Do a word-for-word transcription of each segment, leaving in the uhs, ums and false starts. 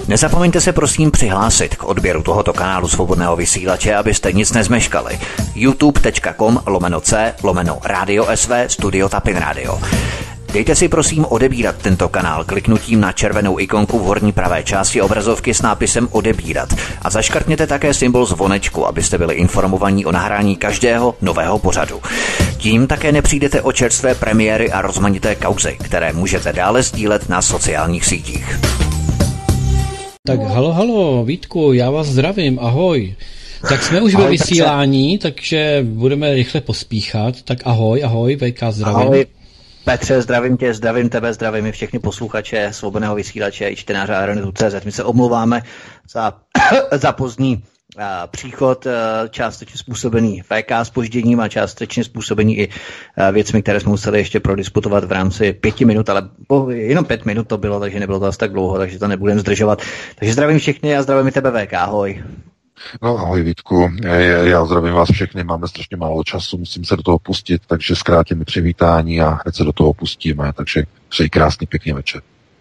Nezapomeňte se prosím přihlásit k odběru tohoto kanálu Svobodného vysílače, abyste nic nezmeškali. youtube.com lomeno c lomeno Radio S V Studio Tapin Radio. Dejte si prosím odebírat tento kanál kliknutím na červenou ikonku v horní pravé části obrazovky s nápisem odebírat a zaškrtněte také symbol zvonečku, abyste byli informovaní o nahrání každého nového pořadu. Tím také nepřijdete o čerstvé premiéry a rozmanité kauzy, které můžete dále sdílet na sociálních sítích. Tak halo, halo, Vítku, já vás zdravím, ahoj. Tak jsme už ve vysílání, takže budeme rychle pospíchat. Tak ahoj, ahoj, V K zdravím. Ahoj. Petře, zdravím tě, zdravím tebe, zdravím i všechny posluchače Svobodného vysílače i čtenáře Aeronetu tečka cé zet. My se omlouváme za, za pozdní uh, příchod, uh, částečně způsobený V K zpožděním a částečně způsobený i uh, věcmi, které jsme museli ještě prodiskutovat v rámci pěti minut, ale po, jenom pět minut to bylo, takže nebylo to asi tak dlouho, takže to nebudeme zdržovat. Takže zdravím všechny a zdravím i tebe, V K, ahoj. No ahoj Vítku, já zdravím vás všechny, máme strašně málo času, musím se do toho pustit, takže zkrátíme přivítání a hned se do toho pustíme, takže přeji krásný pěkný večer.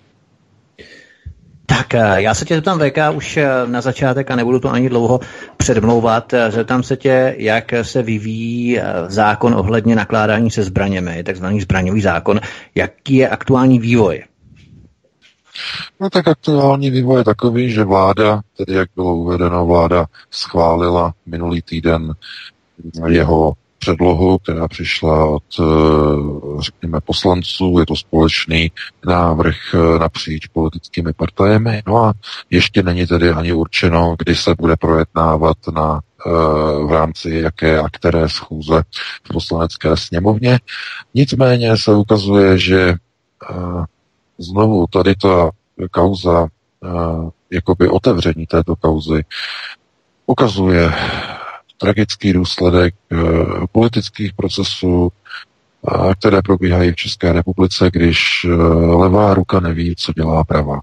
Tak já se tě zeptám, V K, už na začátek a nebudu to ani dlouho předmlouvat, zeptám se tě, jak se vyvíjí zákon ohledně nakládání se zbraněmi, takzvaný zbraňový zákon, jaký je aktuální vývoj? No tak aktuální vývoj je takový, že vláda, tedy jak bylo uvedeno, vláda schválila minulý týden jeho předlohu, která přišla od, řekněme, poslanců. Je to společný návrh napříč politickými partajemi. No a ještě není tedy ani určeno, kdy se bude projednávat na, v rámci jaké a které schůze v poslanecké sněmovně. Nicméně se ukazuje, že znovu tady ta kauza, jakoby otevření této kauzy, ukazuje tragický důsledek politických procesů, které probíhají v České republice, když levá ruka neví, co dělá pravá.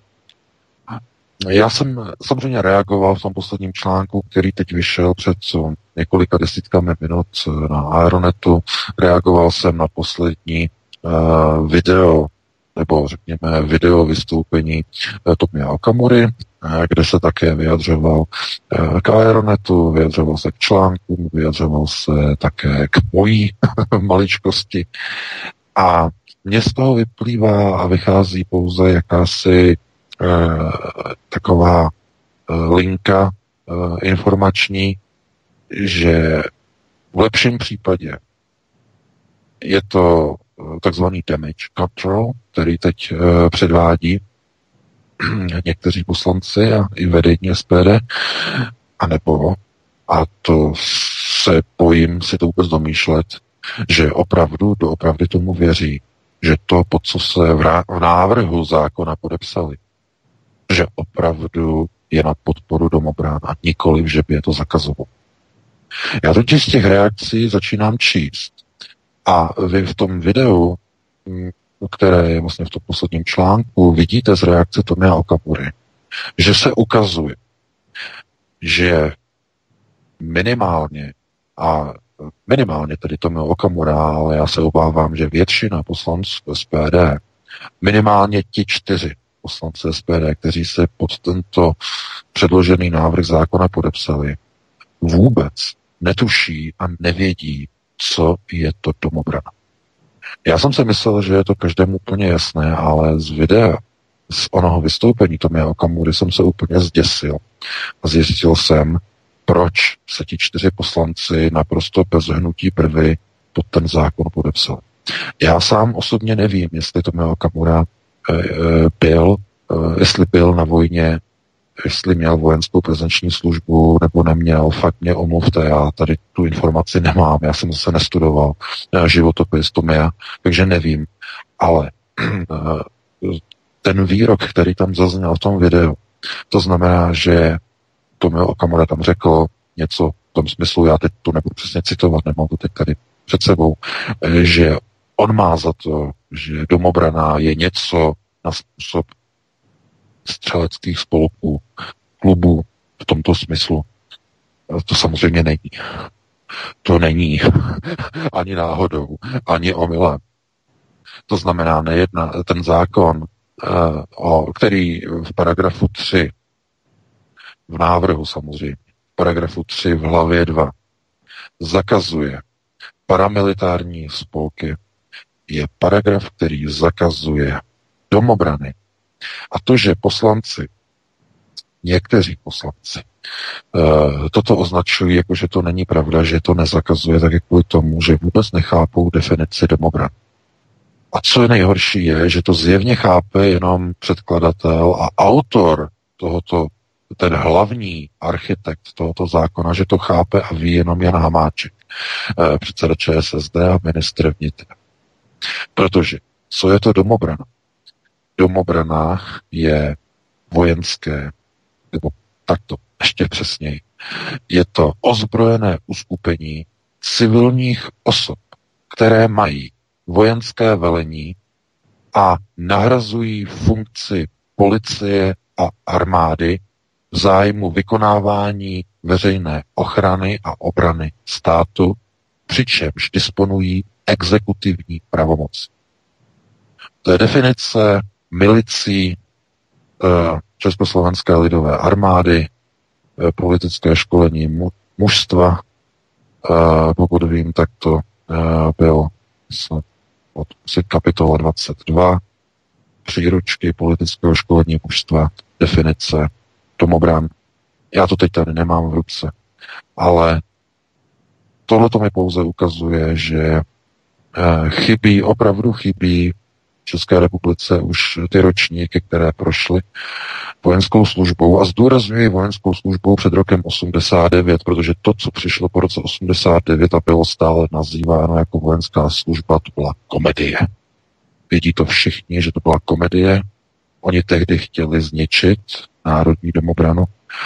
Já jsem samozřejmě reagoval v tom posledním článku, který teď vyšel před několika desítkami minut na Aeronetu. Reagoval jsem na poslední video nebo řekněme video vystoupení Tomia Okamury, kde se také vyjadřoval k Aeronetu, vyjadřoval se k článkům, vyjadřoval se také k mojí maličkosti. A mně z toho vyplývá a vychází pouze jakási eh, taková eh, linka eh, informační, že v lepším případě je to takzvaný damage control, který teď uh, předvádí někteří poslanci a i vedení S P D, anebo, a to se bojím si to vůbec domýšlet, že opravdu, doopravdy tomu věří, že to, pod co se v, rá- v návrhu zákona podepsali, že opravdu je na podporu domobrán a nikoliv, že by je to zakazoval. Já totiž z těch reakcí začínám číst. A vy v tom videu, které je vlastně v tom posledním článku, vidíte z reakce Tomia Okamury, že se ukazuje, že minimálně, a minimálně tedy Tomio Okamura, ale já se obávám, že většina poslanců S P D, minimálně ti čtyři poslanci S P D, kteří se pod tento předložený návrh zákona podepsali, vůbec netuší a nevědí, co je to domobrana. Já jsem si myslel, že je to každému úplně jasné, ale z videa, z onoho vystoupení Tomia Okamury jsem se úplně zděsil. A zjistil jsem, proč se ti čtyři poslanci naprosto bez hnutí brvy pod ten zákon podepsali. Já sám osobně nevím, jestli Tomia Okamura e, e, byl, e, jestli byl na vojně, jestli měl vojenskou prezenční službu nebo neměl, fakt mě omluvte, já tady tu informaci nemám, já jsem zase nestudoval životopis Tomia, takže nevím, ale ten výrok, který tam zazněl v tom videu, to znamená, že Tomio Okamura tam řekl něco v tom smyslu, já teď to nebudu přesně citovat, nemám to teď tady před sebou, že on má za to, že domobrana je něco na způsob střeleckých spolků, klubů v tomto smyslu. To samozřejmě není. To není ani náhodou, ani omylem. To znamená, nejedna, ten zákon, o který v paragrafu tři v návrhu samozřejmě, v paragrafu tři v hlavě dva, zakazuje paramilitární spolky, je paragraf, který zakazuje domobrany. A to, že poslanci, někteří poslanci, toto označují jako, že to není pravda, že to nezakazuje, tak je kvůli tomu, že vůbec nechápou definici domobran. A co je nejhorší je, že to zjevně chápe jenom předkladatel a autor tohoto, ten hlavní architekt tohoto zákona, že to chápe a ví jenom Jan Hamáček, předseda ČSSD a ministr vnitra. Protože, co je to domobrana? Domobrana je vojenské, nebo takto, ještě přesněji, je to ozbrojené uskupení civilních osob, které mají vojenské velení a nahrazují funkci policie a armády v zájmu vykonávání veřejné ochrany a obrany státu, přičemž disponují exekutivní pravomoci. To je definice milicí uh, Československé lidové armády, uh, politické školení mu, mužstva, uh, pokud vím, tak to uh, byl od kapitola dvacet dva, příručky politického školení mužstva, definice domobran. Já to teď tady nemám v ruce, ale tohle to mi pouze ukazuje, že chybí, opravdu chybí v České republice už ty ročníky, které prošly vojenskou službou a zdůrazňuji vojenskou službou před rokem osmdesát devět, protože to, co přišlo po roce osmdesát devět a bylo stále nazýváno jako vojenská služba, to byla komedie. Vědí to všichni, že to byla komedie. Oni tehdy chtěli zničit národní domobranu,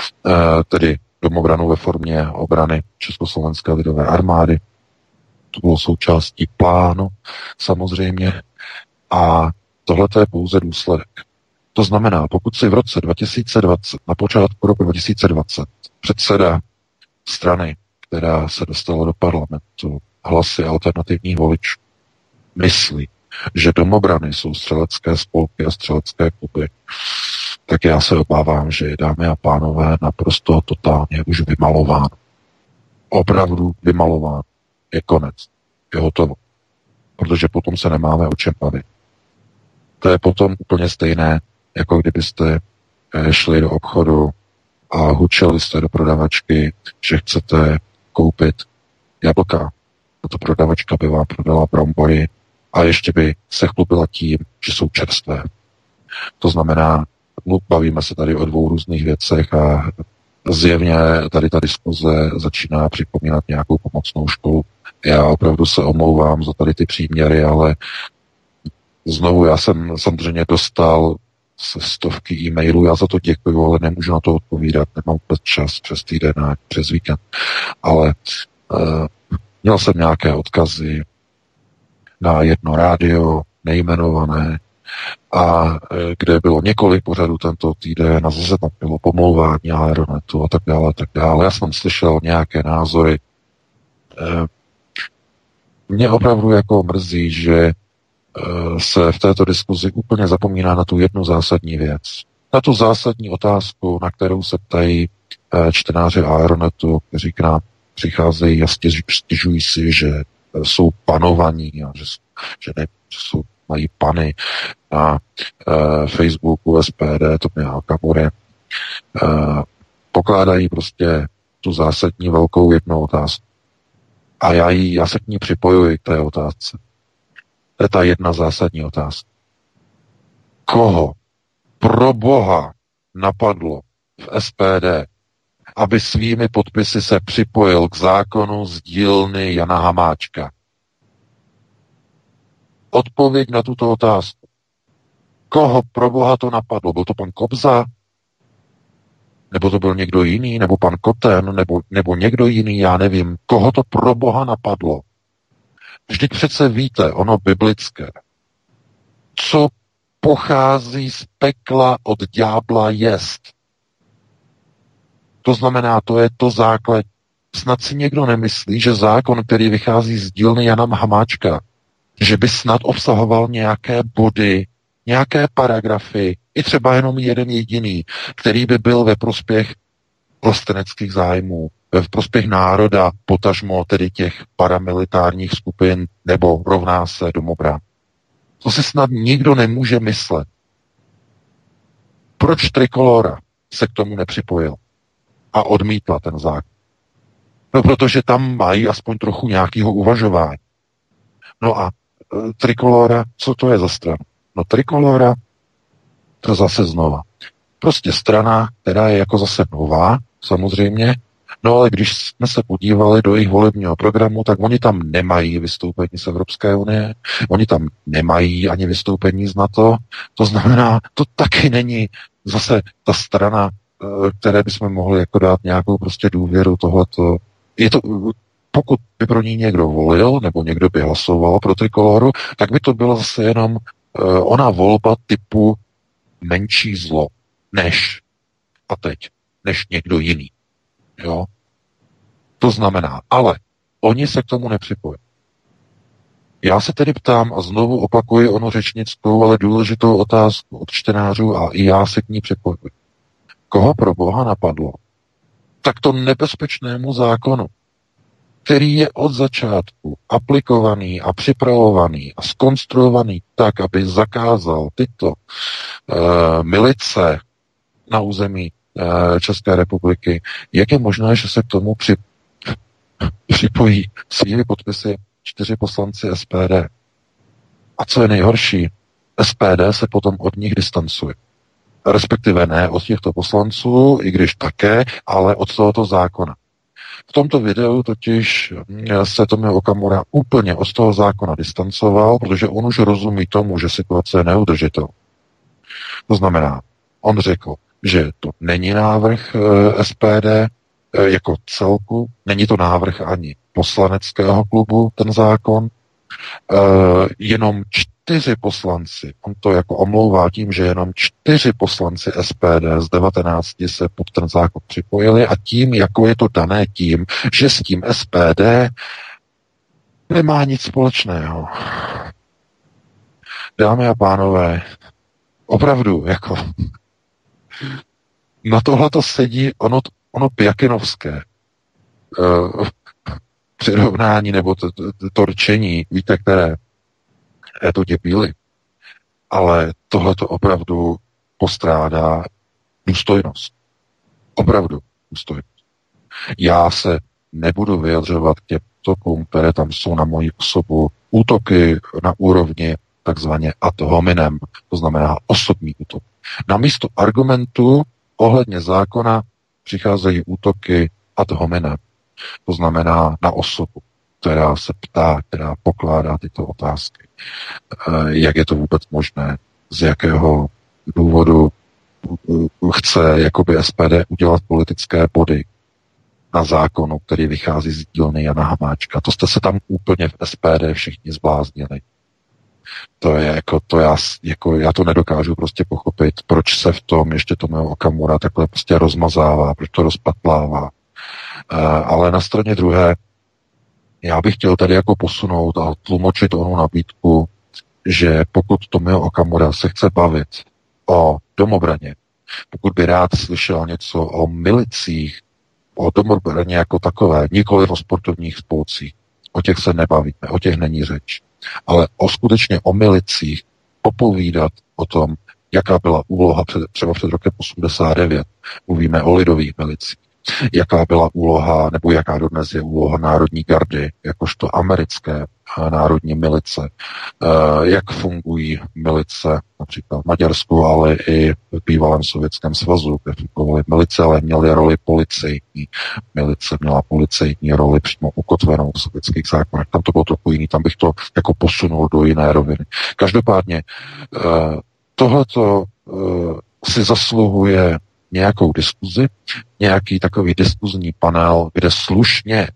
tedy domobranu ve formě obrany Československé lidové armády. To bylo součástí plánu, samozřejmě. A tohle je pouze důsledek. To znamená, pokud si v roce dva tisíce dvacet, na počátku roku dva tisíce dvacet, předseda strany, která se dostala do parlamentu, hlasy alternativních voličů, myslí, že domobrany jsou střelecké spolky a střelecké kluby, tak já se obávám, že je, dámy a pánové, naprosto totálně už vymalováno. Opravdu vymalováno. Je konec. Je hotovo. Protože potom se nemáme o čem bavit. To je potom úplně stejné, jako kdybyste šli do obchodu a hučeli jste do prodavačky, že chcete koupit jablka. A to prodavačka by vám prodala brambory a ještě by se chlubila tím, že jsou čerstvé. To znamená, bavíme se tady o dvou různých věcech a zjevně tady ta diskuze začíná připomínat nějakou pomocnou školu. Já opravdu se omlouvám za tady ty příměry, ale znovu já jsem samozřejmě dostal se stovky e-mailů, já za to děkuju, ale nemůžu na to odpovídat, nemám vůbec čas přes týden a přes víkend. Ale uh, měl jsem nějaké odkazy na jedno rádio, nejmenované, a kde bylo několik pořadů tento týden a zase tam bylo pomlouvání Aeronetu a tak dále, a tak dále. Já jsem slyšel nějaké názory. Mě opravdu jako mrzí, že se v této diskuzi úplně zapomíná na tu jednu zásadní věc. Na tu zásadní otázku, na kterou se ptají čtenáři Aeronetu, kteří k nám přicházejí a stěžují si, že jsou panovaní a že, že, ne, že jsou mají pany na uh, Facebooku S P D, Tomia Okamury, uh, pokládají prostě tu zásadní velkou jednu otázku. A já, jí, já se k ní připojuji k té otázce. To je ta jedna zásadní otázka. Koho pro Boha napadlo v S P D, aby svými podpisy se připojil k zákonu z dílny Jana Hamáčka? Odpověď na tuto otázku. Koho pro Boha to napadlo? Byl to pan Kobza? Nebo to byl někdo jiný? Nebo pan Koten? Nebo, nebo někdo jiný? Já nevím. Koho to pro Boha napadlo? Vždyť přece víte, ono biblické. Co pochází z pekla od ďábla jest. To znamená, to je to základ. Snad si někdo nemyslí, že zákon, který vychází z dílny Jana Hamáčka, že by snad obsahoval nějaké body, nějaké paragrafy, i třeba jenom jeden jediný, který by byl ve prospěch vlasteneckých zájmů, v prospěch národa, potažmo tedy těch paramilitárních skupin, nebo rovná se domobran. To si snad nikdo nemůže myslet. Proč Trikolora se k tomu nepřipojil a odmítla ten zákon? No, protože tam mají aspoň trochu nějakého uvažování. No a e, Trikolora, co to je za stranu? No Trikolora, to zase znova. Prostě strana, která je jako zase nová, samozřejmě, no ale když jsme se podívali do jejich volebního programu, tak oni tam nemají vystoupení z Evropské unie, oni tam nemají ani vystoupení z NATO, to znamená, to taky není zase ta strana, které bychom mohli jako dát nějakou prostě důvěru tohleto. Je to, pokud by pro ní někdo volil, nebo někdo by hlasoval pro Trikoloru, tak by to byla zase jenom uh, ona volba typu menší zlo, než a teď, než někdo jiný. Jo? To znamená, ale oni se k tomu nepřipojí. Já se tedy ptám a znovu opakuji onu řečnickou, ale důležitou otázku od čtenářů a i já se k ní připojuji. Koho pro Boha napadlo takto nebezpečnému zákonu, který je od začátku aplikovaný a připravovaný a skonstruovaný tak, aby zakázal tyto uh, milice na území uh, České republiky, jak je možné, že se k tomu při, připojí svými podpisy čtyři poslanci S P D. A co je nejhorší, S P D se potom od nich distancuje. Respektive ne od těchto poslanců, i když také, ale od tohoto zákona. V tomto videu totiž se Tomio Okamura úplně od toho zákona distancoval, protože on už rozumí tomu, že situace je neudržitelná. To znamená, on řekl, že to není návrh S P D jako celku, není to návrh ani poslaneckého klubu, ten zákon, jenom čtyři poslanci, on to jako omlouvá tím, že jenom čtyři poslanci S P D z devatenácti se pod ten zákon připojili a tím, jako je to dané tím, že s tím S P D nemá nic společného. Dámy a pánové, opravdu, jako na tohle to sedí ono, ono Pjakinovské uh, přirovnání nebo to, to, to rčení, víte, které je to děbíly. Ale tohle to opravdu postrádá důstojnost. Opravdu důstojnost. Já se nebudu vyjadřovat k těm útokům, které tam jsou na moji osobu. Útoky na úrovni takzvaně ad hominem, to znamená osobní útok. Na místo argumentu ohledně zákona přicházejí útoky ad hominem. To znamená na osobu, která se ptá, která pokládá tyto otázky. Jak je to vůbec možné, z jakého důvodu chce jakoby S P D udělat politické body na zákonu, který vychází z dílny Jana Hamáčka. To jste se tam úplně v S P D všichni zbláznili. To je jako, to já, jako, já to nedokážu prostě pochopit, proč se v tom ještě Tomio Okamura takhle prostě rozmazává, proč to rozpatlává. Ale na straně druhé, já bych chtěl tady jako posunout a tlumočit onu nabídku, že pokud Tomio Okamura se chce bavit o domobraně, pokud by rád slyšel něco o milicích, o domobraně jako takové, nikoli o sportovních spolcích, o těch se nebavíme, o těch není řeč, ale o skutečně o milicích, popovídat o tom, jaká byla úloha před, třeba před rokem osmdesát devět, mluvíme o lidových milicích, jaká byla úloha, nebo jaká dodnes je úloha Národní gardy, jakožto americké národní milice, jak fungují milice například v Maďarsku, ale i v bývalém Sovětském svazu, kde fungovaly milice, ale měly roli policejní. Milice měla policejní roli přímo ukotvenou v sovětských zákonech. Tam to bylo trochu jiný, tam bych to jako posunul do jiné roviny. Každopádně tohleto si zasluhuje nějakou diskuzi, nějaký takový diskuzní panel, kde slušně,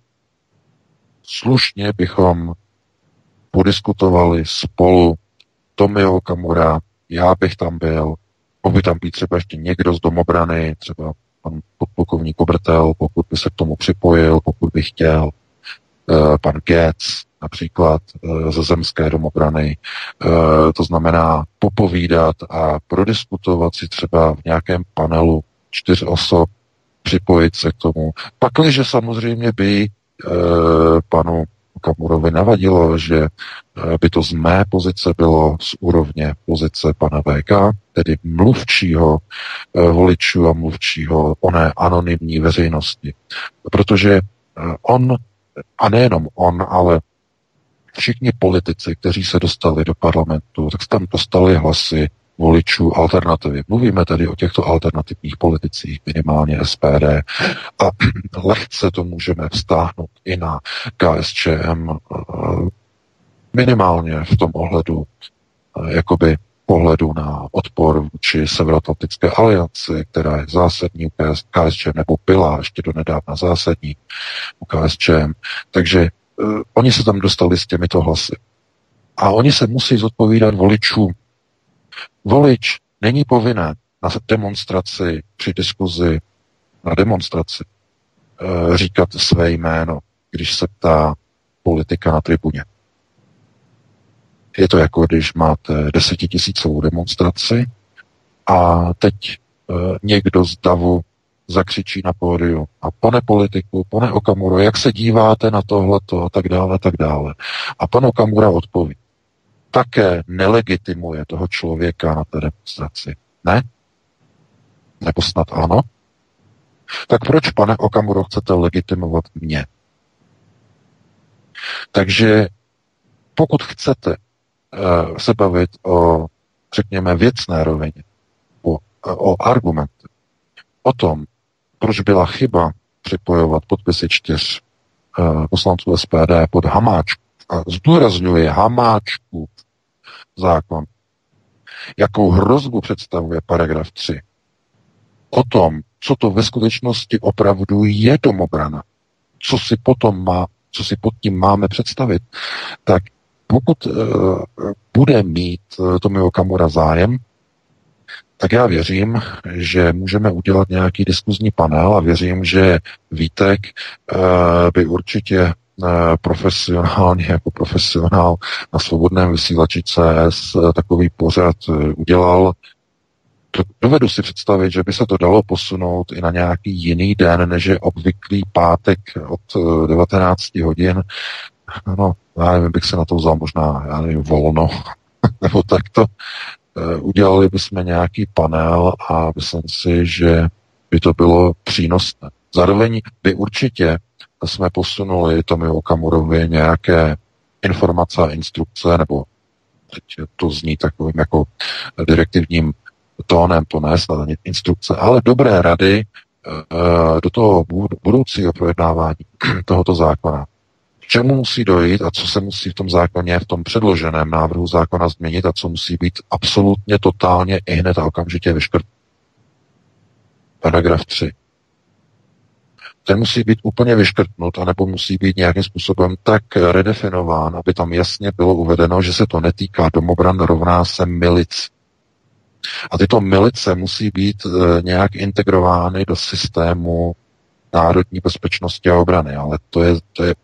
slušně bychom podiskutovali spolu Tomio Okamura, já bych tam byl, mohl by tam být třeba ještě někdo z domobrany, třeba pan podplukovník Kobrtel, pokud by se k tomu připojil, pokud by chtěl, pan Getz, například ze zemské domobrany, to znamená popovídat a prodiskutovat si třeba v nějakém panelu čtyř osob připojit se k tomu. Pakliže samozřejmě by e, panu Okamurovi navadilo, že e, by to z mé pozice bylo z úrovně pozice pana V K, tedy mluvčího e, voličů a mluvčího oné anonymní veřejnosti. Protože e, on, a nejenom on, ale všichni politici, kteří se dostali do parlamentu, tak se tam dostali hlasy voličů alternativy. Mluvíme tedy o těchto alternativních politicích, minimálně S P D. A lehce to můžeme vztáhnout i na K S Č M, minimálně v tom ohledu, jakoby pohledu na odpor vůči Severoatlantické alianci, která je zásadní u K S Č M, nebo byla ještě do nedávna zásadní u K S Č M. Takže uh, oni se tam dostali s těmito hlasy. A oni se musí zodpovídat voličům. Volič není povinen na demonstraci, při diskuzi na demonstraci uh, říkat své jméno, když se ptá politika na tribuně. Je to jako když máte desetitisícovou demonstraci a teď e, někdo z davu zakřičí na pódiu a pane politiku, pane Okamuro, jak se díváte na tohleto a tak dále, a tak dále. A pan Okamura odpoví. Také nelegitimuje toho člověka na té demonstraci. Ne? Nebo snad ano? Tak proč, pane Okamuro, chcete legitimovat mě? Takže pokud chcete se bavit o, řekněme, věcné rovině, o, o argumenty, o tom, proč byla chyba připojovat podpisy čtyř uh, poslanců S P D pod Hamáčku, a zdůrazňuje Hamáčku zákon, jakou hrozbu představuje paragraf tři, o tom, co to ve skutečnosti opravdu je domobrana, co si potom má, co si pod tím máme představit, tak pokud uh, bude mít uh, Tomio Okamura zájem, tak já věřím, že můžeme udělat nějaký diskuzní panel a věřím, že Vítek uh, by určitě uh, profesionálně, jako profesionál na svobodném vysílači C S uh, takový pořad uh, udělal. Dovedu si představit, že by se to dalo posunout i na nějaký jiný den, než je obvyklý pátek od uh, devatenáct hodin. No, já nevím, bych se na to vzal možná, já nevím, volno, nebo takto. Udělali bychom nějaký panel a myslím si, že by to bylo přínosné. Zároveň by určitě jsme posunuli Tomio Okamurovi nějaké informace a instrukce, nebo teď to zní takovým jako direktivním tónem, to ne snad instrukce, ale dobré rady do toho budoucího projednávání tohoto zákona. K čemu musí dojít a co se musí v tom zákoně, v tom předloženém návrhu zákona změnit a co musí být absolutně, totálně i hned a okamžitě vyškrtnut. Paragraf tři. Ten musí být úplně vyškrtnut, anebo musí být nějakým způsobem tak redefinován, aby tam jasně bylo uvedeno, že se to netýká domobran, rovná se milic. A tyto milice musí být e, nějak integrovány do systému národní bezpečnosti a obrany, ale to je, to je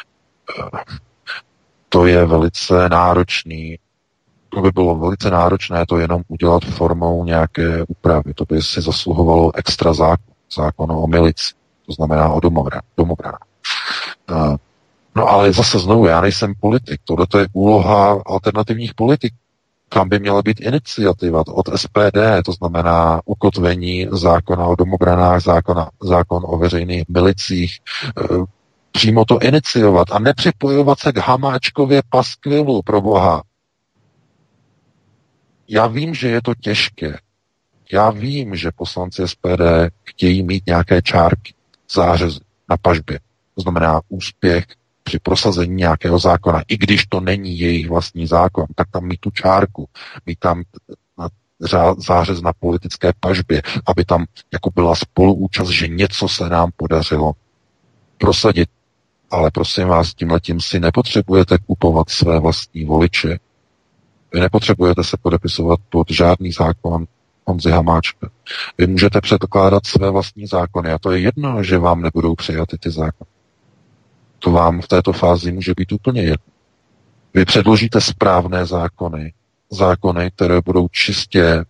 to je velice náročný. To by bylo velice náročné to jenom udělat formou nějaké úpravy. To by si zasluhovalo extra zákon, zákon o milici, to znamená o domobranách. No ale zase znovu, já nejsem politik, tohle je úloha alternativních politiků. Tam by měla být iniciativa od S P D, to znamená ukotvení zákona o domobranách, zákona, zákon o veřejných milicích, přímo to iniciovat a nepřipojovat se k Hamáčkově paskvilu, pro boha. Já vím, že je to těžké. Já vím, že poslanci S P D chtějí mít nějaké čárky, zářezy na pažbě. To znamená úspěch při prosazení nějakého zákona. I když to není jejich vlastní zákon, tak tam mít tu čárku, mít tam zářez na politické pažbě, aby tam jako byla spoluúčast, že něco se nám podařilo prosadit. Ale prosím vás, tímhletím si nepotřebujete kupovat své vlastní voliče. Vy nepotřebujete se podepisovat pod žádný zákon Honzy Hamáčka. Vy můžete předkládat své vlastní zákony a to je jedno, že vám nebudou přijaty ty zákony. To vám v této fázi může být úplně jedno. Vy předložíte správné zákony, zákony, které budou čistě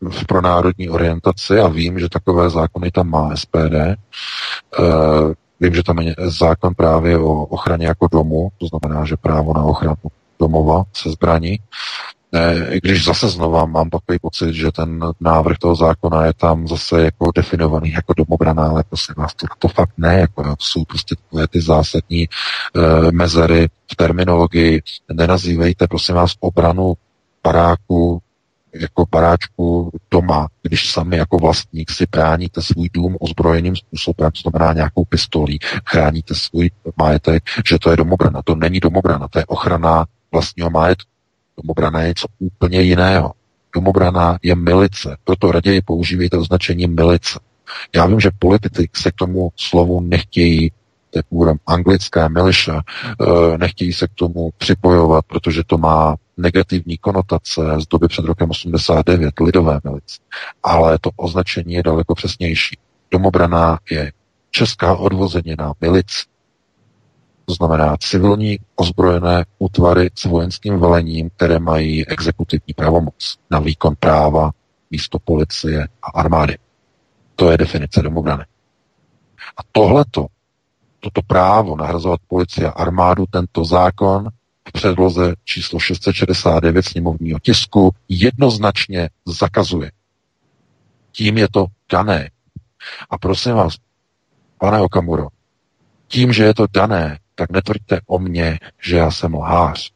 v pronárodní orientaci a vím, že takové zákony tam má S P D. Vím, že tam je zákon právě o ochraně jako domu, to znamená, že právo na ochranu domova se zbraní. I když zase znova mám takový pocit, že ten návrh toho zákona je tam zase jako definovaný jako domobrana, ale prosím vás, to, to fakt ne, jako to jsou prostě takové ty zásadní e, mezery v terminologii. Nenazývejte, prosím vás, obranu baráku jako baráčku doma, když sami jako vlastník si bráníte svůj dům ozbrojeným způsobem, to znamená nějakou pistolí, chráníte svůj majetek, že to je domobrana. To není domobrana, to je ochrana vlastního majetku. Domobrana je něco úplně jiného. Domobrana je milice, proto raději používejte označení milice. Já vím, že politici se k tomu slovu nechtějí, to je původem anglické militia, nechtějí se k tomu připojovat, protože to má negativní konotace z doby před rokem osmdesát devět, lidové milice. Ale to označení je daleko přesnější. Domobrana je česká odvozenina milic. To znamená civilní ozbrojené útvary s vojenským velením, které mají exekutivní pravomoc na výkon práva místo policie a armády. To je definice domobrany. A tohleto, toto právo nahrazovat policii a armádu, tento zákon v předloze číslo šest set šedesát devět sněmovního tisku jednoznačně zakazuje. Tím je to dané. A prosím vás, pane Okamuro, tím, že je to dané, tak netvrďte o mně, že já jsem lhář.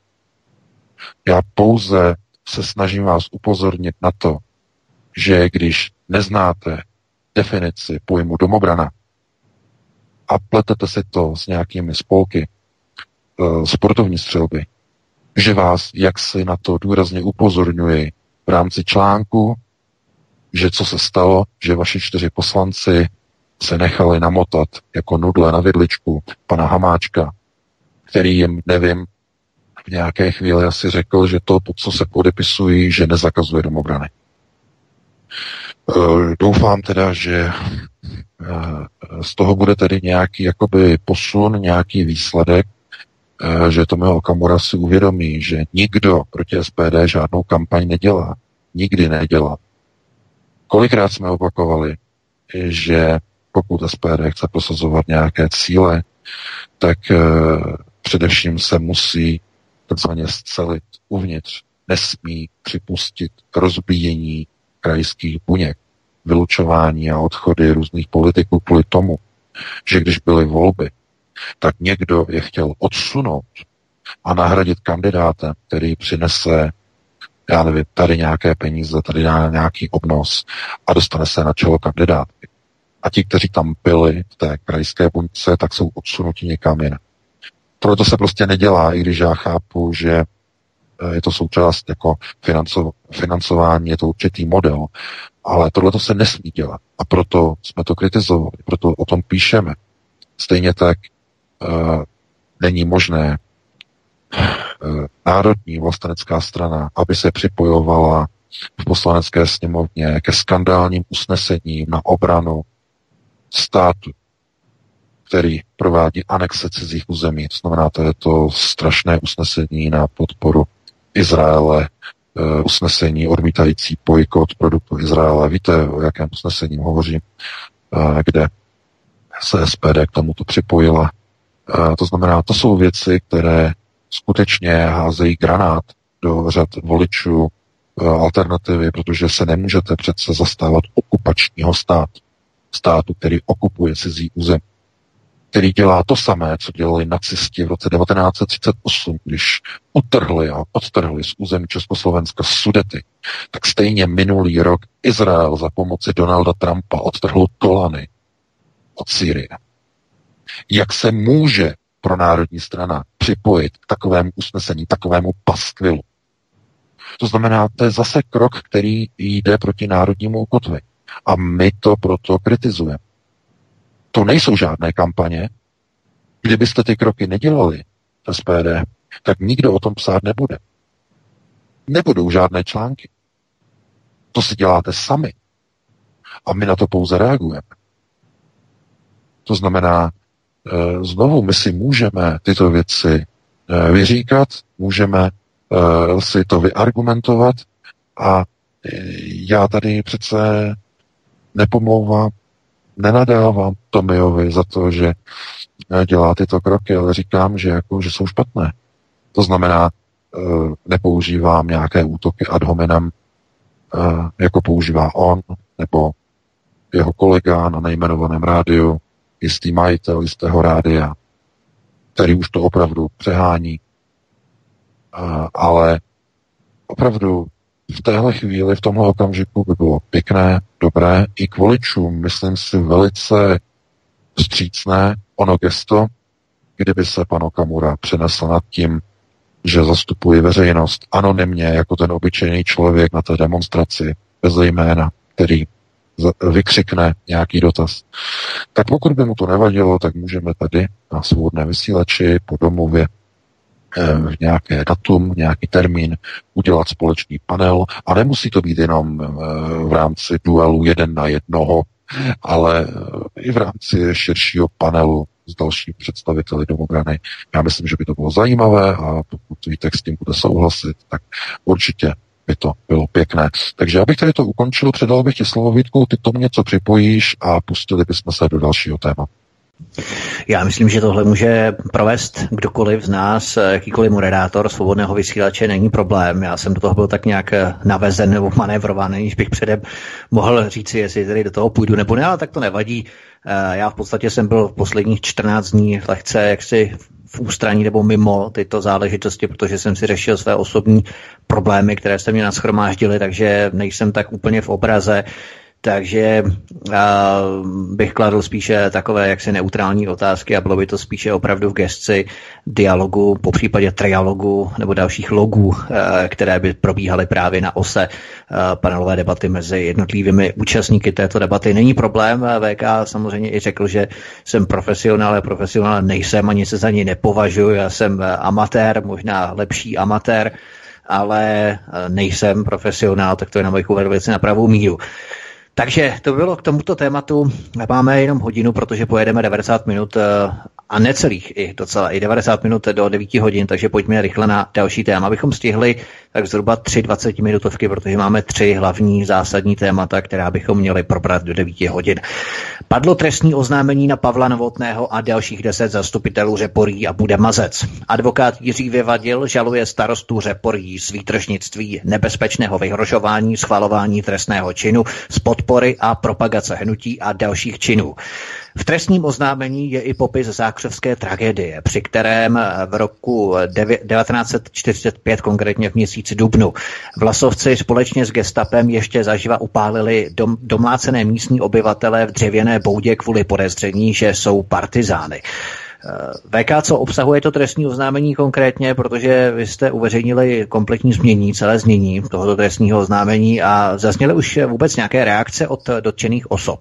Já pouze se snažím vás upozornit na to, že když neznáte definici pojmu domobrana a pletete si to s nějakými spolky e, sportovní střelby, že vás jaksi na to důrazně upozorňuji v rámci článku, že co se stalo, že vaši čtyři poslanci se nechali namotat jako nudle na vidličku pana Hamáčka, který jim, nevím, v nějaké chvíli asi řekl, že to, to co se podepisují, že nezakazuje domobrany. E, doufám teda, že e, z toho bude tedy nějaký jakoby posun, nějaký výsledek, e, že Tomio Okamura si uvědomí, že nikdo proti S P D žádnou kampaň nedělá. Nikdy nedělá. Kolikrát jsme opakovali, že pokud S P D chce prosazovat nějaké cíle, tak e, především se musí takzvaně scelit uvnitř. Nesmí připustit rozbíjení krajských buněk, vylučování a odchody různých politiků kvůli tomu, že když byly volby, tak někdo je chtěl odsunout a nahradit kandidátem, který přinese, já nevím, tady nějaké peníze, tady nějaký obnos a dostane se na čelo kandidátky. A ti, kteří tam byli v té krajské buňce, tak jsou odsunuti někam jinam. Tohle se prostě nedělá, i když já chápu, že je to součást jako financo, financování, je to určitý model, ale tohle se nesmí dělat. A proto jsme to kritizovali, proto o tom píšeme. Stejně tak uh, není možné uh, národní vlastenecká strana, aby se připojovala v poslanecké sněmovně ke skandálním usnesením na obranu státu, který provádí anexe cizích území. To znamená, to je to strašné usnesení na podporu Izraele, usnesení odmítající bojkot produktu Izraele. Víte, o jakém usnesení hovořím, kde se S P D k tomuto připojila. To znamená, to jsou věci, které skutečně házejí granát do řad voličů alternativy, protože se nemůžete přece zastávat okupačního státu. Státu, který okupuje cizí území, který dělá to samé, co dělali nacisti v roce devatenáct set třicet osm, když utrhli a odtrhli z území Československa Sudety, tak stejně minulý rok Izrael za pomoci Donalda Trumpa odtrhl Golany od Sýrie. Jak se může pronárodní strana připojit k takovému usnesení, takovému paskvilu? To znamená, to je zase krok, který jde proti národnímu ukotvení. A my to proto kritizujeme. To nejsou žádné kampaně. Kdybyste ty kroky nedělali, S P D, tak nikdo o tom psát nebude. Nebudou žádné články. To si děláte sami. A my na to pouze reagujeme. To znamená, znovu my si můžeme tyto věci vyříkat, můžeme si to vyargumentovat a já tady přece nepomlouvám, nenadávám Tomiovi za to, že dělá tyto kroky, ale říkám, že, jako, že jsou špatné. To znamená, nepoužívám nějaké útoky ad hominem, jako používá on, nebo jeho kolega na nejmenovaném rádiu, jistý majitel jistého rádia, který už to opravdu přehání. Ale opravdu v téhle chvíli, v tomhle okamžiku by bylo pěkné, dobré, i k voličům, myslím si, velice vstřícné ono gesto, kdyby se pan Okamura přenesl nad tím, že zastupuje veřejnost anonymně, jako ten obyčejný člověk na té demonstraci, bez jména, který vykřikne nějaký dotaz. Tak pokud by mu to nevadilo, tak můžeme tady na svobodné vysílači po domluvě v nějaké datum, nějaký termín udělat společný panel a nemusí to být jenom v rámci duelu jeden na jednoho, ale i v rámci širšího panelu s dalšími představiteli domobrany. Já myslím, že by to bylo zajímavé a pokud Vítek s tím bude souhlasit, tak určitě by to bylo pěkné. Takže já bych tady to ukončil, předal bych ti slovo, Vítku, ty tomu něco připojíš a pustili bychom se do dalšího tématu. Já myslím, že tohle může provést kdokoliv z nás, jakýkoliv moderátor svobodného vysílače, není problém. Já jsem do toho byl tak nějak navezen nebo manévrován, než bych předem mohl říci, jestli tady do toho půjdu nebo ne, ale tak to nevadí. Já v podstatě jsem byl v posledních čtrnáct dní lehce jaksi v ústraní nebo mimo tyto záležitosti, protože jsem si řešil své osobní problémy, které se mě nashromáždily, takže nejsem tak úplně v obraze. Takže uh, bych kladl spíše takové jaksi neutrální otázky a bylo by to spíše opravdu v gesci dialogu, po případě trialogu nebo dalších logů, uh, které by probíhaly právě na ose uh, panelové debaty mezi jednotlivými účastníky této debaty. Není problém, V K samozřejmě i řekl, že jsem profesionál, ale profesionál nejsem, ani se za něj nepovažuji, já jsem amatér, možná lepší amatér, ale nejsem profesionál, tak to jenom bych uvedl věci na pravou míru. Takže to bylo k tomuto tématu. Máme jenom hodinu, protože pojedeme devadesát minut a necelých i docela i devadesát minut do devět hodin, takže pojďme rychle na další téma, abychom stihli tak zhruba tři dvacetiminutovky, protože máme tři hlavní zásadní témata, která bychom měli probrat do devět hodin. Padlo trestní oznámení na Pavla Novotného a dalších deset zastupitelů Řeporyjí a Bude Mazec. Advokát Jiří Vyvadil žaluje starostu Řeporyjí z výtržnictví, nebezpečného vyhrožování, schvalování trestného činu, z podpory a propagace hnutí a dalších činů. V trestním oznámení je i popis zákřevské tragédie, při kterém v roku devatenáct set čtyřicet pět, konkrétně v měsíci dubnu, Vlasovci společně s gestapem ještě zaživa upálili dom, domlácené místní obyvatele v dřevěné boudě kvůli podezření, že jsou partizány. V K, co obsahuje to trestní oznámení konkrétně, protože vy jste uveřejnili kompletní změní, celé znění tohoto trestního oznámení a zazněly už vůbec nějaké reakce od dotčených osob?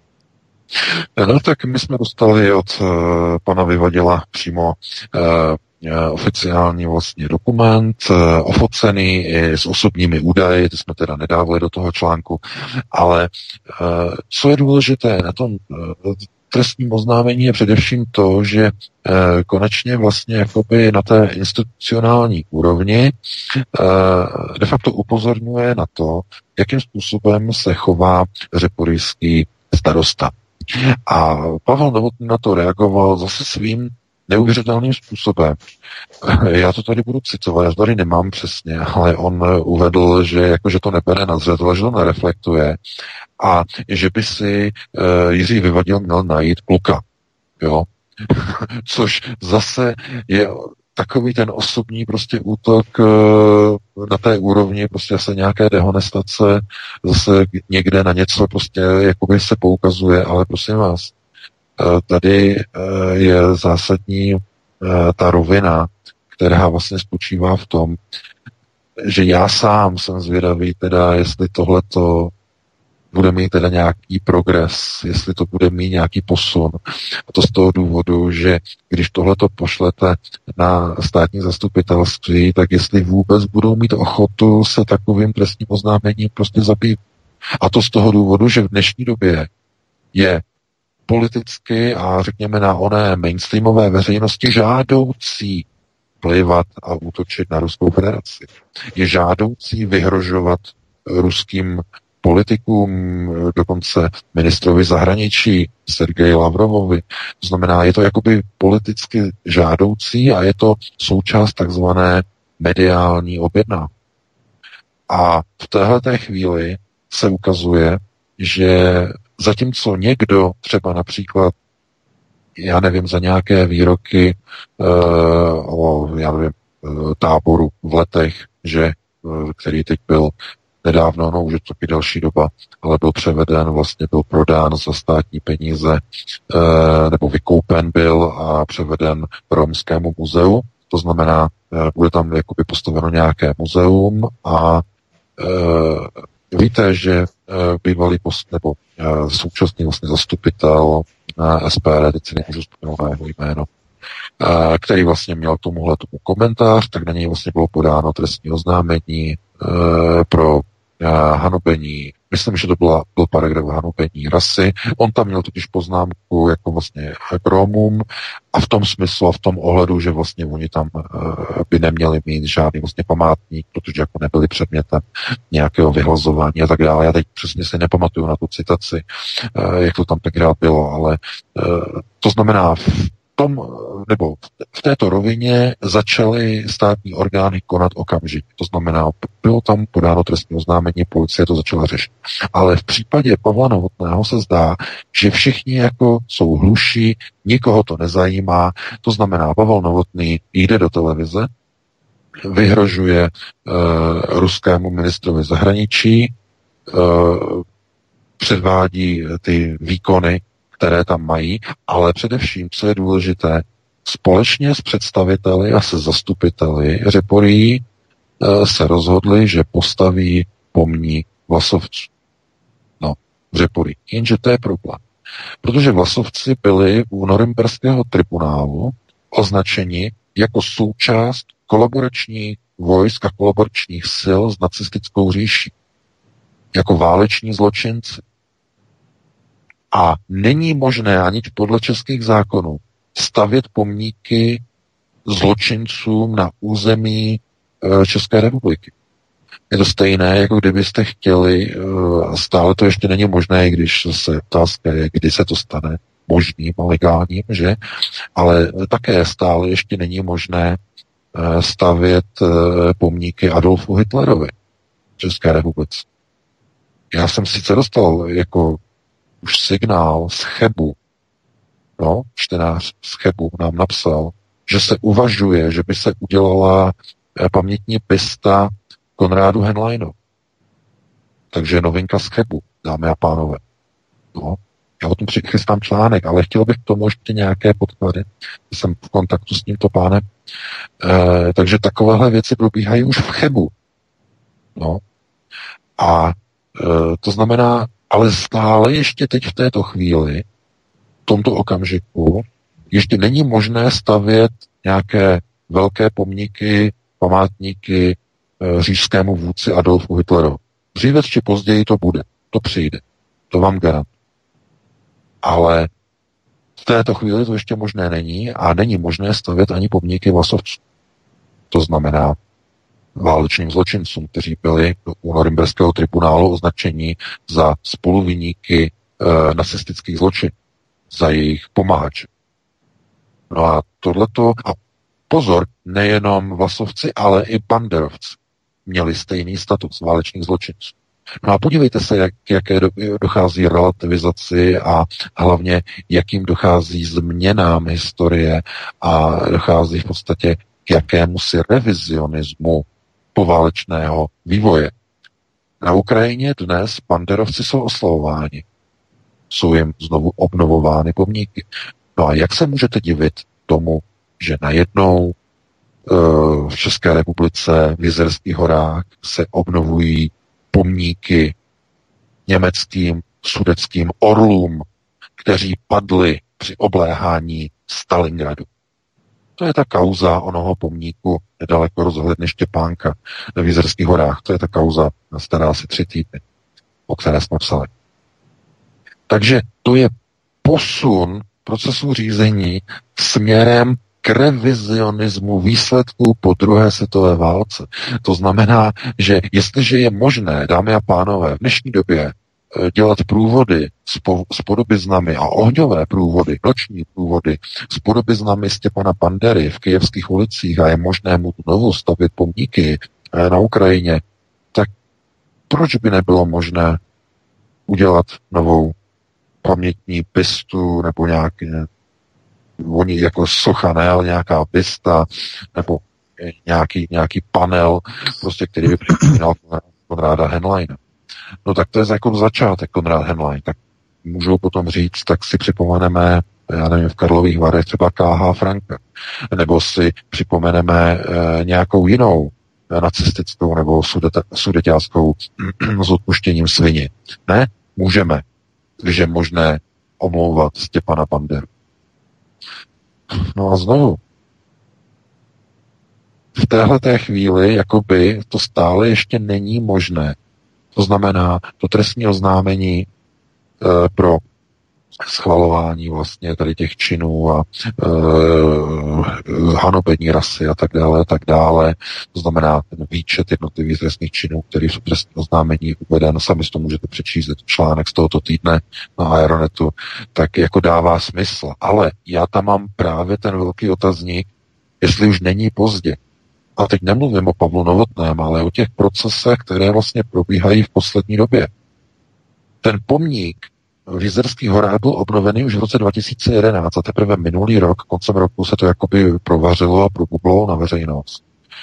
No tak my jsme dostali od uh, pana Vyvadila přímo uh, oficiální vlastně dokument, uh, ofocený i s osobními údaji, ty jsme teda nedávali do toho článku, ale uh, co je důležité na tom uh, trestním oznámení je především to, že uh, konečně vlastně jakoby na té institucionální úrovni uh, de facto upozorňuje na to, jakým způsobem se chová řeporyjský starosta. A Pavel Novotný na to reagoval zase svým neuvěřitelným způsobem. Já to tady budu citovat, já to tady nemám přesně, ale on uvedl, že jakože to nebere na zřetel, že to nereflektuje a že by si uh, Jiří Vyvadil měl najít kluka. Jo? Což zase je takový ten osobní prostě útok na té úrovni, prostě zase nějaké dehonestace, zase někde na něco prostě jakoby se poukazuje, ale prosím vás, tady je zásadní ta rovina, která vlastně spočívá v tom, že já sám jsem zvědavý teda, jestli tohleto bude mít teda nějaký progres, jestli to bude mít nějaký posun. A to z toho důvodu, že když tohleto pošlete na státní zastupitelství, tak jestli vůbec budou mít ochotu se takovým trestním oznámením prostě zabývat. A to z toho důvodu, že v dnešní době je politicky a řekněme na oné mainstreamové veřejnosti žádoucí plivat a útočit na Ruskou federaci. Je žádoucí vyhrožovat ruským politikům, dokonce ministrovi zahraničí Sergeji Lavrovovi. To znamená, je to jakoby politicky žádoucí a je to součást takzvané mediální objednávky. A v téhleté chvíli se ukazuje, že zatímco někdo třeba například, já nevím, za nějaké výroky uh, o, já nevím, táboru v Letech, že, který teď byl nedávno, no už je to taky další doba, ale byl převeden, vlastně byl prodán za státní peníze, uh, nebo vykoupen byl a převeden Romskému muzeu. To znamená, uh, bude tam jakoby postaveno nějaké muzeum a uh, víte, že uh, bývalý post, nebo uh, současný vlastně zastupitel uh, S P D, teď si nemůžu vzpomenout na jeho jméno, uh, který vlastně měl tomuhle tomu komentář, tak na něj vlastně bylo podáno trestní oznámení uh, pro uh, hanobení, myslím, že to byla, byl paragraf hanobení rasy. On tam měl totiž poznámku jako vlastně k Romům a v tom smyslu a v tom ohledu, že vlastně oni tam uh, by neměli mít žádný vlastně památník, protože jako nebyli předmětem nějakého vyhlazování a tak dále. Já teď přesně si nepamatuju na tu citaci, uh, jak to tam tenkrát bylo, ale uh, to znamená v tom, nebo v této rovině začaly státní orgány konat okamžitě. To znamená, bylo tam podáno trestní oznámení, policie to začala řešit. Ale v případě Pavla Novotného se zdá, že všichni jako jsou hluší, nikoho to nezajímá. To znamená, Pavel Novotný jde do televize, vyhrožuje uh, ruskému ministrovi zahraničí, uh, předvádí ty výkony, které tam mají, ale především, co je důležité, společně s představiteli a se zastupiteli Řeporyjí se rozhodli, že postaví pomník Vlasovců. No, v Řeporyjí. Jenže to je problém. Protože Vlasovci byli u norimberského tribunálu označeni jako součást kolaboračních vojsk a kolaboračních sil s nacistickou říší. Jako váleční zločinci. A není možné ani podle českých zákonů stavět pomníky zločincům na území e, České republiky. Je to stejné, jako kdybyste chtěli, e, stále to ještě není možné, i když se otázka je, kdy se to stane možným a legálním, že? Ale také stále ještě není možné e, stavět e, pomníky Adolfu Hitlerovi v České republice. Já jsem sice dostal jako už signál z Chebu, no, čtenář z Chebu nám napsal, že se uvažuje, že by se udělala pamětní bysta Konrádu Henleinovi. Takže novinka z Chebu, dámy a pánové. No, já o tom přichystám článek, ale chtěl bych k tomu ještě nějaké podklady. Jsem v kontaktu s tímto pánem. E, takže takovéhle věci probíhají už v Chebu. No. A e, to znamená, ale stále ještě teď v této chvíli, v tomto okamžiku, ještě není možné stavět nějaké velké pomníky, památníky e, říšskému vůdci Adolfu Hitlerovi. Dříve či později to bude. To přijde. To vám garantuji. Ale v této chvíli to ještě možné není a není možné stavět ani pomníky Vlasovců. To znamená válečným zločincům, kteří byli u norimberského tribunálu označeni za spoluviníky e, nacistických zločinů, za jejich pomáhače. No a tohleto, a pozor, nejenom Vlasovci, ale i banderovci měli stejný status válečných zločinců. No a podívejte se, jak, jaké do, dochází relativizaci a hlavně jakým dochází změnám historie a dochází v podstatě k jakémusi revizionismu poválečného vývoje. Na Ukrajině dnes banderovci jsou oslavováni. Jsou jim znovu obnovovány pomníky. No a jak se můžete divit tomu, že najednou uh, v České republice, v Jizerských horách se obnovují pomníky německým, sudetským orlům, kteří padli při obléhání Stalingradu. To je ta kauza onoho pomníku nedaleko rozhledny Štěpánka v Jizerských horách. To je ta kauza stará asi tři týdny, o které jsme psali. Takže to je posun procesu řízení směrem k revizionismu výsledků po druhé světové válce. To znamená, že jestliže je možné, dámy a pánové, v dnešní době dělat průvody s, po, s podobiznami a ohňové průvody, noční průvody s podobiznami Stěpana Bandery v kyjevských ulicích a je možné mu znovu stavět pomníky na Ukrajině, tak proč by nebylo možné udělat novou pamětní bystu nebo nějaký, oni jako socha, ne, ale nějaká bysta nebo nějaký, nějaký panel, prostě, který by připomínal Konráda Henleina. No tak to je jako začátek Konrad Henlein. Tak můžou potom říct, tak si připomeneme, já nevím, v Karlových Varech třeba K H Franka, nebo si připomeneme e, nějakou jinou e, nacistickou nebo sudeťáckou s odpuštěním svini. Ne? Můžeme, když je možné omlouvat Stěpana Banderu. No a znovu, v téhleté chvíli jakoby to stále ještě není možné. To znamená, to trestní oznámení e, pro schvalování vlastně tady těch činů a e, hanobení rasy a tak dále, a tak dále. To znamená ten výčet jednotlivých trestných činů, který jsou trestní oznámení uveden, sami si to můžete přečíst, článek z tohoto týdne na Aeronetu, tak jako dává smysl. Ale já tam mám právě ten velký otazník, jestli už není pozdě. A teď nemluvím o Pavlu Novotném, ale o těch procesech, které vlastně probíhají v poslední době. Ten pomník v Jizerských horách byl obnovený už v roce dva tisíce jedenáct a teprve minulý rok, koncem roku se to jakoby provařilo a probublilo na veřejnost.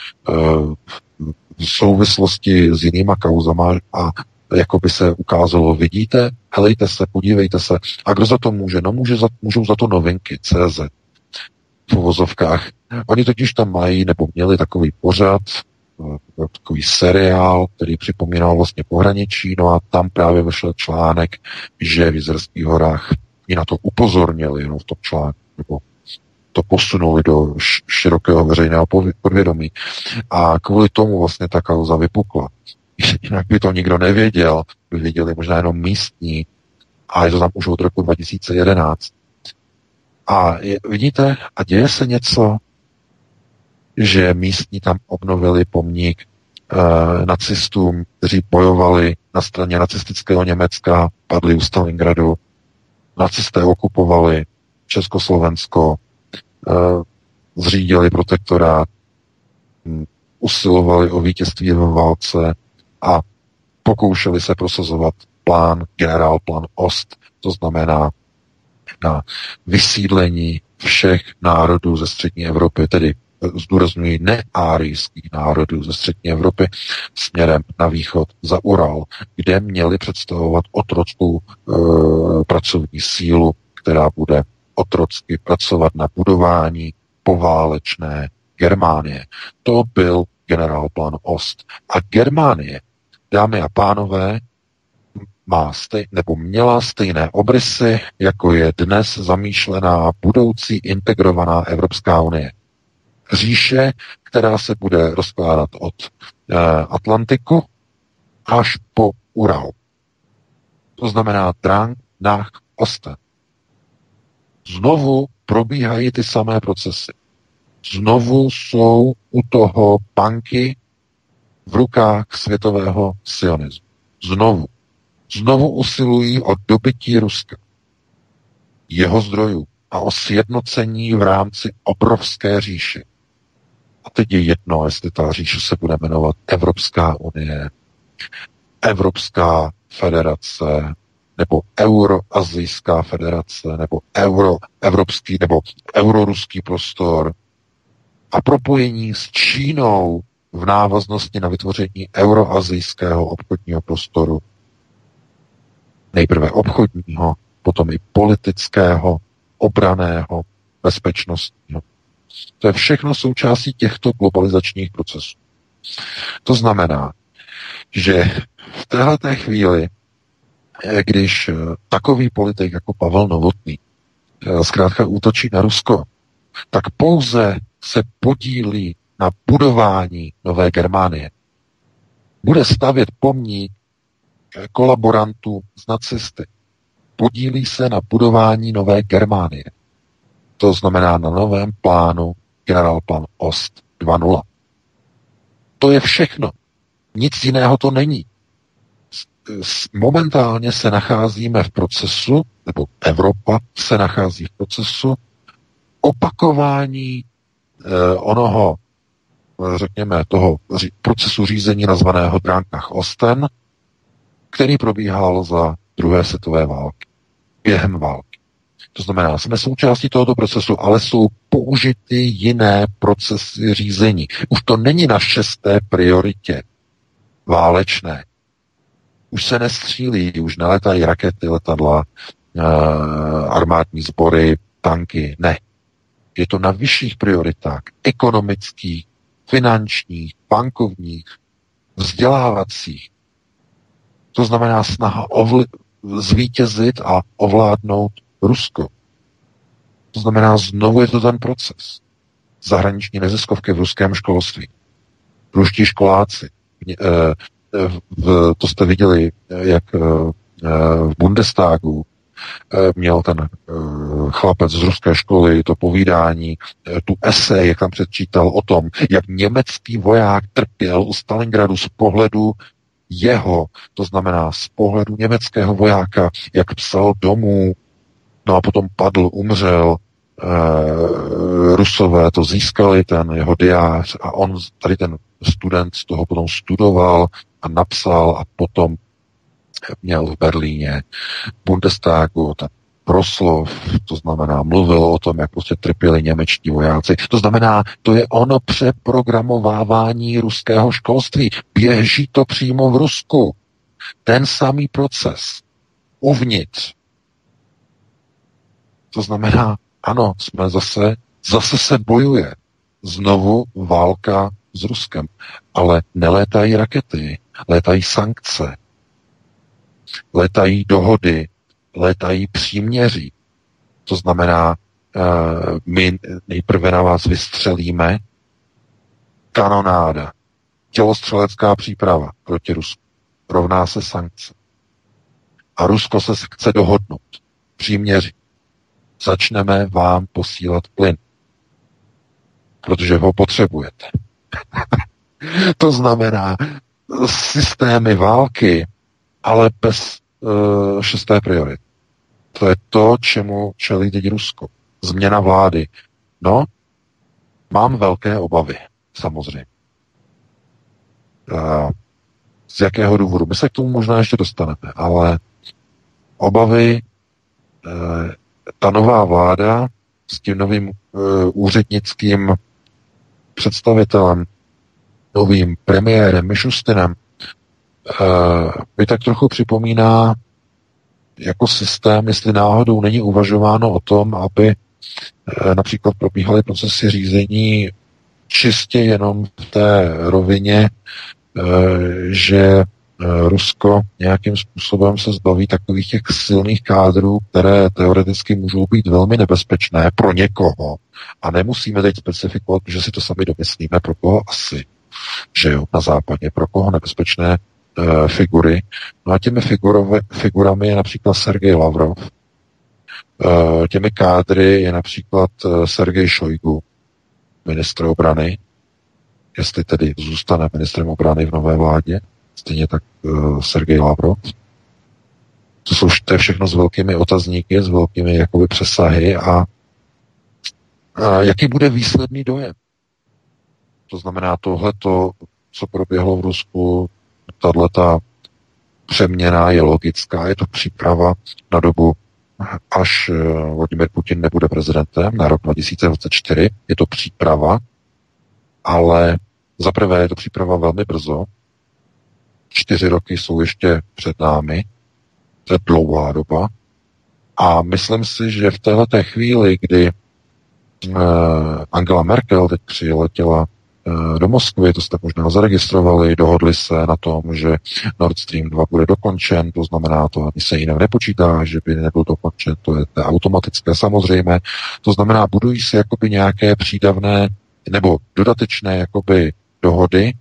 V souvislosti s jinýma kauzama a jakoby se ukázalo, vidíte, helejte se, podívejte se. A kdo za to může? No může za, můžou za to novinky, C Z. V uvozovkách. Oni totiž tam mají, nebo měli takový pořad, takový seriál, který připomínal vlastně pohraničí, no a tam právě vyšel článek, že v Jizerských horách i na to upozornili, jenom v tom článku, nebo to posunuli do širokého veřejného podvědomí. A kvůli tomu vlastně ta kauza vypukla. Jinak by to nikdo nevěděl, by věděli možná jenom místní, a je to tam už od roku dva tisíce jedenáct. A je, vidíte, a děje se něco, že místní tam obnovili pomník e, nacistům, kteří bojovali na straně nacistického Německa, padli u Stalingradu, nacisté okupovali Československo, e, zřídili protektorát, m, usilovali o vítězství ve válce a pokoušeli se prosazovat plán, generálplán Ost, to znamená na vysídlení všech národů ze střední Evropy, tedy zdůrazňuji neárijských národů ze střední Evropy, směrem na východ za Ural, kde měli představovat otrockou e, pracovní sílu, která bude otrocky pracovat na budování poválečné Germánie. To byl generálplán Ost. A Germánie, dámy a pánové, má stej, nebo měla stejné obrysy, jako je dnes zamýšlená budoucí integrovaná Evropská unie. Říše, která se bude rozkládat od eh, Atlantiku až po Ural. To znamená Drang nach Osten. Znovu probíhají ty samé procesy. Znovu jsou u toho banky v rukách světového sionismu. Znovu. Znovu usilují o dobytí Ruska, jeho zdrojů a o sjednocení v rámci obrovské říše. A teď je jedno, jestli ta říše se bude jmenovat Evropská unie, Evropská federace, nebo Euroazijská federace, nebo Euroevropský, nebo Euroruský prostor a propojení s Čínou v návaznosti na vytvoření Euroazijského obchodního prostoru. Nejprve obchodního, potom i politického, obranného, bezpečnostního. To je všechno součástí těchto globalizačních procesů. To znamená, že v téhleté chvíli, když takový politik jako Pavel Novotný zkrátka útočí na Rusko, tak pouze se podílí na budování nové Germánie. Bude stavět pomník kolaborantů z nacisty. Podílí se na budování nové Germánie. To znamená na novém plánu generálplan Ost dva tečka nula. To je všechno. Nic jiného to není. Momentálně se nacházíme v procesu, nebo Evropa se nachází v procesu opakování eh, onoho, řekněme, toho procesu řízení nazvaného Dránkach Osten, který probíhal za druhé světové války, během války. To znamená, jsme součástí tohoto procesu, ale jsou použity jiné procesy řízení. Už to není na šesté prioritě válečné. Už se nestřílí, už neletají rakety, letadla, armádní sbory, tanky. Ne. Je to na vyšších prioritách, ekonomických, finančních, bankovních, vzdělávacích. To znamená snaha ovli- zvítězit a ovládnout Rusko. To znamená, znovu je to ten proces. Zahraniční neziskovky v ruském školství. Ruští školáci. To jste viděli, jak v Bundestagu měl ten chlapec z ruské školy to povídání, tu esej, jak tam předčítal o tom, jak německý voják trpěl u Stalingradu z pohledu jeho, to znamená z pohledu německého vojáka, jak psal domů, no a potom padl, umřel, e, Rusové to získali, ten jeho diář, a on, tady ten student z toho potom studoval a napsal a potom měl v Berlíně Bundestagu ten proslov, to znamená mluvil o tom, jak prostě trpěli němečtí vojáci. To znamená, to je ono přeprogramovávání ruského školství. Běží to přímo v Rusku. Ten samý proces. Uvnitř. To znamená, ano, jsme zase, zase se bojuje. Znovu válka s Ruskem. Ale nelétají rakety, létají sankce, létají dohody, létají příměří. To znamená, my nejprve na vás vystřelíme, kanonáda, tělostřelecká příprava proti Rusku, rovná se sankce. A Rusko se chce dohodnout, příměří. Začneme vám posílat plyn, protože ho potřebujete. To znamená systémy války, ale bez uh, šesté priority. To je to, čemu čelí teď Rusko. Změna vlády. No, mám velké obavy, samozřejmě. Uh, z jakého důvodu? My se k tomu možná ještě dostaneme, ale obavy, uh, ta nová vláda s tím novým uh, úřednickým představitelem, novým premiérem Mišustinem, mi tak trochu připomíná jako systém, jestli náhodou není uvažováno o tom, aby například probíhaly procesy řízení čistě jenom v té rovině, že Rusko nějakým způsobem se zbaví takových těch silných kádrů, které teoreticky můžou být velmi nebezpečné pro někoho. A nemusíme teď specifikovat, že si to sami domyslíme, pro koho asi, že jo, na západě, pro koho nebezpečné e, figury. No a těmi figurové, figurami je například Sergej Lavrov. E, těmi kádry je například e, Sergej Šojgu, ministr obrany, jestli tedy zůstane ministrem obrany v nové vládě, stejně tak uh, Sergej Lavrov. To jsou to je všechno s velkými otazníky, s velkými jakoby přesahy a, a jaký bude výsledný dojem. To znamená tohleto, co proběhlo v Rusku, tato přeměna je logická, je to příprava na dobu, až uh, Vladimír Putin nebude prezidentem na rok dva tisíce dvacet čtyři, je to příprava, ale zaprvé je to příprava velmi brzo, čtyři roky jsou ještě před námi, to je dlouhá doba a myslím si, že v téhleté chvíli, kdy uh, Angela Merkel teď přiletěla uh, do Moskvy, to jste možná zaregistrovali, dohodli se na tom, že Nord Stream dva bude dokončen, to znamená, to ani se jinak nepočítá, že by nebyl dokončen, to je, to je automatické samozřejmě, to znamená, budují se jakoby nějaké přídavné nebo dodatečné jakoby dohody.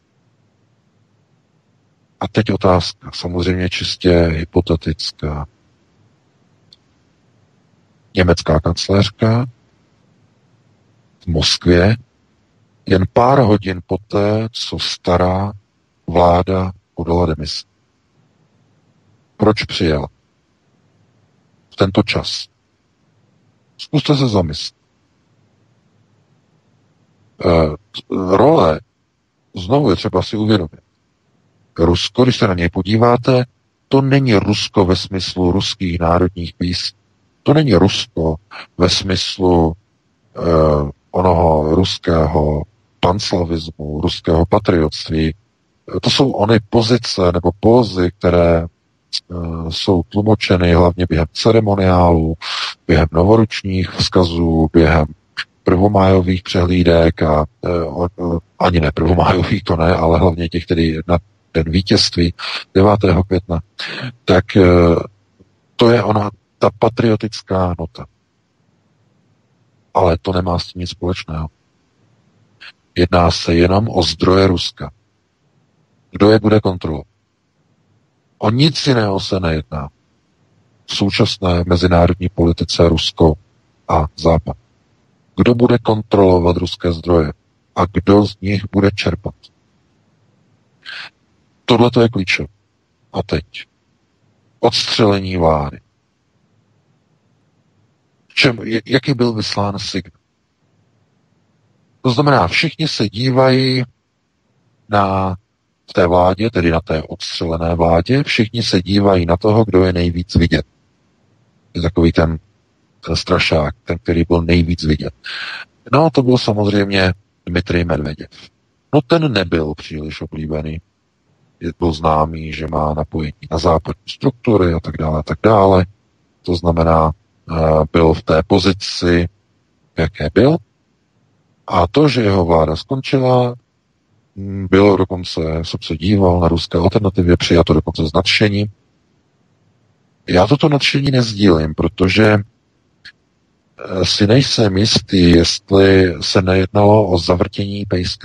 A teď otázka, samozřejmě čistě hypotetická. Německá kancléřka v Moskvě jen pár hodin poté, co stará vláda podala demisi. Proč přijela v tento čas? Zkuste se zamyslet. E, role, znovu je třeba si uvědomit. Rusko, když se na něj podíváte, to není Rusko ve smyslu ruských národních písní. To není Rusko ve smyslu e, onoho ruského panslavismu, ruského patriotství. To jsou ony pozice nebo pózy, které e, jsou tlumočeny hlavně během ceremoniálů, během novoročních vzkazů, během prvomájových přehlídek a e, e, ani ne prvomájových, to ne, ale hlavně těch, tedy na den vítězství devátého května. Tak e, to je ona, ta patriotická nota. Ale to nemá s tím nic společného. Jedná se jenom o zdroje Ruska. Kdo je bude kontrolovat? O nic jiného se nejedná. V současné mezinárodní politice Rusko a Západ. Kdo bude kontrolovat ruské zdroje? A kdo z nich bude čerpat? Tohle to je klíčové. A teď. Odstřelení vlády. Čem, jaký byl vyslán signál? To znamená, všichni se dívají na v té vládě, tedy na té odstřelené vládě, všichni se dívají na toho, kdo je nejvíc vidět. Je takový ten, ten strašák, ten, který byl nejvíc vidět. No, to byl samozřejmě Dmitrij Medveděv. No, ten nebyl příliš oblíbený. Byl známý, že má napojení na západní struktury a tak dále, a tak dále. To znamená, byl v té pozici, jaké byl. A to, že jeho vláda skončila, bylo dokonce, jsem se díval na ruské alternativě, přijato dokonce s nadšením. Já toto nadšení nezdílím, protože si nejsem jistý, jestli se nejednalo o zavrtění pejskem.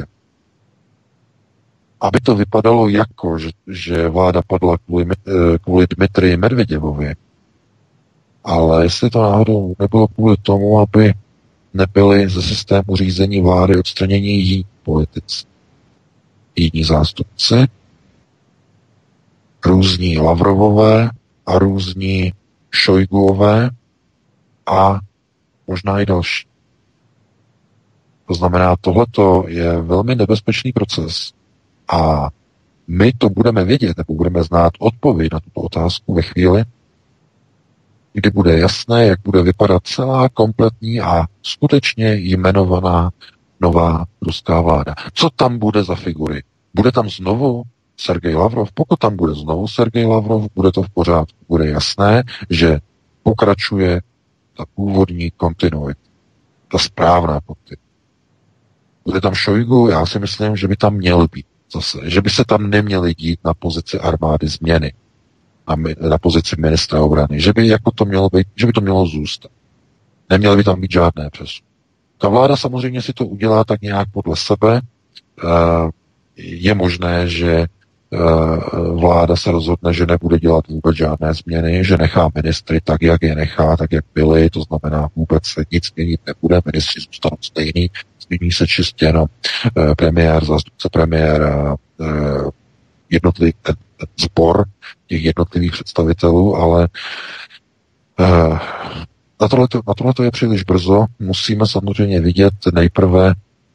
Aby to vypadalo jako, že, že vláda padla kvůli, kvůli Dmitriji Medveděvovi, ale jestli to náhodou nebylo kvůli tomu, aby nebyli ze systému řízení vlády odstranění jiní politici, jiní zástupci, různí Lavrovové a různí Šojguové a možná i další. To znamená, tohleto je velmi nebezpečný proces a my to budeme vědět, nebo budeme znát odpověď na tuto otázku ve chvíli, kdy bude jasné, jak bude vypadat celá kompletní a skutečně jmenovaná nová ruská vláda. Co tam bude za figury? Bude tam znovu Sergej Lavrov? Pokud tam bude znovu Sergej Lavrov, bude to v pořádku. Bude jasné, že pokračuje ta původní kontinuita. Ta správná kontinuita. Bude tam Šojgu? Já si myslím, že by tam měl být zase. Že by se tam neměly dít na pozici armády změny. Na, na pozici ministra obrany. Že by jako to mělo být, že by to mělo zůstat. Neměly by tam být žádné přesuny. Ta vláda samozřejmě si to udělá tak nějak podle sebe. Je možné, že vláda se rozhodne, že nebude dělat vůbec žádné změny, že nechá ministry tak, jak je nechá, tak, jak byly, to znamená vůbec se nic měnit nebude, ministři zůstanou stejný, změní se čistě jenom premiér, zástupce premiéra, jednotlivý ten, ten sbor těch jednotlivých představitelů, ale na tohleto, na tohleto je příliš brzo. Musíme samozřejmě vidět nejprve,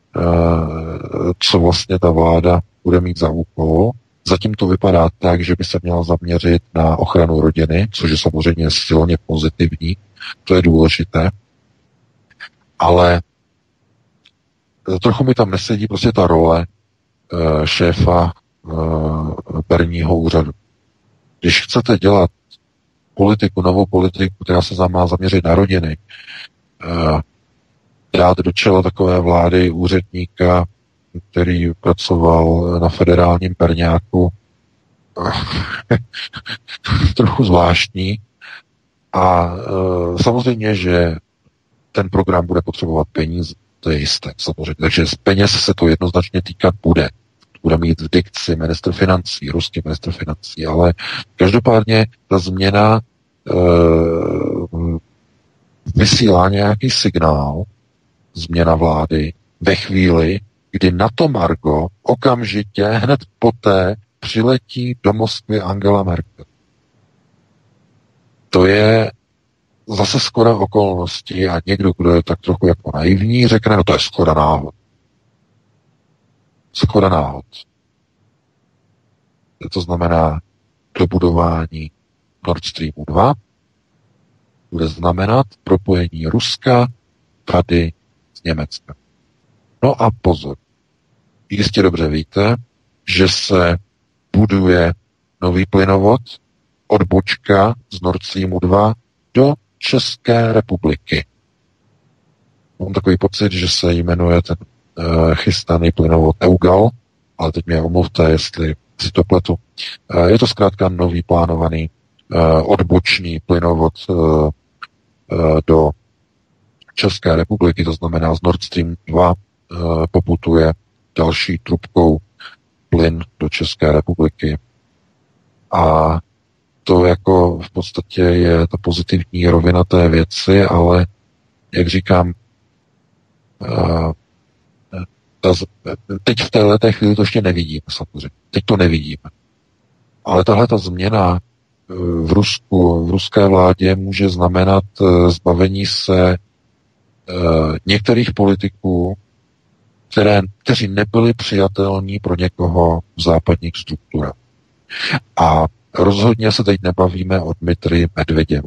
co vlastně ta vláda bude mít za úkol. Zatím to vypadá tak, že by se měla zaměřit na ochranu rodiny, což je samozřejmě silně pozitivní, to je důležité, ale trochu mi tam nesedí prostě ta role šéfa perního úřadu. Když chcete dělat politiku, novou politiku, která se má zaměřit na rodiny, dát do čela takové vlády úředníka, který pracoval na federálním perňáku, trochu zvláštní. A samozřejmě, že ten program bude potřebovat peníze, to je jisté, samozřejmě. Takže z peněz se to jednoznačně týkat bude. Bude mít v dikci ministr financí, ruský ministr financí, ale každopádně ta změna e, vysílá nějaký signál změna vlády ve chvíli, kdy na to margo okamžitě hned poté přiletí do Moskvy Angela Merkel. To je zase skoda okolností a někdo, kdo je tak trochu jako naivní, řekne, no to je skoda náhod. Skoda náhod. To znamená dobudování Nord Streamu dva, bude znamenat propojení Ruska tady s Německem. No a pozor. Jistě dobře víte, že se buduje nový plynovod, odbočka z Nord Streamu dva do České republiky. Mám takový pocit, že se jmenuje ten uh, chystaný plynovod Eugal, ale teď mě omluvte, jestli si to pletu. Uh, je to zkrátka nový plánovaný uh, odbočný plynovod uh, uh, do České republiky, to znamená z Nord Stream dva uh, poputuje další trubkou plyn do České republiky. A to jako v podstatě je ta pozitivní rovina té věci, ale jak říkám, uh, ta, teď v této chvíli to ještě nevidíme samozřejmě. Teď to nevidíme. Ale tahle ta změna v Rusku, v ruské vládě může znamenat zbavení se uh, některých politiků, které, kteří nebyli přijatelní pro někoho v západních strukturách. A rozhodně se teď nebavíme o Dmitriji Medveděvu.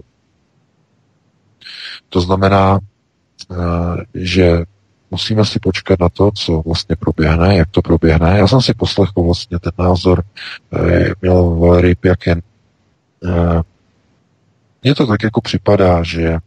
To znamená, že musíme si počkat na to, co vlastně proběhne, jak to proběhne. Já jsem si poslechl vlastně ten názor, jak měl Valery Pjakin. Mně to tak jako připadá, že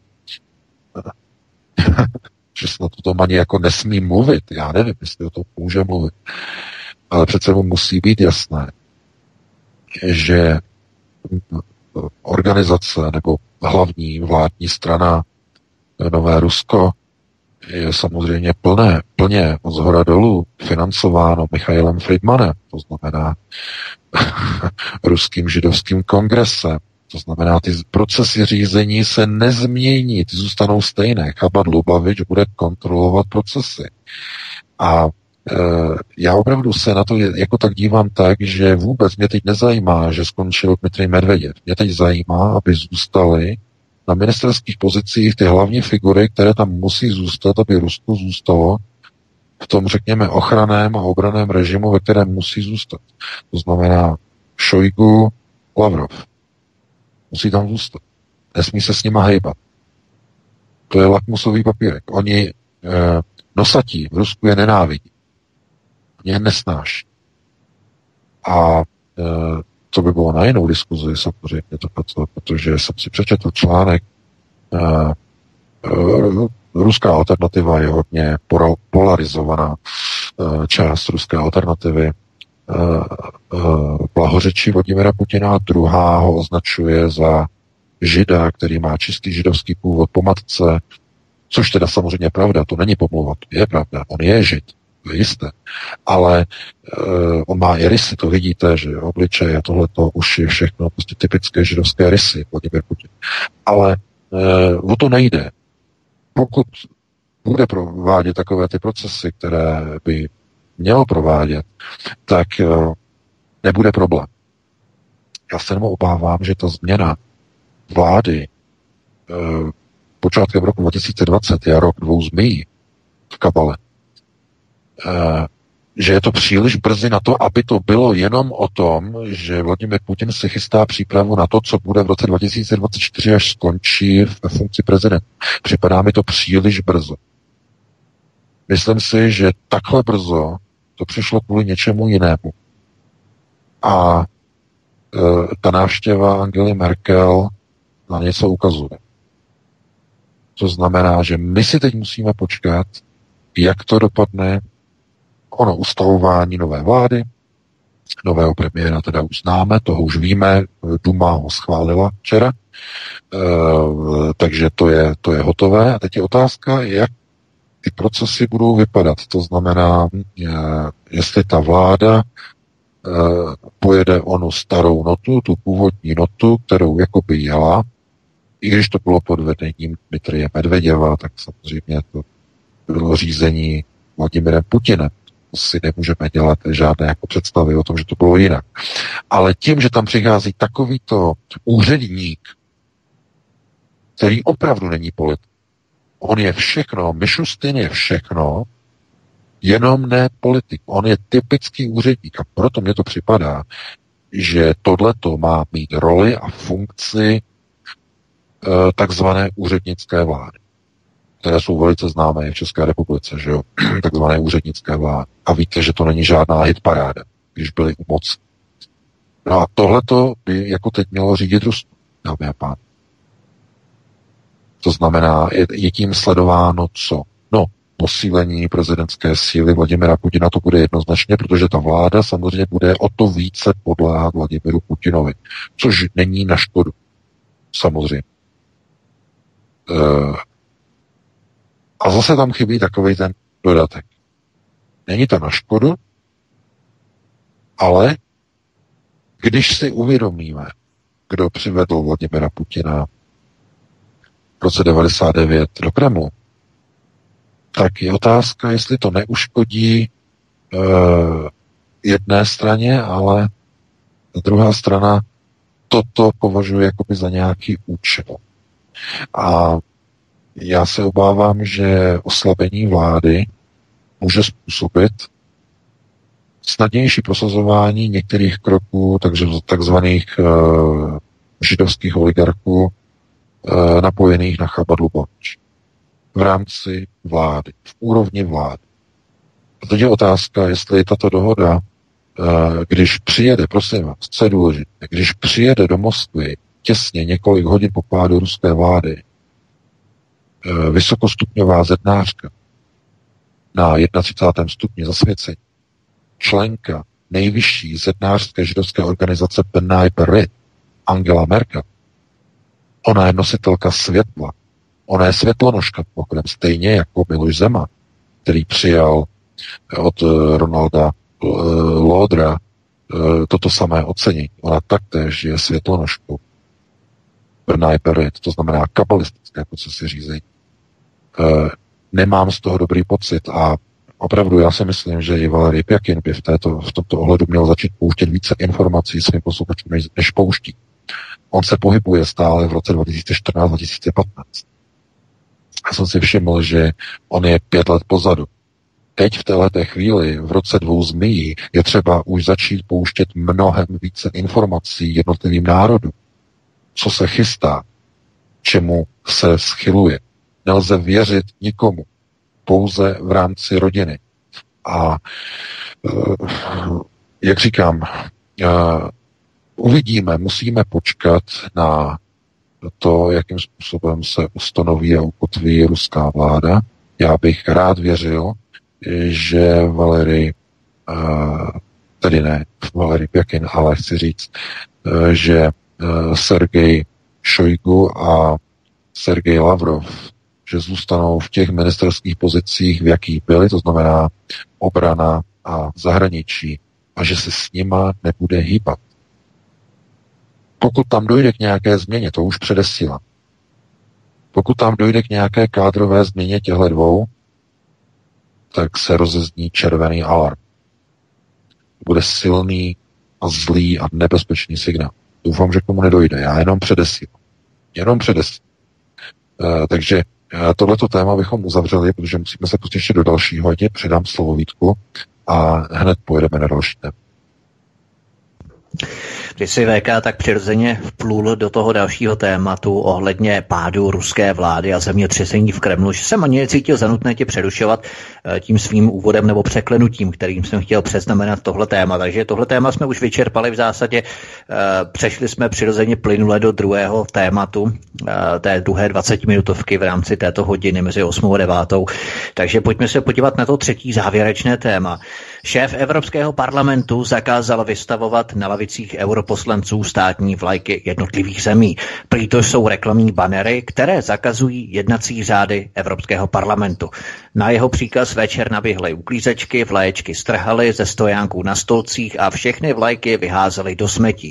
že se na to tom ani jako nesmí mluvit. Já nevím, jestli o tom může mluvit. Ale přece mu musí být jasné, že organizace nebo hlavní vládní strana Nové Rusko je samozřejmě plné, plně od zhora dolů financováno Michailem Friedmanem, to znamená ruským židovským kongresem. To znamená, ty procesy řízení se nezmění, ty zůstanou stejné. Chabad Lubavič bude kontrolovat procesy. A e, já opravdu se na to jako tak dívám tak, že vůbec mě teď nezajímá, že skončil Dmitrij Medveděv. Mě teď zajímá, aby zůstaly na ministerských pozicích ty hlavní figury, které tam musí zůstat, aby Rusko zůstalo v tom, řekněme, ochranném a obraném režimu, ve kterém musí zůstat. To znamená Šojgu, Lavrov. Musí tam zůstat. Nesmí se s nima hejbat. To je lakmusový papírek. Oni e, nosatí v Rusku je nenávidí. Oni je nesnáší. A e, to by bylo na jinou diskuzi, samozřejmě, to, to, protože jsem si přečetl článek. E, e, ruská alternativa je hodně polarizovaná e, část ruské alternativy. Blahořečí Vladimira Putina, druhá ho označuje za žida, který má čistý židovský původ po matce, což teda samozřejmě je pravda, to není pomluva, to je pravda, on je žid, to je jisté, ale uh, on má i rysy, to vidíte, že obličej a tohleto už je všechno prostě typické židovské rysy, Vladimir Putin. Ale uh, o to nejde. Pokud bude provádět takové ty procesy, které by mělo provádět, tak uh, nebude problém. Já se jenom obávám, že ta změna vlády uh, počátkem roku dva tisíce dvacet je rok dvou zmí v kabale, uh, že je to příliš brzy na to, aby to bylo jenom o tom, že Vladimir Putin se chystá přípravu na to, co bude v roce dva tisíce dvacet čtyři, až skončí ve funkci prezidenta. Připadá mi to příliš brzo. Myslím si, že takhle brzo to přišlo kvůli něčemu jinému. A e, ta návštěva Angely Merkel na něco ukazuje. To znamená, že my si teď musíme počkat, jak to dopadne. Ono ustavování nové vlády, nového premiéra teda už známe, toho už víme, Duma ho schválila včera, e, takže to je, to je hotové. A teď je otázka, jak ty procesy budou vypadat. To znamená, jestli ta vláda pojede onu starou notu, tu původní notu, kterou jakoby jela, i když to bylo pod vedením Dmitrije Medveděva, tak samozřejmě to bylo řízení Vladimirem Putinem. To si nemůžeme dělat žádné jako představy o tom, že to bylo jinak. Ale tím, že tam přichází takovýto úředník, který opravdu není politik, on je všechno, Mishustin je všechno, jenom ne politik. On je typický úředník a proto mně to připadá, že tohleto má mít roli a funkci e, takzvané úřednické vlády, které jsou velice známé v České republice, že jo, takzvané úřednické vlády. A víte, že to není žádná hitparáda, když byli u moci. No a tohleto by jako teď mělo řídit Rusko, dámy a pánové. To znamená, je, je tím sledováno co? No, posílení prezidentské síly Vladimira Putina, to bude jednoznačně, protože ta vláda samozřejmě bude o to více podléhat Vladimiru Putinovi, což není na škodu. Samozřejmě. E, a zase tam chybí takovej ten dodatek. Není to na škodu, ale když si uvědomíme, kdo přivedl Vladimira Putina v roce devadesát devět do Kremlu, tak je otázka, jestli to neuškodí uh, jedné straně, ale druhá strana toto považuje jakoby za nějaký účel. A já se obávám, že oslabení vlády může způsobit snadnější prosazování některých kroků takže takzvaných uh, židovských oligarchů uh, napojených na Chabad-Lubavitch v rámci vlády, v úrovni vlády. A teď je otázka, jestli tato dohoda, uh, když přijede, prosím vás, co je důležité, když přijede do Moskvy těsně několik hodin po pádu ruské vlády uh, vysokostupňová zednářka na třicátém prvním stupni zasvěcení, členka nejvyšší zednářské židovské organizace B'nai B'rith, Angela Merkel. Ona je nositelka světla. Ona je světlonožka, pochodem, stejně jako Miloš Zeman, který přijal od Ronalda Lodra toto samé ocenění. Ona taktéž je světlonožkou B'nai B'rith, to znamená kabalistické procesy řízení. Nemám z toho dobrý pocit a opravdu já si myslím, že i Valery Pjakin by v, této, v tomto ohledu měl začít pouštět více informací svým posluchačům, než, než pouští. On se pohybuje stále v roce dva tisíce čtrnáct dva tisíce patnáct. Já jsem si všiml, že on je pět let pozadu. Teď v této chvíli, v roce dvou zmijí, je třeba už začít pouštět mnohem více informací jednotlivým národům. Co se chystá, čemu se schyluje. Nelze věřit nikomu. Pouze v rámci rodiny. A jak říkám, uvidíme, musíme počkat na to, jakým způsobem se ustanoví a ukotví ruská vláda. Já bych rád věřil, že Valery, tedy ne Valery Pjakin, ale chci říct, že Sergej Šojgu a Sergej Lavrov že zůstanou v těch ministerských pozicích, v jakých byli, to znamená obrana a zahraničí, a že se s nima nebude hýbat. Pokud tam dojde k nějaké změně, to už předesílám. Pokud tam dojde k nějaké kádrové změně těchto dvou, tak se rozezní červený alarm. Bude silný a zlý a nebezpečný signál. Doufám, že k tomu nedojde. Já jenom předesílám. Jenom předesílám. Uh, takže tohleto téma bychom uzavřeli, protože musíme se pustit ještě do dalšího. Ať předám slovo Vítku a hned pojedeme na další téma. Když si V K tak přirozeně vplul do toho dalšího tématu ohledně pádu ruské vlády a zemětřesení v Kremlu, že jsem ani necítil za nutné tě přerušovat tím svým úvodem nebo překlenutím, kterým jsem chtěl předznamenat tohle téma. Takže tohle téma jsme už vyčerpali v zásadě. Přešli jsme přirozeně plynule do druhého tématu, té druhé dvacetiminutovky v rámci této hodiny mezi osmou a devátou. Takže pojďme se podívat na to třetí závěrečné téma. Šéf Evropského parlamentu zakázal vystavovat na lavicích europoslanců státní vlajky jednotlivých zemí. Prý to jsou reklamní banery, které zakazují jednací řády Evropského parlamentu. Na jeho příkaz večer naběhly uklízečky, vlaječky strhaly ze stojánků na stolcích a všechny vlajky vyházely do smetí.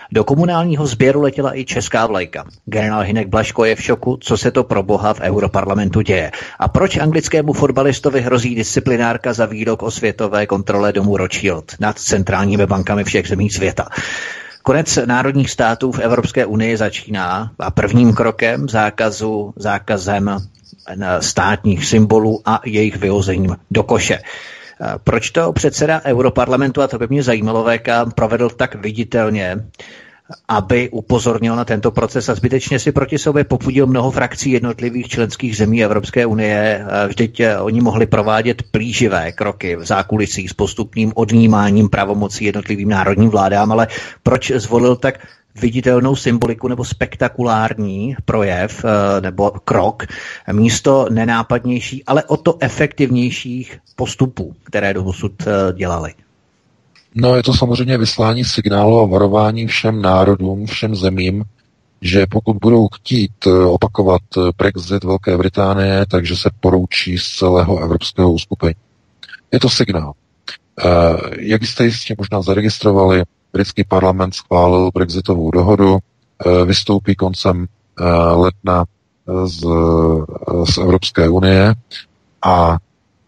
Do komunálního sběru letěla i česká vlajka. Generál Hynek Blažko je v šoku, co se to pro boha v Europarlamentu děje. A proč anglickému fotbalistovi hrozí disciplinárka za výrok o světové kontrole domu Rothschild nad centrálními bankami všech zemí světa. Konec národních států v Evropské unii začíná a prvním krokem zákazu, zákazem státních symbolů a jejich vyhozením do koše. Proč to předseda Europarlamentu, a to by mě zajímalo, V K, provedl tak viditelně, aby upozornil na tento proces a zbytečně si proti sobě popudil mnoho frakcí jednotlivých členských zemí Evropské unie. Vždyť oni mohli provádět plíživé kroky v zákulisí s postupným odnímáním pravomocí jednotlivým národním vládám, ale proč zvolil tak viditelnou symboliku nebo spektakulární projev nebo krok místo nenápadnější, ale o to efektivnějších postupů, které dosud dělali? No, je to samozřejmě vyslání signálu a varování všem národům, všem zemím, že pokud budou chtít opakovat Brexit Velké Británie, takže se poroučí z celého evropského uskupení. Je to signál. Jak jste jistě možná zaregistrovali, britský parlament schválil Brexitovou dohodu, vystoupí koncem ledna z, z Evropské unie a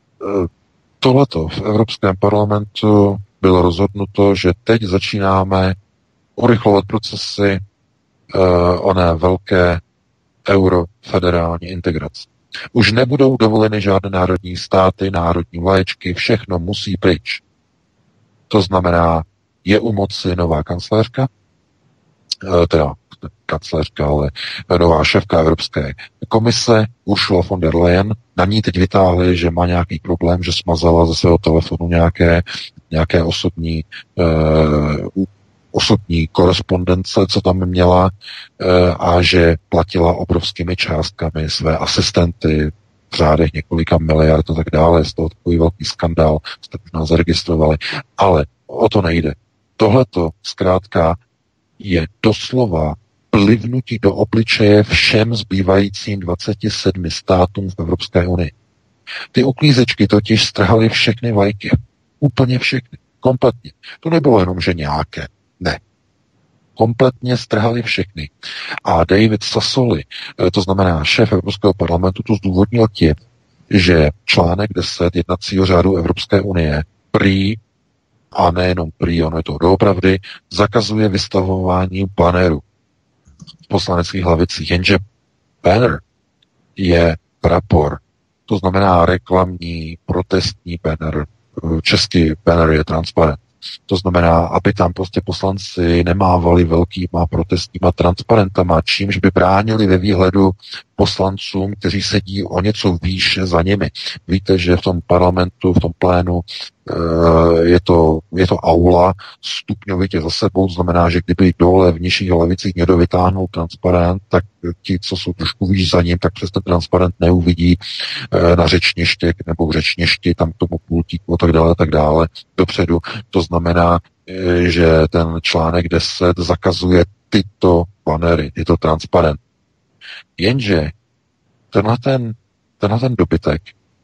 tohleto v Evropském parlamentu bylo rozhodnuto, že teď začínáme urychlovat procesy uh, oné velké eurofederální integrace. Už nebudou dovoleny žádné národní státy, národní vlaječky, všechno musí pryč. To znamená, je u moci nová kancléřka, uh, teda kancléřka, ale nová šéfka Evropské komise, Ursula von der Leyen, na ní teď vytáhli, že má nějaký problém, že smazala ze svého telefonu nějaké, nějaké osobní, eh, osobní korespondence, co tam měla, eh, a že platila obrovskými částkami své asistenty v řádech několika miliard a tak dále. Z toho takový velký skandál jste možná zaregistrovali. Ale o to nejde. Tohleto zkrátka je doslova plivnutí do obličeje všem zbývajícím dvaceti sedmi státům v Evropské unii. Ty uklízečky totiž strhaly všechny vlajky. Úplně všechny. Kompletně. To nebylo jenom, že nějaké. Ne. Kompletně strhali všechny. A David Sassoli, to znamená šéf Evropského parlamentu, to zdůvodnil tím, že článek deset jednacího řádu Evropské unie prý, a nejenom prý, ono je to doopravdy, zakazuje vystavování bannerů v poslaneckých hlavicích. Jenže banner je prapor. To znamená reklamní, protestní banner. Český banner je transparent. To znamená, aby tam prostě poslanci nemávali velkýma protestníma transparentama, čímž by bránili ve výhledu poslancům, kteří sedí o něco výše za nimi. Víte, že v tom parlamentu, v tom plénu je to, je to aula stupňovitě za sebou, to znamená, že kdyby dole v nižších lavicích někdo vytáhnul transparent, tak ti, co jsou trošku výš za ním, tak přes ten transparent neuvidí na řečniště nebo řečništi, tam k tomu pultíku a tak dále, tak dále dopředu. To znamená, že ten článek deset zakazuje tyto banery, tyto transparent. Jenže tenhle ten, tenhle ten dobytek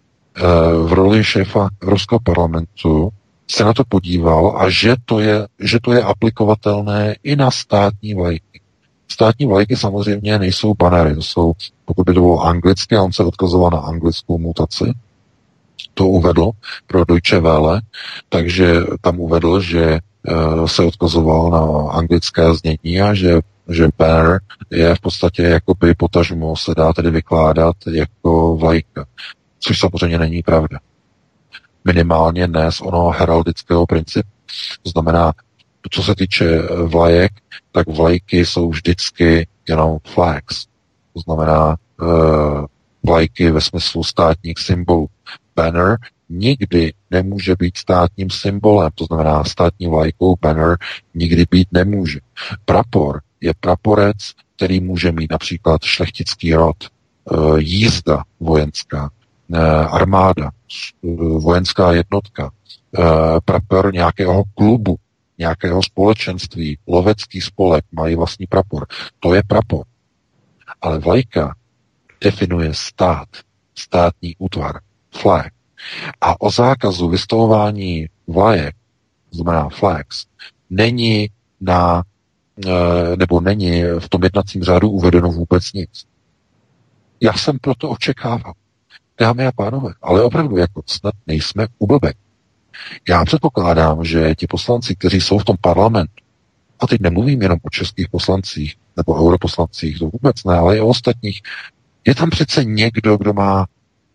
v roli šéfa Evropského parlamentu se na to podíval a že to je, že to je aplikovatelné i na státní vlajky. Státní vlajky samozřejmě nejsou banery, to jsou, pokud by to bylo anglicky, a on se odkazoval na anglickou mutaci, to uvedl pro Deutsche Welle, takže tam uvedl, že uh, se odkazoval na anglické znění a že, že banner je v podstatě jakoby potažmo se dá tedy vykládat jako vlajka. Což samozřejmě není pravda. Minimálně ne z onoho heraldického principu. To znamená, co se týče vlajek, tak vlajky jsou vždycky jenom flags. To znamená uh, vlajky ve smyslu státních symbolů. Banner nikdy nemůže být státním symbolem. To znamená, státní vlajkou banner nikdy být nemůže. Prapor je praporec, který může mít například šlechtický rod, uh, jízda vojenská, armáda, vojenská jednotka, prapor nějakého klubu, nějakého společenství, lovecký spolek, mají vlastní prapor. To je prapor. Ale vlajka definuje stát, státní útvar, flag. A o zákazu vystavování vlajek, to znamená flags, není na nebo není v tom jednacím řádu uvedeno vůbec nic. Já jsem proto očekával. Dámy a pánové, ale opravdu jako snad nejsme u blbek. Já předpokládám, že ti poslanci, kteří jsou v tom parlamentu, a teď nemluvím jenom o českých poslancích nebo europoslancích, to vůbec ne, ale i o ostatních, je tam přece někdo, kdo má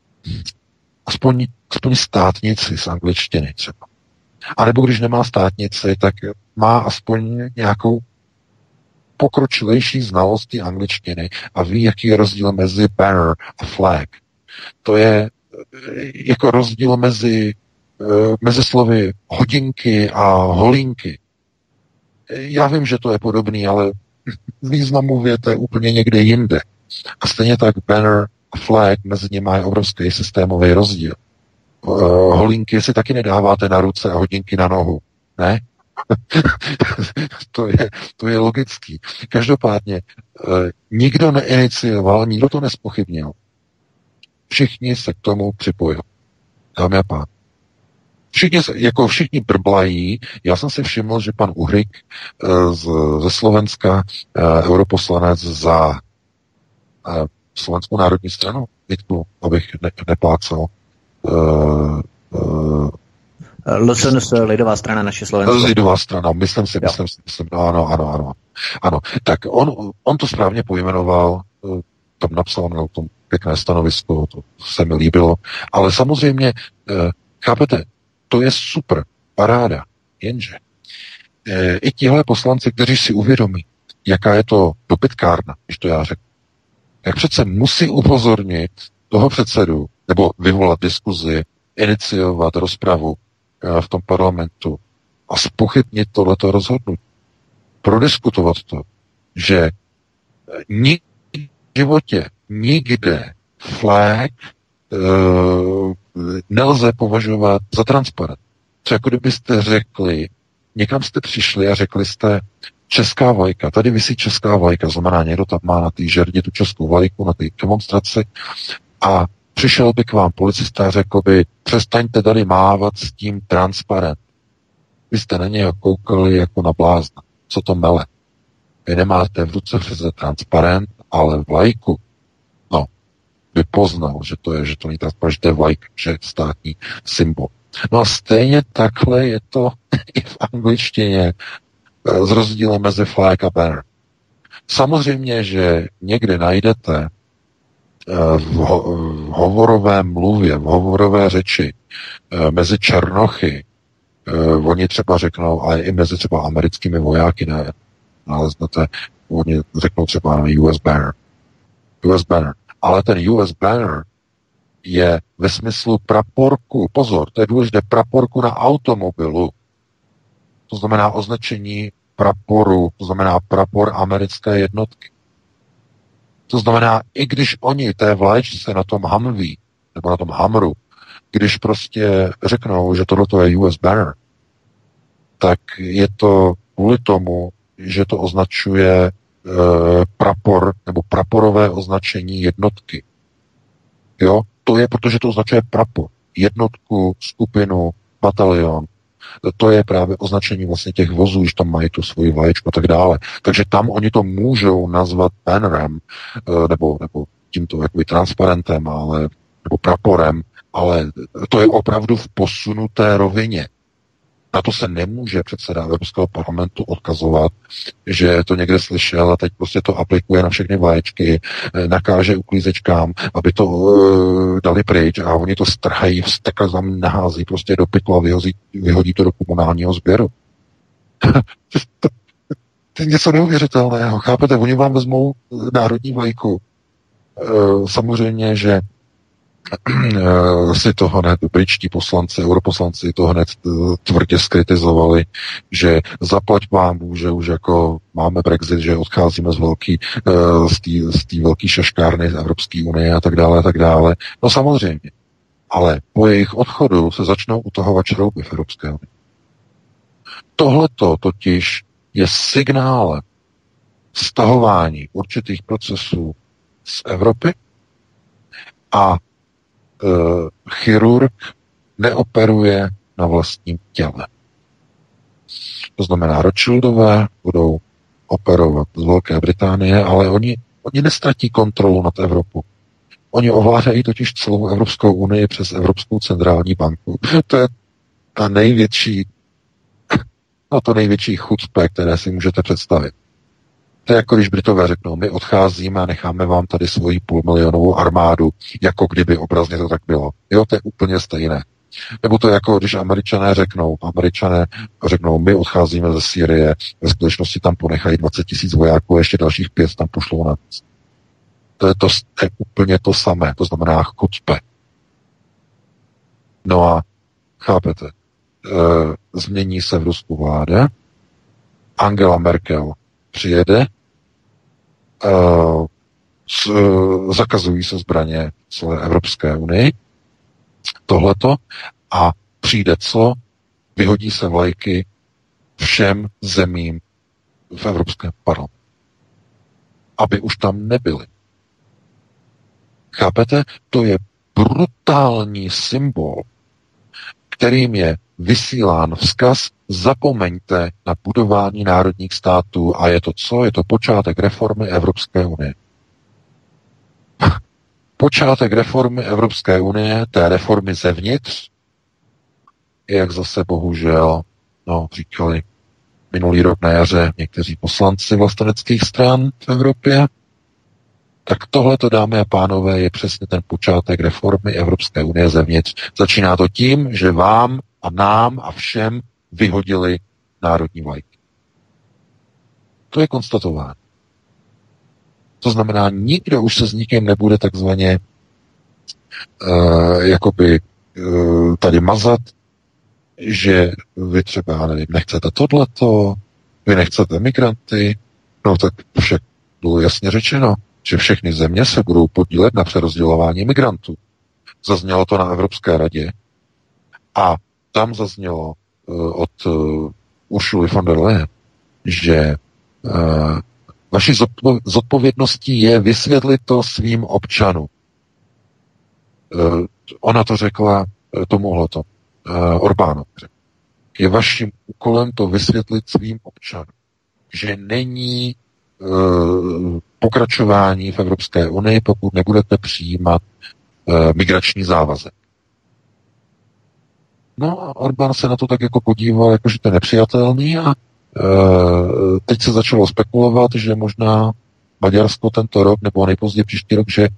aspoň, aspoň státnici z angličtiny třeba. A nebo když nemá státnici, tak má aspoň nějakou pokročilejší znalosti angličtiny a ví, jaký je rozdíl mezi banner a flag. To je jako rozdíl mezi, mezi slovy hodinky a holínky. Já vím, že to je podobný, ale významu věty je úplně někde jinde. A stejně tak banner a flag, mezi nimi je obrovský systémový rozdíl. Holínky si taky nedáváte na ruce a hodinky na nohu. Ne? to, je, to je logický. Každopádně nikdo neinicioval, nikdo to nespochybnil. Všichni se k tomu připojili. Dámy a pán. Všichni, jako všichni brblají. Já jsem si všiml, že pan Uhrik z, ze Slovenska, europoslanec za Slovenskou národní stranu, Vítku, abych ne, neplácal. Uh, uh, L S N S, Lidová strana naše Slovensko. Lidová strana, myslím si, myslím si, myslím, ano, ano, ano. Ano, tak on, on to správně pojmenoval, tam napsal na tom pěkné stanovisko, to se mi líbilo, ale samozřejmě, chápete, to je super, paráda, jenže i tihle poslanci, kteří si uvědomí, jaká je to dobytkárna, když to já řeknu, tak přece musí upozornit toho předsedu, nebo vyvolat diskuzi, iniciovat rozpravu v tom parlamentu a zpochybnit tohleto rozhodnutí. Prodiskutovat to, že nikdy v životě, nikde flag uh, nelze považovat za transparent. Co jako kdybyste řekli, někam jste přišli a řekli jste česká vlajka, tady visí česká vlajka, znamená někdo tam má na té žerdi tu českou vlajku, na té demonstraci a přišel by k vám policista a řekl by, přestaňte tady mávat s tím transparent. Vy jste na něho koukali jako na blázna. Co to mele? Vy nemáte v ruce přece transparent, ale vlajku. No, by poznal, že to je, že to není transparent, že to je vlajka, že je státní symbol. No a stejně takhle je to i v angličtině s rozdílem mezi flag a banner. Samozřejmě, že někde najdete v, ho, v hovorové mluvě, v hovorové řeči mezi černochy, oni třeba řeknou, ale i mezi třeba americkými vojáky, ne, naleznete, oni řeknou třeba U S banner. U S banner. Ale ten U S banner je ve smyslu praporku, pozor, to je důležité, praporku na automobilu. To znamená označení praporu, to znamená prapor americké jednotky. To znamená, i když oni té vlajčce na tom Humvee, nebo na tom Hummeru, když prostě řeknou, že tohle je U S banner, tak je to kvůli tomu, že to označuje e, prapor, nebo praporové označení jednotky. Jo? To je, protože to označuje prapor. Jednotku, skupinu, batalion. To je právě označení vlastně těch vozů, že tam mají tu svoji vlaječku a tak dále. Takže tam oni to můžou nazvat bannerem, nebo, nebo tímto jakoby transparentem, ale, nebo praporem, ale to je opravdu v posunuté rovině. Na to se nemůže předseda Evropského parlamentu odkazovat, že to někde slyšel a teď prostě to aplikuje na všechny vlaječky, nakáže uklízečkám, aby to uh, dali pryč a oni to strhají, vztekle tam nahází prostě do pytlu a vyhodí, vyhodí to do komunálního sběru. to, to je něco neuvěřitelného, chápete? Oni vám vezmou národní vlajku. Uh, samozřejmě, že si to hned britští poslanci, europoslanci to hned tvrdě skritizovali, že zaplať pánbůh, že už jako máme Brexit, že odcházíme z velký, z té velké šaškárny z Evropské unie a tak dále a tak dále. No samozřejmě. Ale po jejich odchodu se začnou utahovat šrouby v Evropské unii. Tohleto totiž je signálem stahování určitých procesů z Evropy a Uh, chirurg neoperuje na vlastním těle. To znamená, Rothschildové budou operovat z Velké Británie, ale oni, oni nestratí kontrolu nad Evropou. Oni ovládají totiž celou Evropskou unii přes Evropskou centrální banku. To je ta největší, no to největší chucpe, které si můžete představit. To je jako když Britové řeknou, my odcházíme a necháme vám tady svoji půlmilionovou armádu, jako kdyby obrazně to tak bylo. Jo, to je úplně stejné. Nebo to je jako, když Američané řeknou, Američané řeknou, my odcházíme ze Sýrie, ve skutečnosti tam ponechají dvacet tisíc vojáků a ještě dalších pět tam pošlou na víc. To je, to, to je úplně to samé, to znamená chucpe. No a chápete, e, změní se v Rusku vláda, Angela Merkel přijede, e, s, e, zakazují se zbraně celé Evropské unii, tohleto, a přijde co? Vyhodí se vlajky všem zemím v Evropském parlamentu. Aby už tam nebyly. Chápete? To je brutální symbol, kterým je vysílán vzkaz: zapomeňte na budování národních států. A je to co? Je to počátek reformy Evropské unie. Počátek reformy Evropské unie, té reformy zevnitř, jak zase bohužel, no, říkali minulý rok na jaře někteří poslanci vlasteneckých stran v Evropě, tak tohleto, dámy a pánové, je přesně ten počátek reformy Evropské unie zevnitř. Začíná to tím, že vám a nám a všem vyhodili národní vlajky. To je konstatování. To znamená, nikdo už se s nikým nebude takzvaně uh, jakoby uh, tady mazat, že vy třeba, nevím, nechcete tohleto, vy nechcete migranty, no tak však bylo jasně řečeno, že všechny země se budou podílet na přerozdělování migrantů. Zaznělo to na Evropské radě a tam zaznělo uh, od uh, Ursuly von der Leyen, že uh, vaší zodpovědností je vysvětlit to svým občanům. Uh, ona to řekla uh, tomuhleto, uh, Orbánu. Je vaším úkolem to vysvětlit svým občanům, že není uh, pokračování v Evropské unii, pokud nebudete přijímat uh, migrační závazek. No a Orbán se na to tak jako podíval, jako že to je nepřijatelný, a uh, teď se začalo spekulovat, že možná Maďarsko tento rok, nebo nejpozději příští rok, že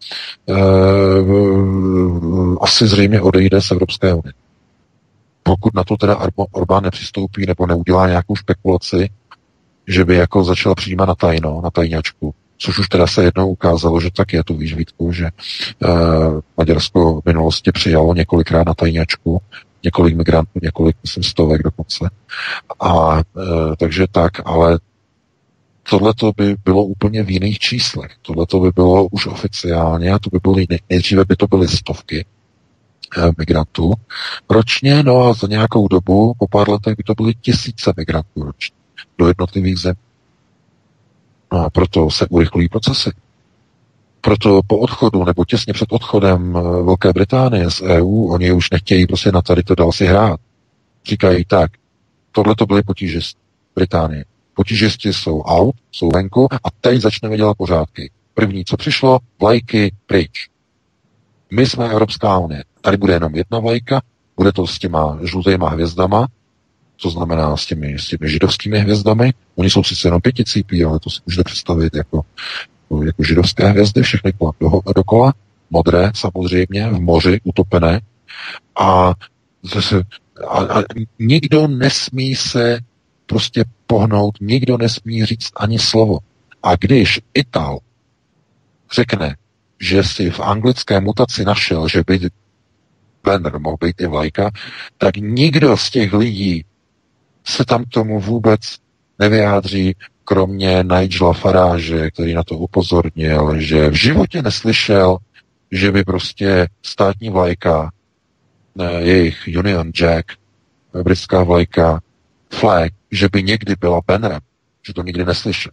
uh, asi zřejmě odejde z Evropské unie. Pokud na to teda Orbán nepřistoupí nebo neudělá nějakou spekulaci, že by jako začala přijímat na tajno, na tajňačku, což už teda se jednou ukázalo, že tak je, to víš, Vítku, že uh, Maďarsko v minulosti přijalo několikrát na tajňačku, několik migrantů, několik, myslím, stovek dokonce. A uh, takže tak, ale tohleto by bylo úplně v jiných číslech. Tohleto by bylo už oficiálně, a to by byly, nejdříve by to byly stovky uh, migrantů ročně, no a za nějakou dobu, po pár letech, by to byly tisíce migrantů ročně do jednotlivých zemí. No a proto se urychlují procesy. Proto po odchodu, nebo těsně před odchodem Velké Británie z E U, oni už nechtějí prostě na tady to dál si hrát. Říkají tak, tohle to byly potíže z Británie. Potížisti jsou out, jsou venku a teď začneme dělat pořádky. První, co přišlo, vlajky pryč. My jsme Evropská unie. Tady bude jenom jedna vlajka, bude to s těma žlutýma hvězdama, to znamená s těmi, s těmi židovskými hvězdami. Oni jsou sice jenom pěticípí, ale to si můžete představit jako, jako židovské hvězdy, všechny kolem do, dokola, modré samozřejmě, v moři utopené. A, a, a nikdo nesmí se prostě pohnout, nikdo nesmí říct ani slovo. A když Ital řekne, že si v anglické mutaci našel, že by banner mohl být i vlajka, tak nikdo z těch lidí se tam k tomu vůbec nevyjádří, kromě Nigela Farage, který na to upozornil, že v životě neslyšel, že by prostě státní vlajka, jejich Union Jack, britská vlajka, flag, že by někdy byla bannerem, že to nikdy neslyšel.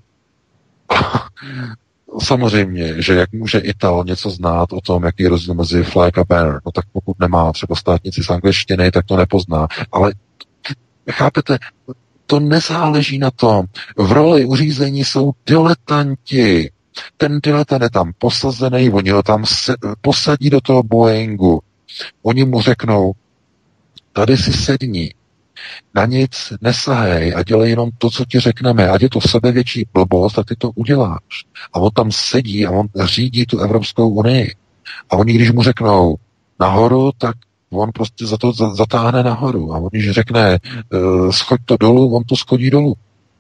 Samozřejmě, že jak může Ital něco znát o tom, jaký je rozdíl mezi flag a banner, no tak pokud nemá třeba státnici z angličtiny, tak to nepozná. Ale chápete, to nezáleží na tom. V roli uřízení jsou diletanti. Ten diletant je tam posazený, oni ho tam se, posadí do toho Boeingu. Oni mu řeknou, tady si sedni, na nic nesahej a dělej jenom to, co ti řekneme. Ať je to sebevětší blbost, tak ty to uděláš. A on tam sedí a on řídí tu Evropskou unii. A oni, když mu řeknou nahoru, tak on prostě za to zatáhne nahoru. A on, když řekne schoď to dolů, on to schodí dolů.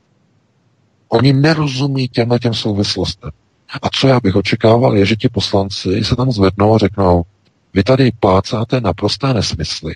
Oni nerozumí těmhle těm souvislostem. A co já bych očekával, je, že ti poslanci se tam zvednou a řeknou, vy tady plácáte naprosté nesmysly.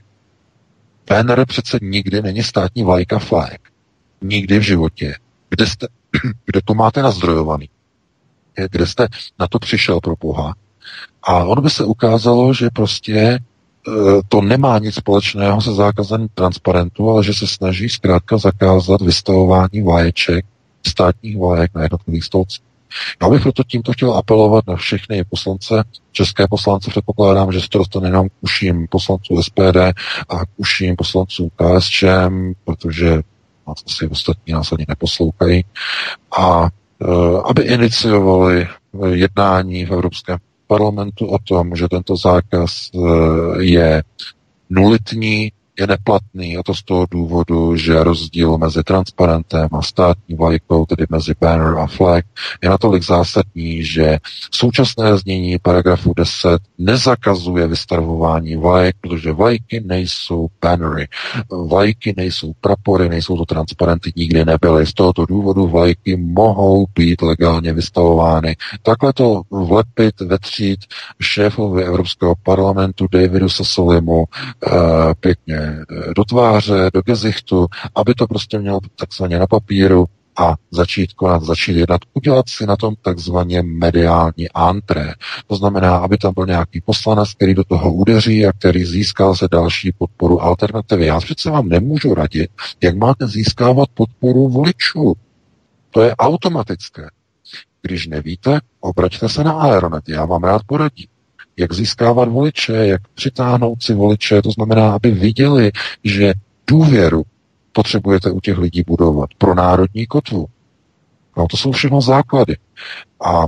P N R přece nikdy není státní vlajka flag. Nikdy v životě. Kde jste, kde to máte nazdrojovaný? Kde jste na to přišel pro Boha? A ono by se ukázalo, že prostě to nemá nic společného se zákazem transparentu, ale že se snaží zkrátka zakázat vystavování vlaječek, státních vlajek na jednotlivých stolcích. Já bych proto tímto chtěl apelovat na všechny poslance, české poslance, předpokládám, že se to dostane jenom k uším poslanců S P D a k uším poslanců K S Č M, protože asi ostatní nás ani neposlouchají, a e, aby iniciovali jednání v Evropském parlamentu o tom, že tento zákaz e, je nulitní, je neplatný, a to z toho důvodu, že rozdíl mezi transparentem a státní vlajkou, tedy mezi banner a flag, je natolik zásadní, že současné znění paragrafu deset nezakazuje vystavování vlajek, protože vlajky nejsou bannery, vlajky nejsou prapory, nejsou to transparenty, nikdy nebyly. Z tohoto důvodu vlajky mohou být legálně vystavovány. Takhle to vlepit, vetřít šéfovi Evropského parlamentu Davidu Sassolimu eh, pěkně do tváře, do gezichtu, aby to prostě mělo takzvaně na papíru a začít konat, začít jednat, udělat si na tom takzvaně mediální antré. To znamená, aby tam byl nějaký poslanec, který do toho udeří a který získal se další podporu alternativy. Já přece vám nemůžu radit, jak máte získávat podporu voličů. To je automatické. Když nevíte, obraťte se na Aeronet, já vám rád poradím. Jak získávat voliče, jak přitáhnout si voliče, to znamená, aby viděli, že důvěru potřebujete u těch lidí budovat pro národní kotvu. No, to jsou všechno základy. A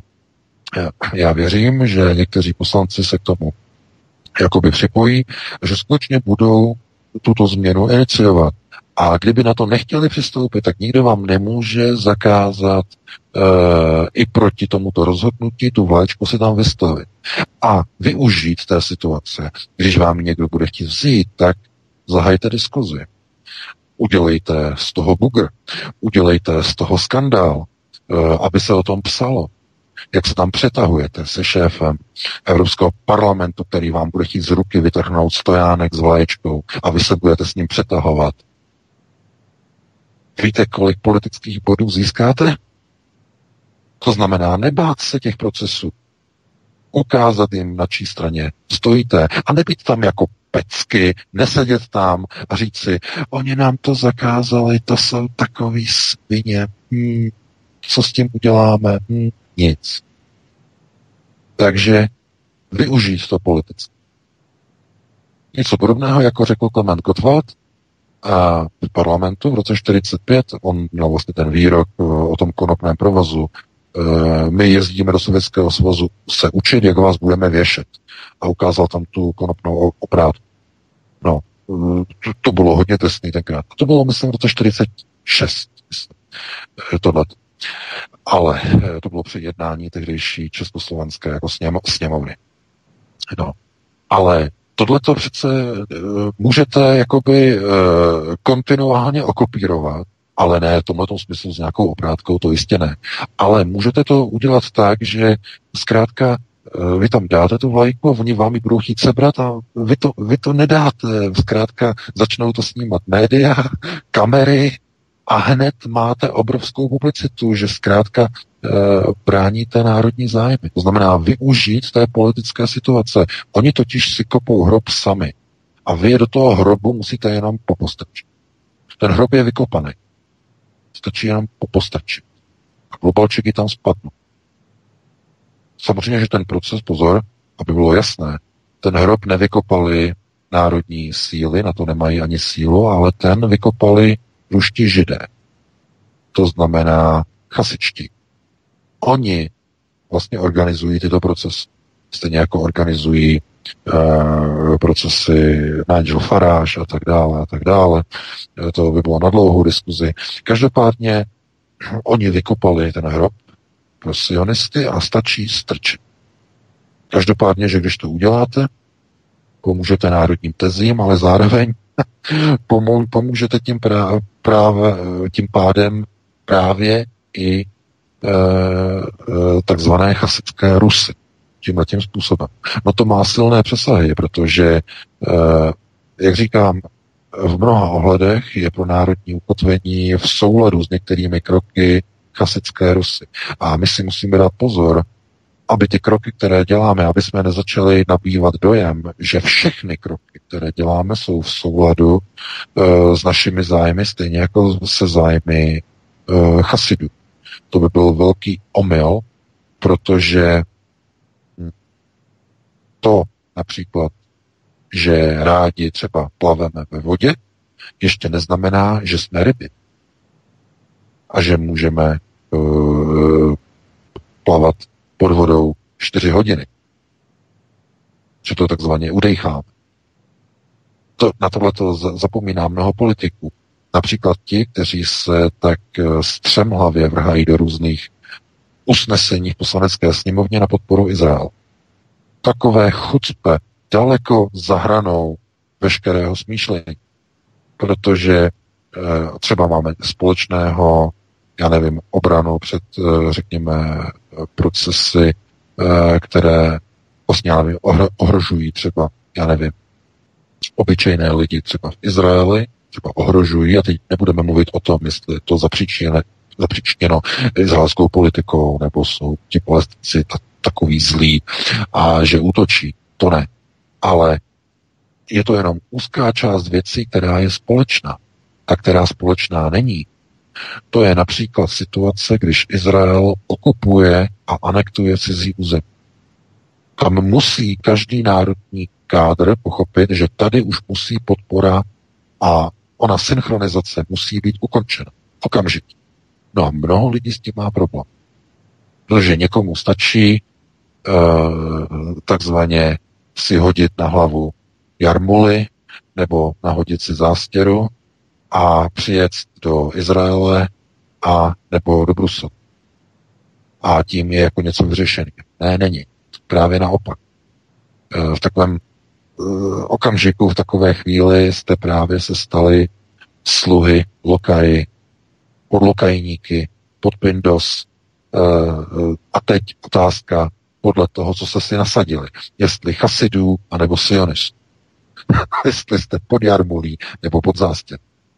já věřím, že někteří poslanci se k tomu jakoby připojí, že skutečně budou tuto změnu iniciovat. A kdyby na to nechtěli přistoupit, tak nikdo vám nemůže zakázat e, i proti tomuto rozhodnutí tu vlaječku si tam vystavit. A využít té situace. Když vám někdo bude chtít vzít, tak zahajte diskuzi. Udělejte z toho bugr. Udělejte z toho skandál, e, aby se o tom psalo. Jak se tam přetahujete se šéfem Evropského parlamentu, který vám bude chtít z ruky vytrhnout stojánek s vlaječkou a vy se budete s ním přetahovat. Víte, kolik politických bodů získáte? To znamená nebát se těch procesů. Ukázat jim, na čí straně stojíte a nebýt tam jako pecky, nesedět tam a říct si, oni nám to zakázali, to jsou takový svině, hmm, co s tím uděláme? Hmm, nic. Takže využít to politicky. Něco podobného, jako řekl Klement Gottwald a v parlamentu v roce čtyřicet pět, on měl vlastně ten výrok o tom konopném provazu, my jezdíme do Sovětského svazu se učit, jak vás budeme věšet. A ukázal tam tu konopnou oprátku. No, to, to bylo hodně trestný tenkrát. To bylo, myslím, v roce čtyřicet šest. Tohle. Ale to bylo při jednání tehdejší československé jako sněmo, sněmovny. No. Ale tohleto přece můžete jakoby kontinuálně okopírovat, ale ne v tomhletom smyslu s nějakou oprátkou, to jistě ne. Ale můžete to udělat tak, že zkrátka vy tam dáte tu vlajku a oni vám ji budou chtít sebrat a vy to, vy to nedáte. Zkrátka začnou to snímat média, kamery a hned máte obrovskou publicitu, že zkrátka e, bráníte národní zájmy. To znamená využít té politické situace. Oni totiž si kopou hrob sami a vy je do toho hrobu musíte jenom popostrčit. Ten hrob je vykopaný. Stačí jenom popostrčit. A globalčeky tam spadnou. Samozřejmě, že ten proces, pozor, aby bylo jasné, ten hrob nevykopali národní síly, na to nemají ani sílu, ale ten vykopali ruští židé. to znamená chasičtí. Oni vlastně organizují tyto procesy. Stejně jako organizují uh, procesy Nigel Farage a tak dále a tak dále. To by bylo na dlouhou diskuzi. Každopádně oni vykopali ten hrob pro sionisty a stačí strčit. Každopádně, že když to uděláte, pomůžete národním tezím, ale zároveň pomůžete tím, právě, právě, tím pádem právě i e, e, takzvané chasické Rusy. Tímhletím způsobem. No to má silné přesahy, protože, e, jak říkám, v mnoha ohledech je pro národní ukotvení v souladu s některými kroky chasické Rusy. A my si musíme dát pozor, aby ty kroky, které děláme, aby jsme nezačali nabývat dojem, že všechny kroky, které děláme, jsou v souladu uh, s našimi zájmy, stejně jako se zájmy uh, chasidů. To by byl velký omyl, protože to například, že rádi třeba plaveme ve vodě, ještě neznamená, že jsme ryby. A že můžeme uh, plavat pod vodou čtyři hodiny. Že to takzvaně udejcháme. To, na tohleto zapomíná mnoho politiků. Například ti, kteří se tak střemhlavě vrhají do různých usnesení v poslanecké sněmovně na podporu Izraele. Takové chucpe daleko za hranou veškerého smýšlení. Protože e, třeba máme společného, já nevím, obranu před, e, řekněme, procesy, e, které vlastně, já nevím, ohrožují třeba, já nevím, obyčejné lidi třeba v Izraeli, třeba ohrožují, a teď nebudeme mluvit o tom, jestli je to zapříčněno, zapříčněno izraelskou politikou, nebo jsou ti Palestinci ta, takový zlí a že útočí. To ne. Ale je to jenom úzká část věcí, která je společná. Ta, která společná není. To je například situace, když Izrael okupuje a anektuje cizí území. Tam musí každý národní kádr pochopit, že tady už musí podpora a ona synchronizace musí být ukončena. Okamžitě. No a mnoho lidí s tím má problém. Protože někomu stačí uh, takzvaně si hodit na hlavu jarmuly nebo nahodit si zástěru a přijet do Izraele a nebo do Bruselu. A tím je jako něco vyřešené. Ne, není. Právě naopak. V takovém okamžiku, v takové chvíli jste právě se stali sluhy, lokaji, podlokajníky, podpindos. A teď otázka podle toho, co jste si nasadili. Jestli chasidů, anebo sionistů. Jestli jste pod jarmulí, nebo pod zástěr.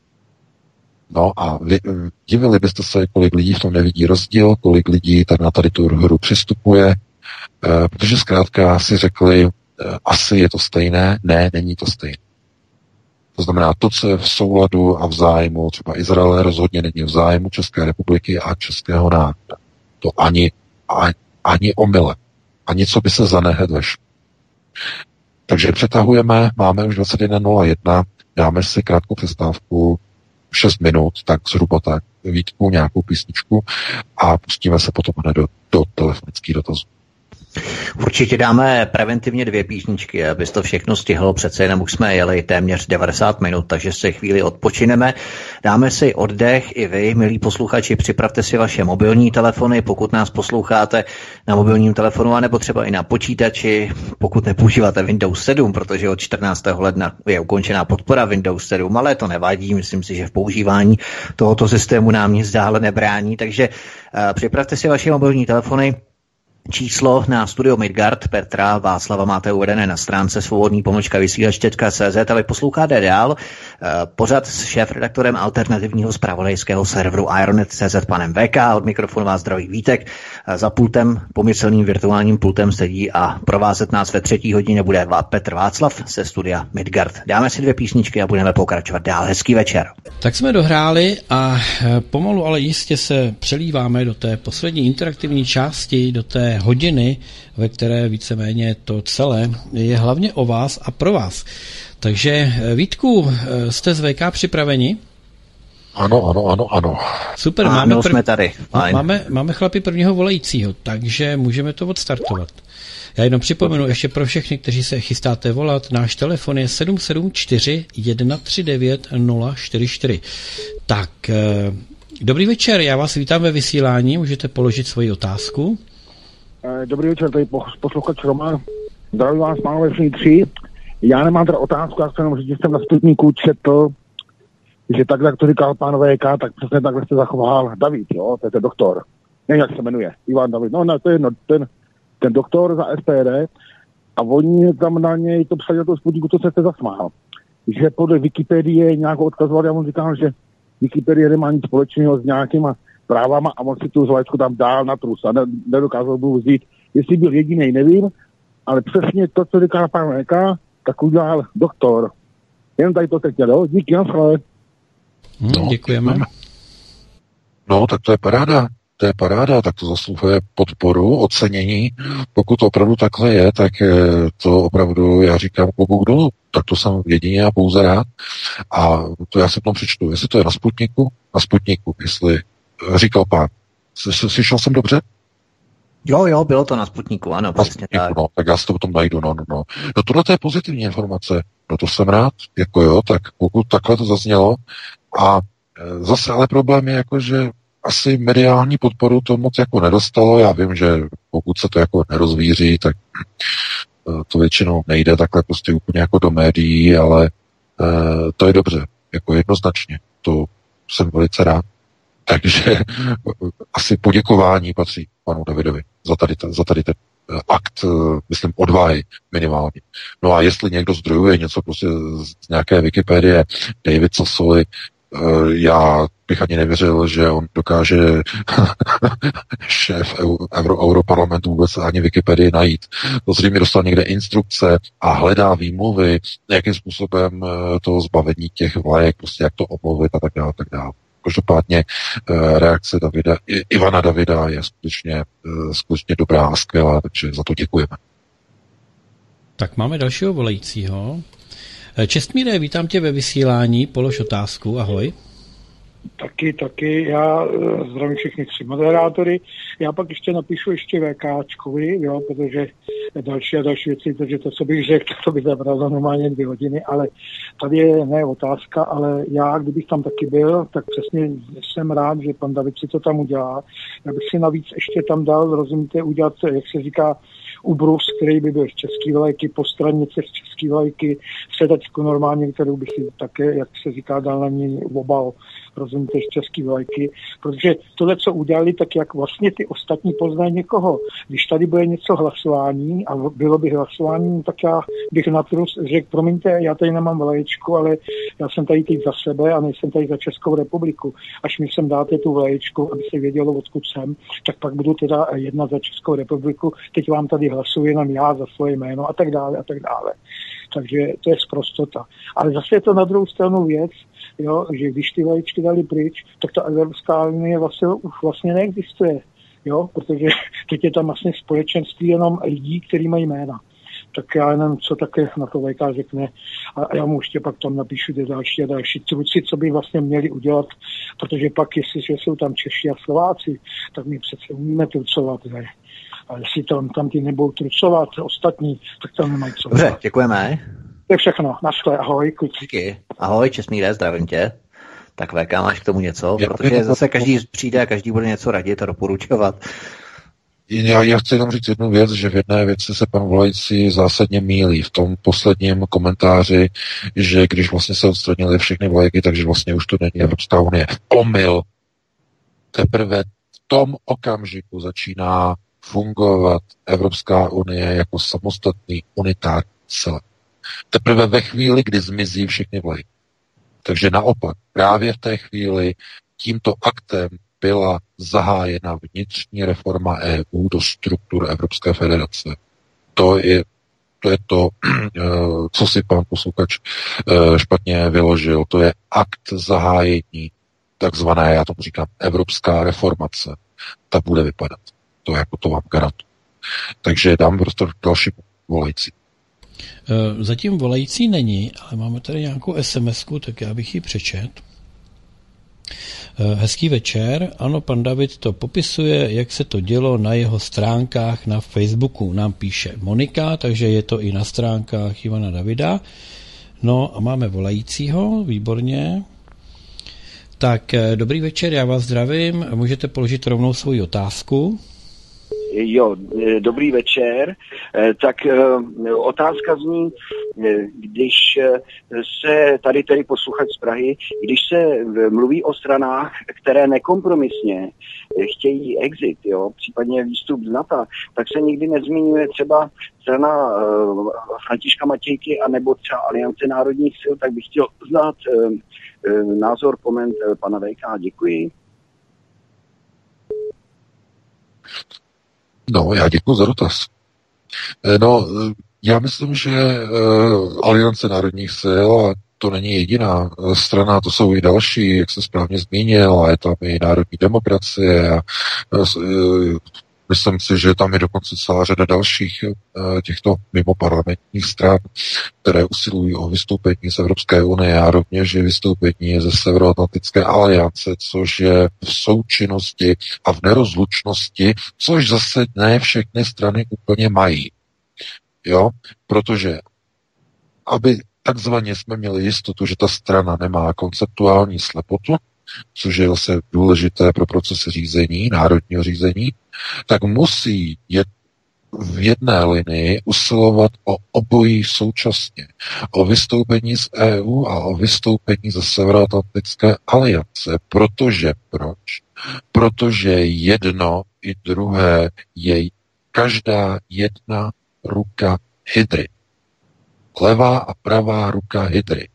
No a vy, divili byste se, kolik lidí v tom nevidí rozdíl, kolik lidí tak na tady tu hru přistupuje, eh, protože zkrátka si řekli, eh, asi je to stejné, ne, není to stejné. To znamená, to, co je v souladu a v zájmu třeba Izraele, rozhodně není v zájmu České republiky a českého národa. To ani, ani, ani omyle. Ani co by se zanehet vešlo. Takže přetahujeme, máme už dvacet jedna nula jedna, dáme si krátkou přestávku, šest minut, tak zhruba tak, Vítku, nějakou písničku a pustíme se potom hned do, do telefonických dotazů. Určitě dáme preventivně dvě písničky, abys to všechno stihlo, přece jenom už jsme jeli téměř devadesát minut, takže se chvíli odpočineme. Dáme si oddech i vy, milí posluchači, připravte si vaše mobilní telefony, pokud nás posloucháte na mobilním telefonu, anebo třeba i na počítači, pokud nepoužíváte Windows sedm, protože od čtrnáctého ledna je ukončená podpora Windows sedm, ale to nevadí, myslím si, že v používání tohoto systému nám nic dále nebrání, takže uh, připravte si vaše mobilní telefony. Číslo na studio Midgard Petra Václava máte uvedené na stránce svobodný pomlčka vysílač tečka cé zet a vy posloucháte dál pořad s šéfredaktorem alternativního zpravodajského serveru Ironet tečka cé zet panem vé ká. Od mikrofonu vás zdraví Vítek. Za pultem, pomyslným virtuálním pultem sedí a provázet nás ve třetí hodině bude Petr Václav ze studia Midgard. Dáme si dvě písničky a budeme pokračovat dál. Hezký večer. Tak jsme dohráli a pomalu, ale jistě se přelíváme do té poslední interaktivní části, do té hodiny, ve které víceméně to celé je hlavně o vás a pro vás. Takže Vítku, jste z vé ká připraveni? Ano, ano, ano, ano. Super, A máme, my prv... jsme tady. máme, máme chlapi prvního volajícího, takže můžeme to odstartovat. Já jenom připomenu ještě pro všechny, kteří se chystáte volat, náš telefon je sedm sedm čtyři jedna tři devět nula čtyři čtyři. Tak, dobrý večer, já vás vítám ve vysílání, můžete položit svoji otázku. Dobrý večer, tady posluchač Roman. Zdravím vás, pánové tři. Já nemám teda otázku, já jsem jenom říct, že jsem na Sputniku četl, že tak, jak to říkal pán V K, tak přesně takhle se zachoval David, jo, to je ten doktor. Nevím, jak se jmenuje, Ivan David, no, no to je jedno, ten, ten doktor za S P D a oni tam na něj to psali na toho Sputniku, to se se zasmál. Že podle Wikipedie nějak odkazoval, já mu říkal, že Wikipedie nemá nic společného s nějakýma právama a on si tu zvačku tam dál na trus a nedokázal byl vzít. Jestli byl jedinej, nevím, ale přesně to, co říká pán V K, tak udělal doktor. Jen tady to teď, jo? Díky, naschle. Hmm, no, děkujeme. No, tak to je paráda. To je paráda, tak to zasluhuje podporu, ocenění. Pokud to opravdu takhle je, tak to opravdu, já říkám, klobouk dolů. Tak to jsem jedině a pouze rád. A to já si to přečtu. Jestli to je na Sputniku, na Sputniku, jestli říkal pán. Slyšel jsem dobře? Jo, jo, bylo to na Sputniku, ano, na přesně Sputniku, tak. No, tak já si to potom najdu, no, no, no. No tohle to je pozitivní informace, no to jsem rád, jako jo, tak pokud takhle to zaznělo a e, zase ale problém je jako, že asi mediální podporu to moc jako nedostalo, já vím, že pokud se to jako nerozvíří, tak e, to většinou nejde takhle prostě úplně jako do médií, ale e, to je dobře, jako jednoznačně, to jsem velice rád. Takže asi poděkování patří panu Davidovi za tady, za tady ten akt, myslím, odvahy minimálně. No a jestli někdo zdrojuje něco prostě z nějaké Wikipedie, David Sassoli, já bych ani nevěřil, že on dokáže šéf Euro, Europarlamentu vůbec ani Wikipedii najít. To zřejmě dostal někde instrukce a hledá výmluvy, jakým způsobem to zbavení těch vlajek, prostě jak to omluvit a tak dále, tak dále. Každopádně reakce Davida, Ivana Davida je skutečně, skutečně dobrá a skvělá, takže za to děkujeme. Tak máme dalšího volajícího. Čestmíre, vítám tě ve vysílání, polož otázku, ahoj. Taky, taky, já zdravím všechny tři moderátory. Já pak ještě napíšu ještě VKčkovi, jo, protože další a další věci, protože to, co bych řekl, to by zabralo normálně dvě hodiny, ale tady je ne otázka, ale já, kdybych tam taky byl, tak přesně jsem rád, že pan David si to tam udělá. Já bych si navíc ještě tam dal, rozumíte, udělat, jak se říká, ubrus, který by byl z český vlajky, po stranice z český vlajky, sedačku normálně, kterou bych si také, jak se říká, dal na ní obal, rozumíte, z český vlajky, protože tohle, co udělali, tak jak vlastně ty ostatní poznají někoho. Když tady bude něco hlasování a bylo by hlasování, tak já bych na trus řekl, promiňte, já tady nemám vlaječku, ale já jsem tady teď za sebe a nejsem tady za Českou republiku. Až mi sem dáte tu vlaječku, aby se vědělo, odkud jsem, tak pak budu teda jednat za Českou republiku, teď vám tady hlasuji jenom já za svoje jméno a tak dále a tak dále. Takže to je sprostota. Ale zase je to na druhou stranu věc, jo, že když ty vlaječky dali pryč, tak ta Evropská unie vlastně už vlastně neexistuje, jo, protože teď je tam vlastně společenství jenom lidí, kteří mají jména. Tak já jenom, co také na to V K řekne, a já mu ještě pak tam napíšu ty další a další truci, co by vlastně měli udělat, protože pak, jestliže jsou tam Češi a Slováci, tak my přece umíme trucovat, ne? A jestli tam, tam ty nebudou trucovat ostatní, tak tam nemají co. Dobře, děkujeme. To je všechno. Naschle, ahoj, kluci. Díky. Ahoj, Čestmíre, zdravím tě. Tak V K, máš k tomu něco? Protože zase každý přijde a každý bude něco radit a doporučovat. Já, já chci jenom říct jednu věc, že v jedné věci se pan volající zásadně mýlí v tom posledním komentáři, že když vlastně se odstranily všechny vlajky, takže vlastně už to není Evropská unie. Omyl. Teprve v tom okamžiku začíná fungovat Evropská unie jako samostatný unitární celek. Teprve ve chvíli, kdy zmizí všechny vlajky. Takže naopak, právě v té chvíli tímto aktem byla zahájena vnitřní reforma E U do struktur Evropské federace. To je to, je to co si pan posluchač špatně vyložil. To je akt zahájení takzvané, já tomu říkám, evropská reformace. Ta bude vypadat. To jako to vám garantuju. Takže dám prostor další volající. Zatím volající není, ale máme tady nějakou es em esku, tak já bych ji přečet. Hezký večer. Ano, pan David to popisuje, jak se to dělo na jeho stránkách na Facebooku. Nám píše Monika, takže je to i na stránkách Ivana Davida. No a máme volajícího, výborně. Tak dobrý večer, já vás zdravím. Můžete položit rovnou svoji otázku. Jo, dobrý večer. Tak otázka zní, když se tady tedy posluchač z Prahy, když se mluví o stranách, které nekompromisně chtějí exit, jo, případně výstup z NATO, tak se nikdy nezmiňuje třeba strana Františka Matějky anebo třeba Aliance národních sil, tak bych chtěl znát názor, koment pana V K. Děkuji. No, já děkuji za dotaz. No, já myslím, že Aliance národních sil, a to není jediná strana, to jsou i další, jak se správně zmínil, a je tam i národní demokracie a myslím si, že tam je dokonce celá řada dalších těchto mimoparlamentních stran, které usilují o vystoupení z Evropské unie a rovněž vystoupení ze Severoatlantické aliance, což je v součinnosti a v nerozlučnosti, což zase ne všechny strany úplně mají. Jo, protože aby takzvaně jsme měli jistotu, že ta strana nemá konceptuální slepotu, což je zase důležité pro proces řízení, národního řízení, tak musí jet v jedné linii usilovat o obojí současně. O vystoupení z E U a o vystoupení ze Severoatlantické aliance. Protože, proč? Protože jedno i druhé je každá jedna ruka hydry. Levá a pravá ruka hydry.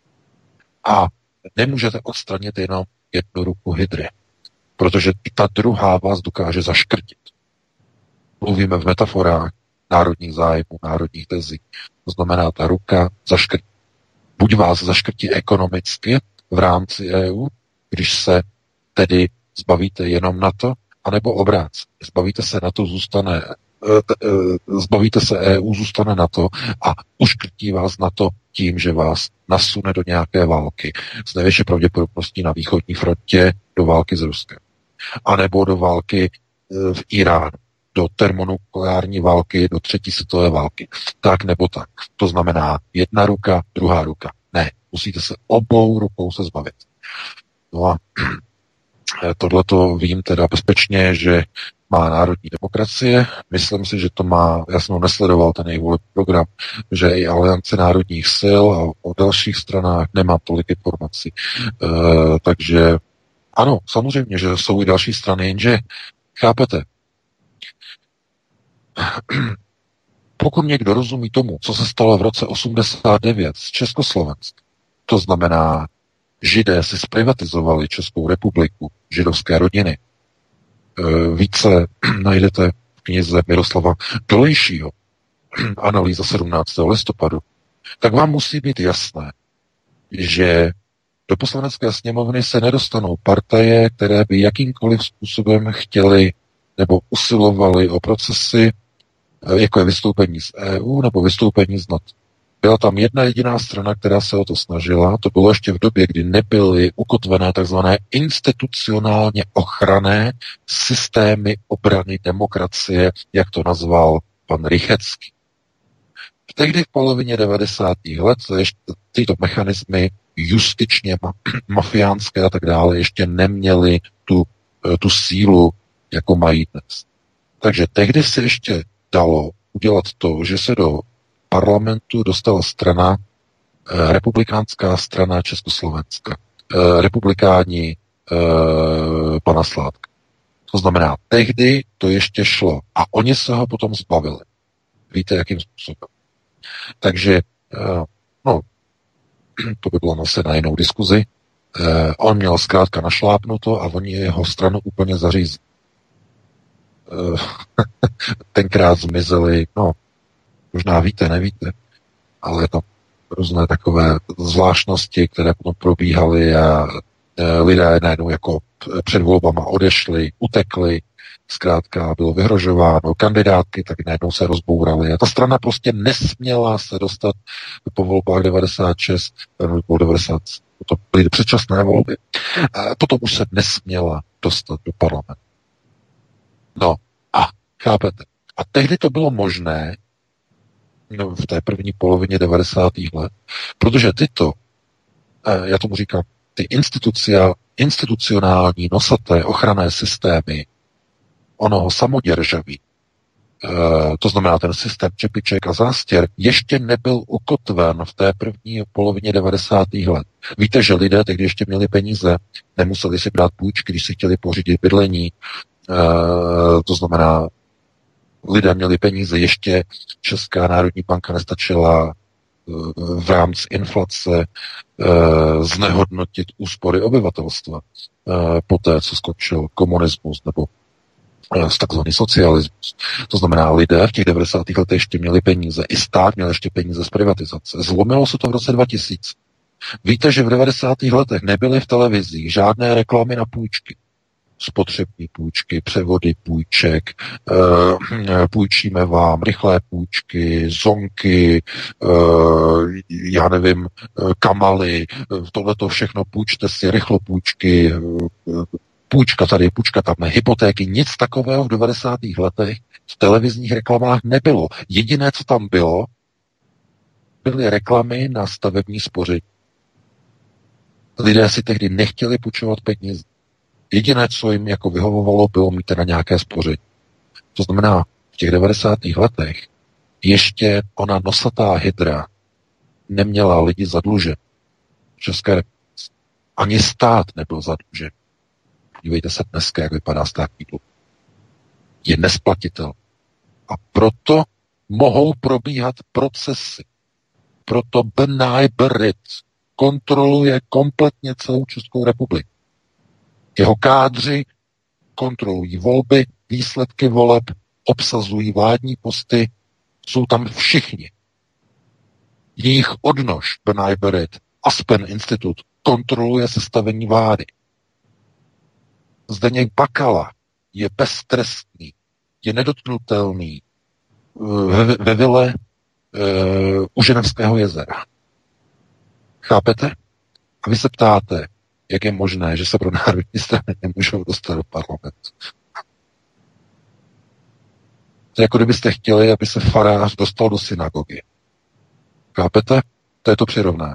A nemůžete odstranit jenom jednu ruku hydry, protože ta druhá vás dokáže zaškrtit. Mluvíme v metaforách národních zájmů, národních tezí. To znamená, ta ruka zaškrtí. Buď vás zaškrtí ekonomicky v rámci E U, když se tedy zbavíte jenom NATO, anebo obráceně. Zbavíte se NATO, zůstane zbavíte se E U, zůstane NATO a uškrtí vás NATO tím, že vás nasune do nějaké války. S největší pravděpodobností na východní frontě do války s Ruskem. A nebo do války v Iránu. Do termonukleární války, do třetí světové války. Tak nebo tak. To znamená jedna ruka, druhá ruka. Ne, musíte se obou rukou se zbavit. No a tohleto vím teda bezpečně, že má národní demokracie. Myslím si, že to má, já jsem ho nesledoval, ten její volební program, že i Aliance národních sil a o dalších stranách nemá tolik informací. E, takže ano, samozřejmě, že jsou i další strany, jenže chápete, pokud někdo rozumí tomu, co se stalo v roce osmdesát devět z Československa, to znamená, Židé si zprivatizovali Českou republiku, židovské rodiny. Více najdete v knize Miroslava Dolejšího, analýza sedmnáctého listopadu, tak vám musí být jasné, že do poslanecké sněmovny se nedostanou partaje, které by jakýmkoliv způsobem chtěli nebo usilovali o procesy, jako je vystoupení z E U nebo vystoupení z NATO. Byla tam jedna jediná strana, která se o to snažila. To bylo ještě v době, kdy nebyly ukotvené takzvané institucionálně ochranné systémy obrany demokracie, jak to nazval pan Rychecký. Tehdy v polovině devadesátých let ještě tyto mechanismy justičně, mafiánské a tak dále ještě neměly tu, tu sílu, jako mají dnes. Takže tehdy se ještě dalo udělat to, že se do parlamentu dostala strana, eh, republikánská strana Československa, eh, republikáni eh, pana Sládka. To znamená, tehdy to ještě šlo a oni se ho potom zbavili. Víte, jakým způsobem. Takže, eh, no, to by bylo zase na jinou diskuzi. Eh, on měl zkrátka našlápnuto a oni jeho stranu úplně zařízli. Eh, tenkrát zmizeli, no, možná víte, nevíte, ale tam různé takové zvláštnosti, které potom probíhaly a e, lidé najednou jako před volbama odešli, utekli, zkrátka bylo vyhrožováno, kandidátky tak najednou se rozbouraly a ta strana prostě nesměla se dostat po volbách devadesát šest nebo devadesát, to byly předčasné volby, a potom už se nesměla dostat do parlamentu. No a chápete, a tehdy to bylo možné, no, v té první polovině devadesátých let, protože tyto, já tomu říkám, ty institucionální nosaté ochranné systémy onoho samoděržaví, to znamená ten systém čepiček a zástěr, ještě nebyl ukotven v té první polovině devadesátých let. Víte, že lidé tehdy ještě měli peníze, nemuseli si brát půjčky, když si chtěli pořídit bydlení, to znamená, lidé měli peníze, ještě Česká národní banka nestačila v rámci inflace znehodnotit úspory obyvatelstva po té, co skončil komunismus nebo takzvaný socialismus. To znamená, lidé v těch devadesátých letech ještě měli peníze, i stát měl ještě peníze z privatizace. Zlomilo se to v roce dva tisíce. Víte, že v devadesátých letech nebyly v televizích žádné reklamy na půjčky. Spotřební půjčky, převody půjček, půjčíme vám rychlé půjčky, zonky, já nevím, kamaly, tohleto všechno půjčte si, rychlo půjčky, půjčka tady, půjčka tam, hypotéky, nic takového v devadesátých letech v televizních reklamách nebylo. Jediné, co tam bylo, byly reklamy na stavební spoření. Lidé si tehdy nechtěli půjčovat peníze. Jediné, co jim jako vyhovovalo, bylo mít na nějaké spoření. To znamená, v těch devadesátých letech ještě ona nosatá hydra neměla lidi zadlužen. V České republice. Ani stát nebyl zadlužen. Dívejte se dneska, jak vypadá státní dluh. Je nesplatitel. A proto mohou probíhat procesy. Proto Benay Berit kontroluje kompletně celou Českou republiku. Jeho kádři kontrolují volby, výsledky voleb, obsazují vládní posty, jsou tam všichni. Jejich odnož Benay Berit, Aspen Institut, kontroluje sestavení vlády. Zdeněk Bakala je beztrestný, je nedotknutelný ve, ve vile e, u Ženevského jezera. Chápete? A vy se ptáte, jak je možné, že se pro národní strany nemůžou dostat do parlamentu. To je jako kdybyste chtěli, aby se farář dostal do synagogy. Chápete? To je to přirovnání.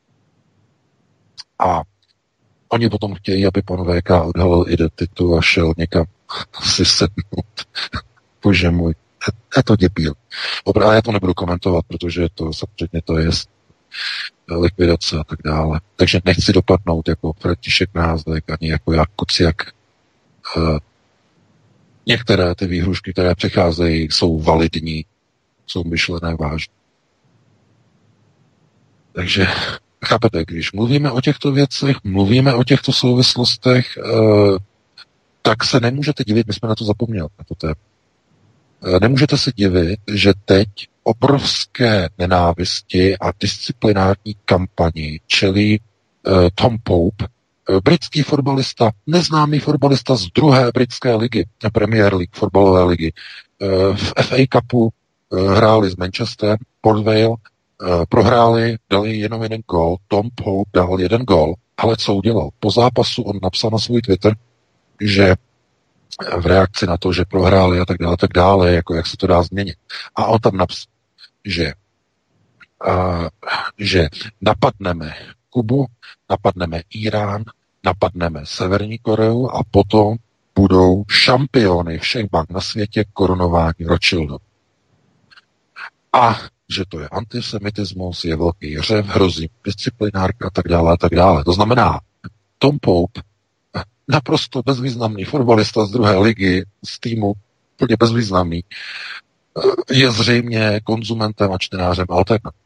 A oni potom chtějí, aby pan V K odhalil identitu a šel někam si sednout. Bože můj, je to děbíl. Dobrá, já to nebudu komentovat, protože to samozřejmě to je likvidace a tak dále. Takže nechci dopadnout jako František Názdek, ani jako Jak Kuciak. Uh, některé ty výhrušky, které přicházejí, jsou validní, jsou myšlené vážně. Takže chápete, když mluvíme o těchto věcech, mluvíme o těchto souvislostech, uh, tak se nemůžete divit, my jsme na to zapomněli, na to téma. Uh, nemůžete se divit, že teď obrovské nenávisti a disciplinární kampani čelí uh, Tom Pope, uh, britský fotbalista, neznámý fotbalista z druhé britské ligy, Premier League, fotbalové ligy. Uh, v F A Cupu uh, hráli z Manchester, Port Vale, uh, prohráli, dali jenom jeden gól, Tom Pope dal jeden gól, ale co udělal? Po zápasu on napsal na svůj Twitter, že v reakci na to, že prohráli a tak dále, tak dále, jako jak se to dá změnit. A on tam napsal, že, uh, že napadneme Kubu, napadneme Irán, napadneme Severní Koreu a potom budou šampiony všech bank na světě korunováni Rothschildů. A že to je antisemitismus, je velký hřev, hrozí disciplinárka a tak dále a tak dále. To znamená, Tom Pope, naprosto bezvýznamný fotbalista z druhé ligy, z týmu úplně bezvýznamný, je zřejmě konzumentem a čtenářem alternativ.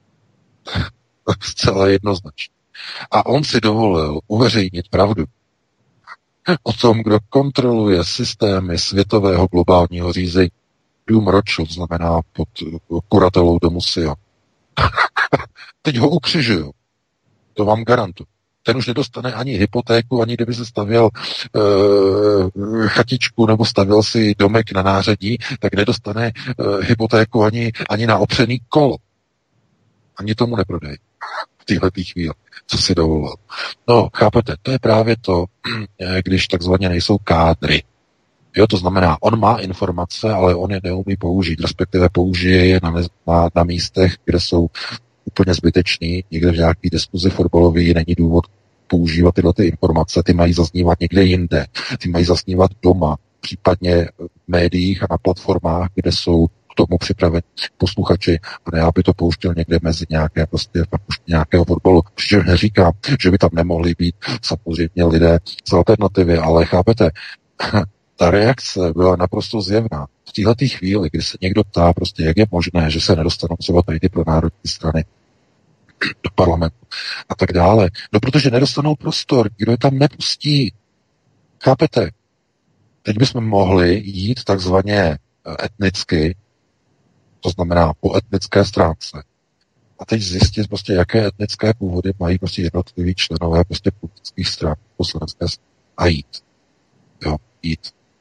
Zcela jednoznačně. A on si dovolil uveřejnit pravdu o tom, kdo kontroluje systémy světového globálního řízení. Dům Rothschild znamená pod kuratelou domu Sion. Teď ho ukřižuju. To vám garantuju. ten už nedostane ani hypotéku, ani kdyby se stavěl uh, chatičku nebo stavěl si domek na nářadí, tak nedostane uh, hypotéku ani, ani na opřený kolo. Ani tomu neprodají v téhle chvíli, co si dovolil. No, chápete, to je právě to, když takzvaně nejsou kádry. Jo, to znamená, on má informace, ale on je neumí použít, respektive použije je na, na, na místech, kde jsou úplně zbytečný, někde v nějaký diskuzi fotbalový není důvod používat tyhle ty informace, ty mají zaznívat někde jinde, ty mají zaznívat doma, případně v médiích a na platformách, kde jsou k tomu připraveni posluchači, a ne aby to pouštěl někde mezi nějaké prostě nějakého fotbalu. Přičemž neříkám, že by tam nemohli být samozřejmě lidé z alternativy, ale chápete, ta reakce byla naprosto zjevná. V této chvíli, kdy se někdo ptá, prostě, jak je možné, že se nedostanou třeba tady ty pronárodní strany do parlamentu a tak dále. No, protože nedostanou prostor, kdo je tam nepustí. Chápete? Teď bychom mohli jít takzvaně etnicky, to znamená po etnické stránce. A teď zjistit prostě, jaké etnické původy mají prostě jednotliví členové prostě politických stran, poslanecké strany a jít. Jo, jít.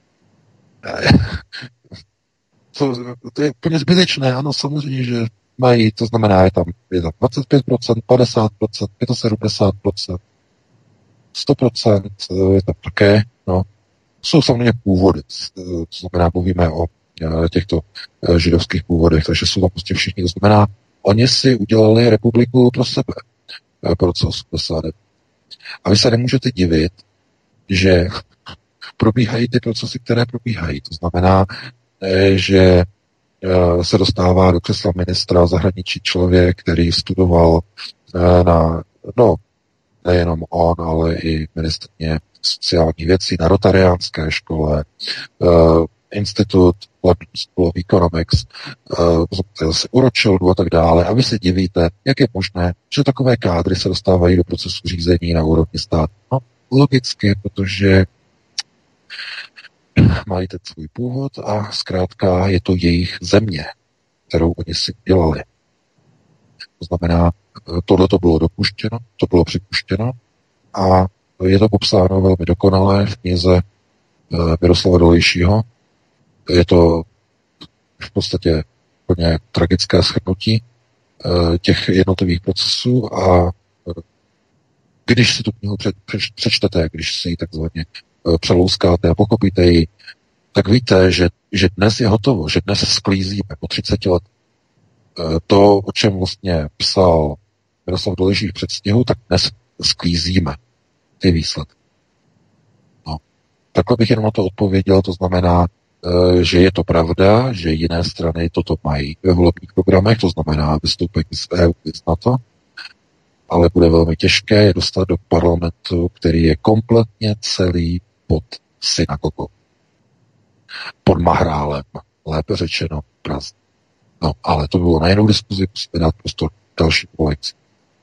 To, to je úplně zbytečné, ano, samozřejmě, že mají, to znamená, je tam, je tam dvacet pět procent, padesát procent, sedmdesát pět procent, sto procent, je tam také, no, jsou samozřejmě původy, to znamená, mluvíme o těchto židovských původech, takže jsou tam prostě všichni, to znamená, oni si udělali republiku pro sebe, pro co osmdesát. A vy se nemůžete divit, že probíhají ty procesy, které probíhají. To znamená, že se dostává do křesla ministra zahraničí člověk, který studoval na, no, nejenom on, ale i ministrně sociálních věcí na Rotariánské škole, Institut London School of Economics, se uročil a tak dále. A vy se divíte, jak je možné, že takové kádry se dostávají do procesu řízení na úrovni státu. No, logicky, protože mají ten svůj původ a zkrátka je to jejich země, kterou oni si dělali. To znamená, tohle to bylo dopuštěno, to bylo připuštěno a je to popsáno velmi dokonale v knize Miroslava Dolejšího. Je to v podstatě úplně tragické shrnutí těch jednotlivých procesů a když si tu knihu přečtete, když si ji takzvaně přelouskáte a pochopíte ji, tak víte, že, že dnes je hotovo, že dnes sklízíme po třiceti let. To, o čem vlastně psal Miroslav Dolejší v předstihu, tak dnes sklízíme ty výsledky. No. Takhle bych jenom na to odpověděl, to znamená, že je to pravda, že jiné strany toto mají ve volebních programech, to znamená vystoupení z E U, z NATO, ale bude velmi těžké je dostat do parlamentu, který je kompletně celý pod synagogou. Pod Mahrálem, lépe řečeno Praze. No, ale to bylo na jinou diskuzi, musíme dát prostor další kolekci.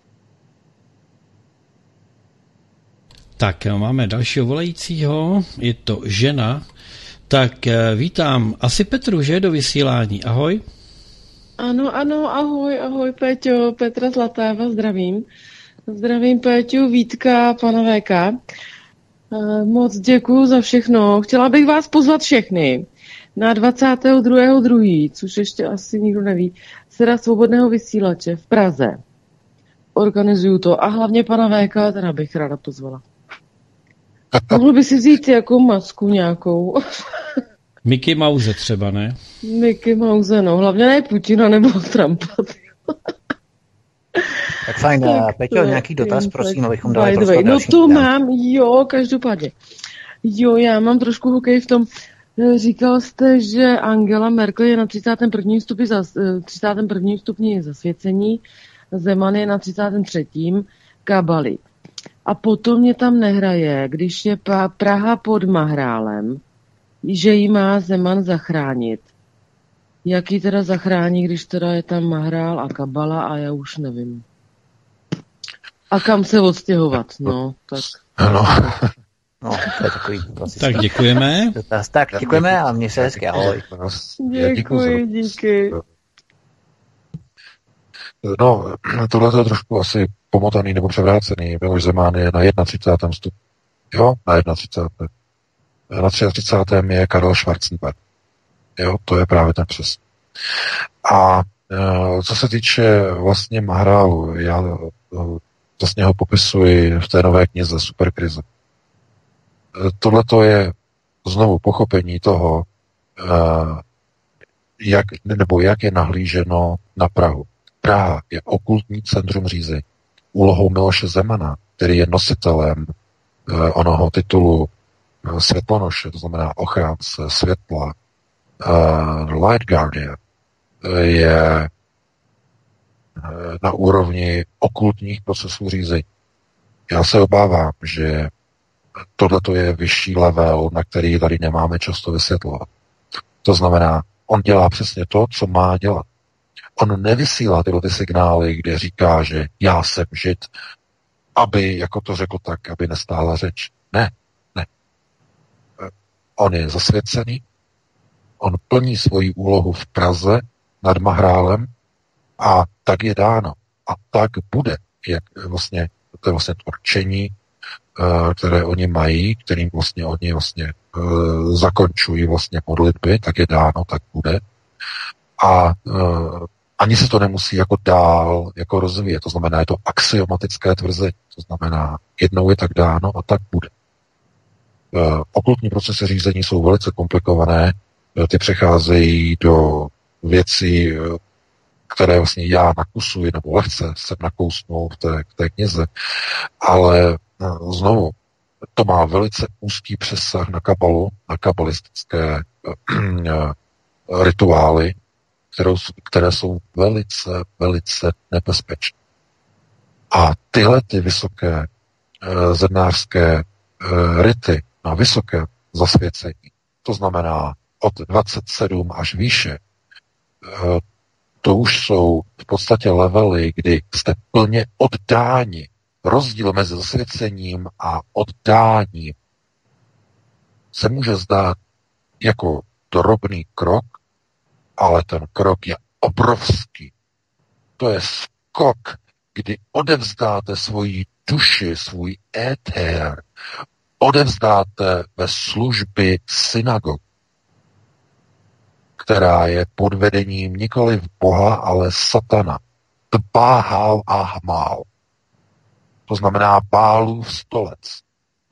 Tak, máme dalšího volajícího, je to žena. Tak vítám asi Petru, že, do vysílání. Ahoj. Ano, ano, ahoj, ahoj, Péťo, Petra Zlatého, zdravím. Zdravím Péťu, Vítka, pana V K. Moc děkuju za všechno. Chtěla bych vás pozvat všechny na dvacátého druhého druhého což ještě asi nikdo neví, sera svobodného vysílače v Praze. Organizuju to a hlavně pana V K, teda bych ráda pozvala. Mohl by si vzít jako masku nějakou. Mickey Mouse třeba, ne? Mickey Mouse, no. Hlavně ne Putina nebo Trumpa. Tak fajn, tak, Peťo, nějaký dotaz, jen, prosím, abychom dali prostor. No to dám. mám, jo, každopádně. Jo, já mám trošku hokej v tom. Říkal jste, že Angela Merkel je na třicátém prvním stupni, zas, třicátém prvním stupni zasvěcení, Zeman je na třicátém třetím Kabali. A potom mě tam nehraje, když je Praha pod Mahrálem, že jí má Zeman zachránit. Jak ji teda zachrání, když teda je tam Mahrál a Kabala a já už nevím. A kam se odstěhovat, no, tak. Ano. No, to je takový klasický. Tak děkujeme. Dotaz. Tak děkujeme a mě se hezky, ahoj. Děkuji, díky. No, tohle je trošku asi pomotaný nebo převrácený. Miloš Zeman je na třicátém prvním stupni. Jo, na třicátém prvním Na třicátém třetím je Karel Schwarzenberg. Jo, to je právě ten přes. A e, co se týče vlastně Mahrálu, já e, vlastně ho popisuji v té nové knize Superkrize. E, Tohle to je znovu pochopení toho, e, jak, nebo jak je nahlíženo na Prahu. Praha je okultní centrum řízení. Úlohou Miloše Zemana, který je nositelem e, onoho titulu e, světlonoše, to znamená ochránce světla, e, Light Guardian, e, je e, na úrovni okultních procesů řízení. Já se obávám, že tohle je vyšší level, na který tady nemáme často vysvětlovat. To znamená, on dělá přesně to, co má dělat. On nevysílá tyhle ty signály, kde říká, že já jsem žid, aby, jako to řekl tak, aby nestála řeč. Ne, ne. On je zasvěcený, on plní svoji úlohu v Praze nad Mahrálem a tak je dáno. A tak bude, jak vlastně, to je vlastně to určení, které oni mají, kterým vlastně oni vlastně uh, zakončují vlastně modlitby, tak je dáno, tak bude. A uh, ani se to nemusí jako dál jako rozvíjet. To znamená, je to axiomatické tvrzení. To znamená, jednou je tak dáno a tak bude. Uh, okultní procesy řízení jsou velice komplikované, uh, ty přecházejí do věcí, uh, které vlastně já nakusuji, nebo lehce jsem nakousnul v té, v té knize, ale uh, znovu, to má velice úzký přesah na kabalu, na kabalistické uh, rituály, kterou, které jsou velice, velice nebezpečné. A tyhle ty vysoké uh, zednářské uh, rity na vysoké zasvěcení, to znamená od dvacet sedm až výše, uh, to už jsou v podstatě levely, kdy jste plně oddáni. Rozdíl mezi zasvěcením a oddáním se může zdát jako drobný krok, ale ten krok je obrovský. To je skok, kdy odevzdáte svoji duši, svůj éter, odevzdáte ve služby synagog, která je pod vedením nikoli Boha, ale satana. Tbáhal a hmál. To znamená Bálův stolec.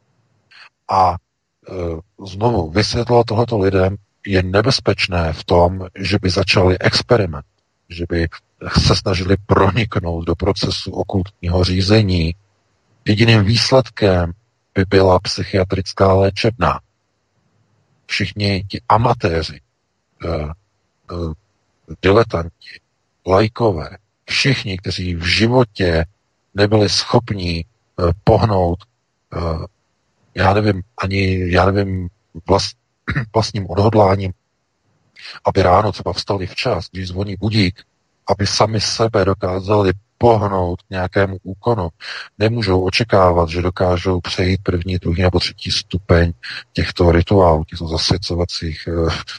A e, znovu vysvětlovat tohleto lidem je nebezpečné v tom, že by začali experiment, že by se snažili proniknout do procesu okultního řízení. Jediným výsledkem by byla psychiatrická léčebna. Všichni ti amatéři, uh, uh, diletanti, laikové, všichni, kteří v životě nebyli schopni uh, pohnout, uh, já nevím, ani, já nevím, vlast, vlastním odhodláním, aby ráno třeba vstali včas, když zvoní budík, aby sami sebe dokázali pohnout k nějakému úkonu. Nemůžou očekávat, že dokážou přejít první, druhý nebo třetí stupeň těchto rituálů, těchto zasvěcovacích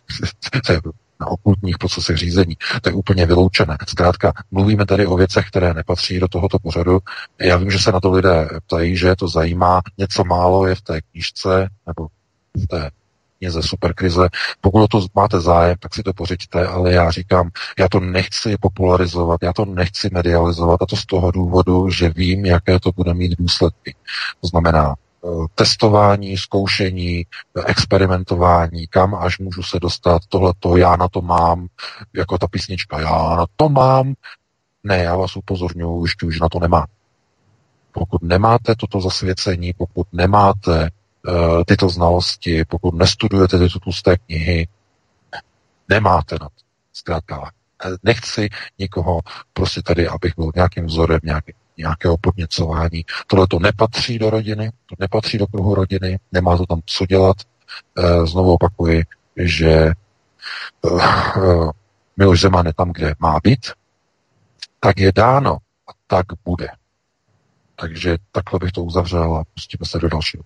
na okultních procesech řízení. To je úplně vyloučené. Zkrátka, mluvíme tady o věcech, které nepatří do tohoto pořadu. Já vím, že se na to lidé ptají, že to zajímá. Něco málo je v té knížce, nebo v té knize Superkrize. Pokud o to máte zájem, tak si to pořiďte, ale já říkám, já to nechci popularizovat, já to nechci medializovat, a to z toho důvodu, že vím, jaké to bude mít důsledky. To znamená testování, zkoušení, experimentování, kam až můžu se dostat, tohleto, já na to mám, jako ta písnička, já na to mám. Ne, já vás upozorňuji, už, už na to nemá. Pokud nemáte toto zasvěcení, pokud nemáte uh, tyto znalosti, pokud nestudujete tyto tlusté knihy, nemáte na to. Zkrátka, nechci nikoho prostě tady, abych byl nějakým vzorem, nějaký, nějakého podněcování. Tohle to nepatří do rodiny, to nepatří do kruhu rodiny, nemá to tam co dělat. Uh, znovu opakuji, že uh, uh, Miloš Zeman je tam, kde má být, tak je dáno a tak bude. Takže takhle bych to uzavřel a pustíme se do dalšího.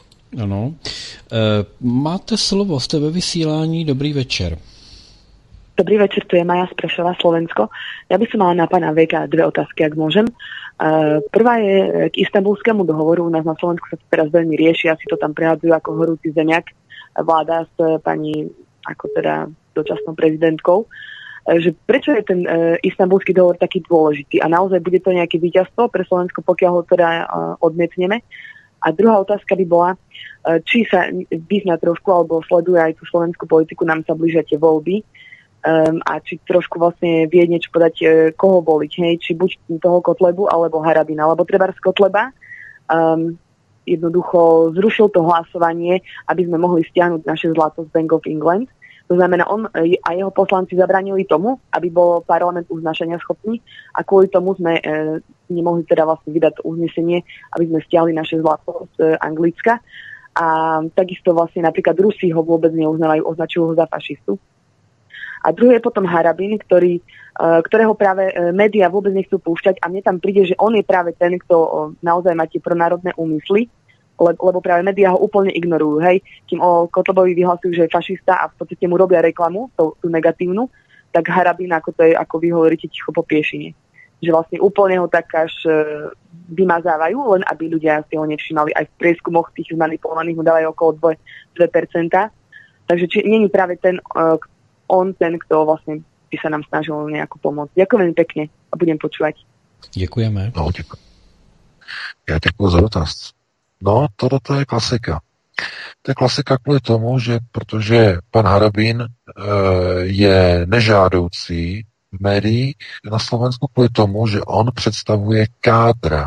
Ano. E, máte slovo, jste ve vysílání, dobrý večer. Dobrý večer, tu je Maja z Prešova, Slovensko. Ja by som mala na pána Veka dve otázky, ak môžem. Uh, prvá je k Istanbulskému dohovoru. U nás na Slovensku sa to teraz veľmi rieši, asi to tam prehádzajú ako horúci zemiak. Vláda s pani, ako teda dočasnou prezidentkou. Uh, že prečo je ten uh, Istanbulský dohovor taký dôležitý? A naozaj bude to nejaké víťazstvo pre Slovensko, pokiaľ ho teda uh, odmietneme? A druhá otázka by bola, uh, či sa vyzná trošku, alebo sleduje aj tú slovenskú politiku, nám sa blížia tie voľby. Um, a či trošku vlastne vie niečo podať, uh, koho voliť, hej, či buď toho Kotlebu, alebo Harabina, alebo trebárs Kotleba um, jednoducho zrušil to hlasovanie, aby sme mohli stiahnuť naše zlato z Bank of England. To znamená, on a jeho poslanci zabránili tomu, aby bol parlament uznašania schopný a kvôli tomu sme uh, nemohli teda vlastne vydať to uznesenie, aby sme stiahli naše zlato z uh, Anglicka. A takisto vlastne napríklad Rusi ho vôbec neuznávajú, označujú ho za fašistu. A druhý je potom Harabin, ktorý, ktorého práve médiá vôbec nechcú púšťať a mne tam príde, že on je práve ten, kto naozaj má tie pronárodné úmysly, lebo práve médiá ho úplne ignorujú, hej. Kým o Kotlebovi vyhlasujú, že je fašista a v podstate mu robia reklamu, tú, tú negatívnu, tak Harabin, ako to je, ako vy hovoríte, ticho po piešine. Že vlastne úplne ho tak až vymazávajú, len aby ľudia si ho nevšimali. Aj v prieskumoch tých zmanipulovaných mu dávajú okolo dve percentá. Takže či nie je práve ten, on ten, kto vlastne by sa nám snažil nejako pomôcť. Ďakujem veľmi pekne a budem počúvať. Děkujeme. No, děkuji. Já děkuji za dotaz. No, toto je klasika. To je klasika kvůli tomu, že protože pan Harabin e, je nežádoucí v médiích na Slovensku kvůli tomu, že on představuje kádra.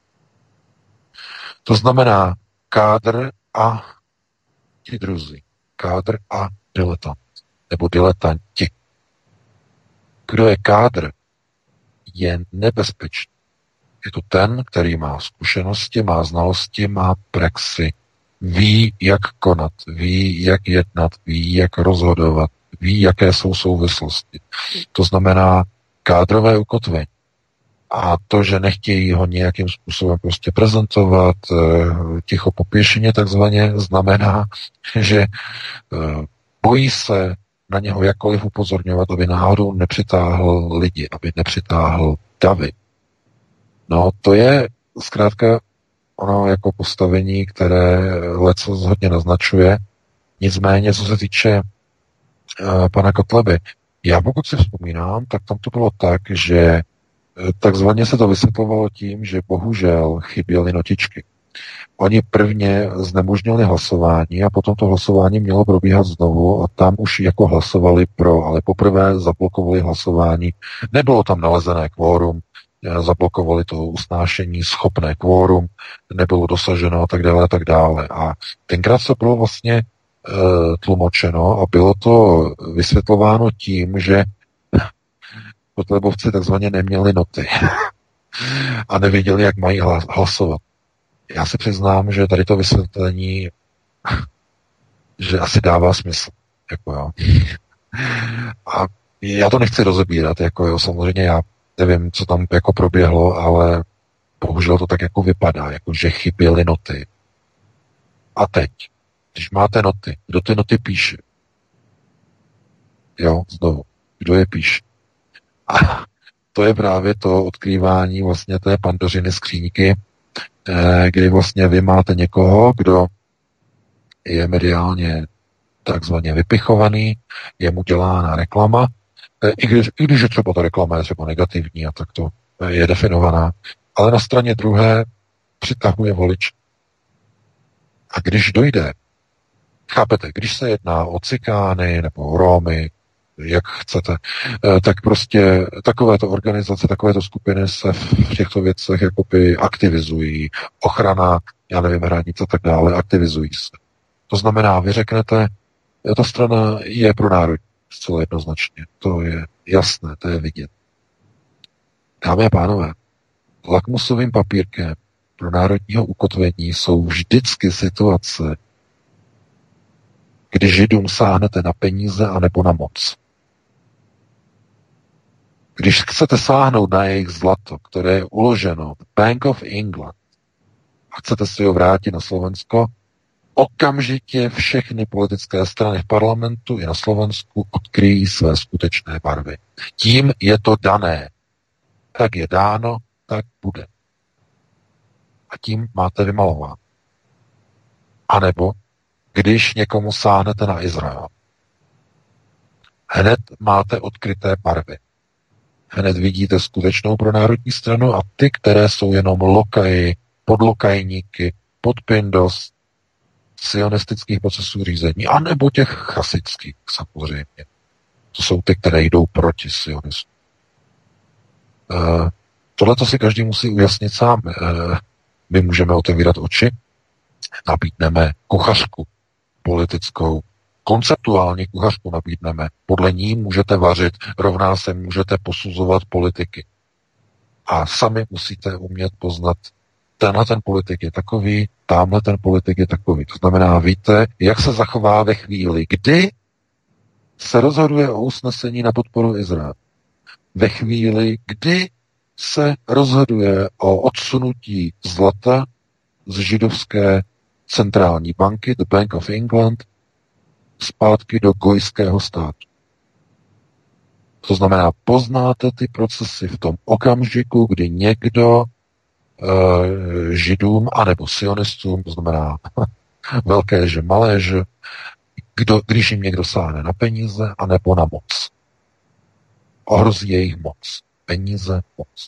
To znamená kádr a ti druzí. Kádr a diletant. Nebo diletanti. Kdo je kádr, je nebezpečný. Je to ten, který má zkušenosti, má znalosti, má praxi, ví, jak konat, ví, jak jednat, ví, jak rozhodovat, ví, jaké jsou souvislosti. To znamená kádrové ukotvení. A to, že nechtějí ho nějakým způsobem prostě prezentovat, ticho po pěšině takzvaně, znamená, že bojí se na něho jakkoliv upozorňovat, aby náhodou nepřitáhl lidi, aby nepřitáhl davy. No, to je zkrátka ono jako postavení, které leco hodně naznačuje. Nicméně, co se týče uh, pana Kotleby, já pokud si vzpomínám, tak tam to bylo tak, že takzvaně se to vysvětlovalo tím, že bohužel chyběly notičky. Oni prvně znemožnili hlasování a potom to hlasování mělo probíhat znovu a tam už jako hlasovali pro, ale poprvé zablokovali hlasování. Nebylo tam nalezené kvórum, zablokovali to usnášení, schopné kvórum, nebylo dosaženo a tak dále a tak dále. A tenkrát se bylo vlastně e, tlumočeno a bylo to vysvětlováno tím, že kotlebovci takzvaně neměli noty a nevěděli, jak mají hlasovat. Já si přiznám, že tady to vysvětlení že asi dává smysl. Jako jo. A já to nechci rozebírat, jako jo, samozřejmě já nevím, co tam jako proběhlo, ale bohužel to tak jako vypadá, jako že chyběly noty. A teď, když máte noty, kdo ty noty píše? Jo, znovu, kdo je píše? A to je právě to odkrývání vlastně té Pandořiny skříňky, kdy vlastně vy máte někoho, kdo je mediálně takzvaně vypichovaný, je mu dělána reklama, i když, i když je třeba ta reklama je třeba negativní a tak to je definovaná, ale na straně druhé přitahuje volič. A když dojde, chápete, když se jedná o cikány nebo o Rómy, jak chcete, tak prostě takovéto organizace, takovéto skupiny se v těchto věcech jakoby aktivizují. Ochrana, já nevím, hranic a tak dále, aktivizují se. To znamená, vy řeknete, ta strana je pro národ zcela jednoznačně. To je jasné, to je vidět. Dámy a pánové, lakmusovým papírkem pro národního ukotvení jsou vždycky situace, kdy Židům sáhnete na peníze anebo na moc. Když chcete sáhnout na jejich zlato, které je uloženo v Bank of England a chcete si ho vrátit na Slovensko, okamžitě všechny politické strany v parlamentu i na Slovensku odkryjí své skutečné barvy. Tím je to dané. Tak je dáno, tak bude. A tím máte vymalováno. A nebo když někomu sáhnete na Izrael, hned máte odkryté barvy. Hned vidíte skutečnou pronárodní stranu a ty, které jsou jenom lokaji, podlokajníky, podpindos sionistických procesů řízení, anebo těch chasických samozřejmě. To jsou ty, které jdou proti sionismu. E, Tohle to si každý musí ujasnit sám. E, my můžeme otevírat oči, nabídneme kuchařku politickou, konceptuální kuchařku nabídneme. Podle ní můžete vařit, rovná se můžete posuzovat politiky. A sami musíte umět poznat, tenhle ten politik je takový, tamhle ten politik je takový. To znamená, víte, jak se zachová ve chvíli, kdy se rozhoduje o usnesení na podporu Izraele. Ve chvíli, kdy se rozhoduje o odsunutí zlata z židovské centrální banky, the Bank of England, zpátky do gojského státu. To znamená, poznáte ty procesy v tom okamžiku, kdy někdo e, židům anebo sionistům, to znamená velké že, malé že, kdo, když jim někdo sáhne na peníze anebo na moc. Ohrozí jejich moc. Peníze, moc.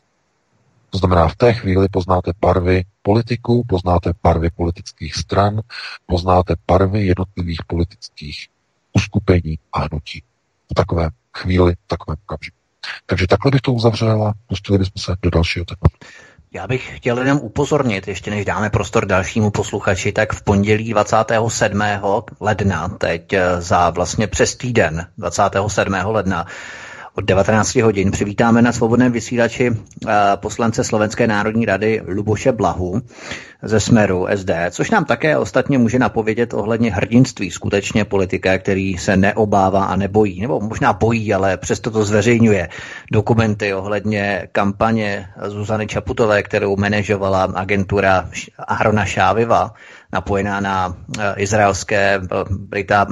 To znamená, v té chvíli poznáte barvy politiků, poznáte barvy politických stran, poznáte barvy jednotlivých politických uskupení a hnutí. V takové chvíli, v takovém okamžiku. Takže takhle bych to uzavřela, pustili bychom se do dalšího tématu. Já bych chtěl jenom upozornit, ještě než dáme prostor dalšímu posluchači, tak v pondělí dvacátého sedmého ledna, teď za vlastně přes týden, dvacátého sedmého ledna, od devatenáct hodin přivítáme na svobodném vysílači poslance Slovenské národní rady Luboše Blahu ze Smeru S D, což nám také ostatně může napovědět ohledně hrdinství skutečně politika, který se neobává a nebojí, nebo možná bojí, ale přesto to zveřejňuje dokumenty ohledně kampaně Zuzany Čaputové, kterou manažovala agentura Ahrona Šáviva, napojená na izraelské, brita,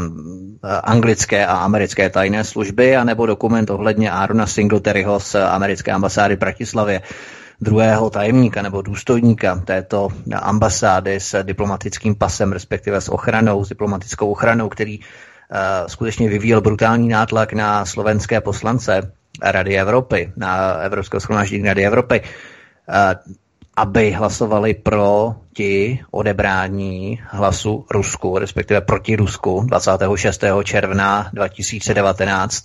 anglické a americké tajné služby, anebo dokument ohledně Aarona Singletaryho z americké ambasády v Bratislavě, druhého tajemníka nebo důstojníka této ambasády s diplomatickým pasem, respektive s ochranou, s diplomatickou ochranou, který uh, skutečně vyvíjel brutální nátlak na slovenské poslance Rady Evropy, na Evropského shromáždění Rady Evropy, uh, aby hlasovali proti odebrání hlasu Rusku, respektive proti Rusku dvacátého šestého června dva tisíce devatenáct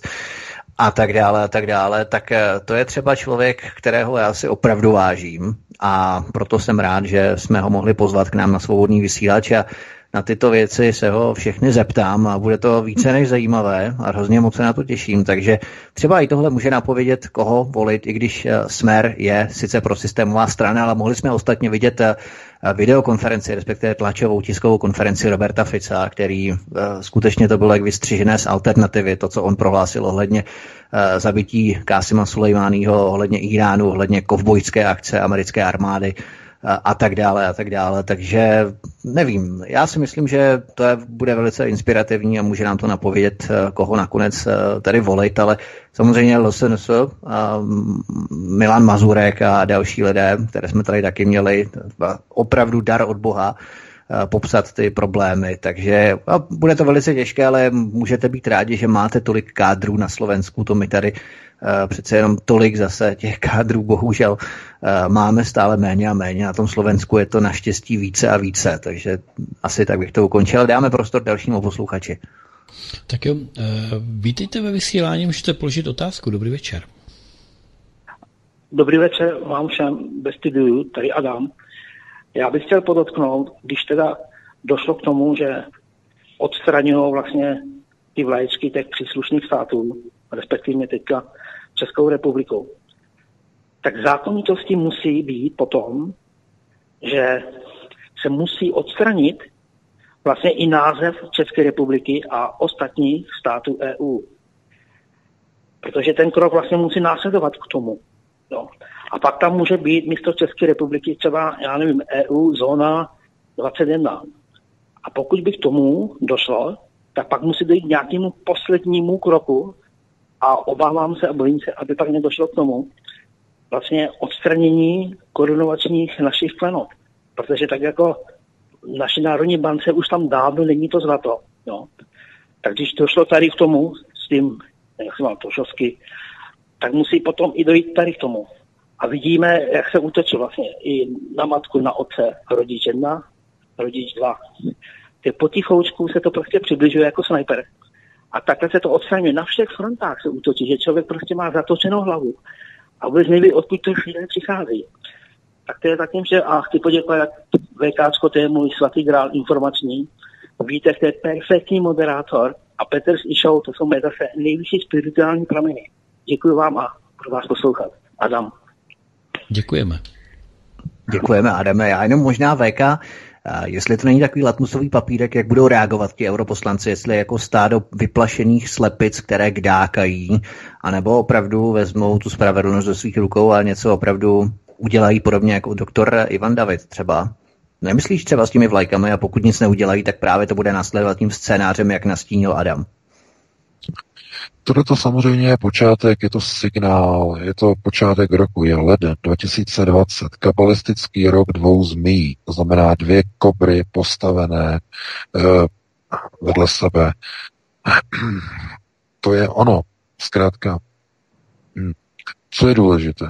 a tak dále a tak dále, tak to je třeba člověk, kterého já si opravdu vážím a proto jsem rád, že jsme ho mohli pozvat k nám na svobodný vysílač a na tyto věci se ho všechny zeptám a bude to více než zajímavé a hrozně moc se na to těším, takže třeba i tohle může napovědět, koho volit, i když Smer je sice prosystémová strana, ale mohli jsme ostatně vidět videokonferenci, respektive tlačovou tiskovou konferenci Roberta Fica, který skutečně to bylo jak vystřižené z alternativy, to, co on prohlásil ohledně zabití Kásima Sulejmáního, ohledně Iránu, ohledně kovbojské akce americké armády, a tak dále a tak dále, takže nevím, já si myslím, že to je, bude velice inspirativní a může nám to napovědět, koho nakonec tady volit, ale samozřejmě L S N S, Milan Mazurek a další lidé, které jsme tady taky měli, opravdu dar od Boha popsat ty problémy, takže bude to velice těžké, ale můžete být rádi, že máte tolik kádrů na Slovensku, to my tady přece jenom tolik zase těch kádrů bohužel máme stále méně a méně, na tom Slovensku je to naštěstí více a více, takže asi tak bych to ukončil. Dáme prostor dalšímu posluchači. Tak jo, vítejte ve vysílání, můžete položit otázku. Dobrý večer. Dobrý večer vám všem ve studiu, tady Adam. Já bych chtěl podotknout, když teda došlo k tomu, že odstraňují vlastně ty vlaječky těch příslušných států, respektive teďka Českou republikou, tak zákonitosti musí být potom, že se musí odstranit vlastně i název České republiky a ostatních států E U. Protože ten krok vlastně musí následovat k tomu. No. A pak tam může být místo České republiky třeba, já nevím, E U zóna dvacet jedna. A pokud by k tomu došlo, tak pak musí dojít k nějakému poslednímu kroku a obávám se a bojím se, aby pak nedošlo k tomu vlastně odstranění korunovačních našich klenot. Protože tak jako v naší národní bance už tam dávno není to zlato. No. Tak když došlo tady k tomu s tím, jak se mám Tošovsky, tak musí potom i dojít tady k tomu. A vidíme, jak se útočí vlastně i na matku, na otce, rodič jedna, rodič dva. Ty potichoučku se to prostě přibližuje jako snajper. A takhle se to odstraňuje. Na všech frontách se útočí, že člověk prostě má zatočenou hlavu. A vůbec neví, odkud to šíleně přichází. Tak to je zatím, že a chci poděkovat VKčko, to je můj svatý grál informační. Víte, to je perfektní moderátor a Petr i show, to jsou mé zase nejvyšší spirituální prameny. Děkuji vám a budu vás poslouchat. Adam. Děkujeme. Děkujeme, Adame. Já jenom možná V K, jestli to není takový latmusový papírek, jak budou reagovat ti europoslanci, jestli jako stádo vyplašených slepic, které kdákají, anebo opravdu vezmou tu spravedlnost do svých rukou a něco opravdu udělají podobně jako doktor Ivan David třeba. Nemyslíš třeba s těmi vlajkami a pokud nic neudělají, tak právě to bude následovat tím scénářem, jak nastínil Adam? Tohle to samozřejmě je počátek, je to signál, je to počátek roku, je leden dva tisíce dvacet, kabalistický rok dvou zmí, to znamená dvě kobry postavené eh, vedle sebe. To je ono, zkrátka. Hm. Co je důležité?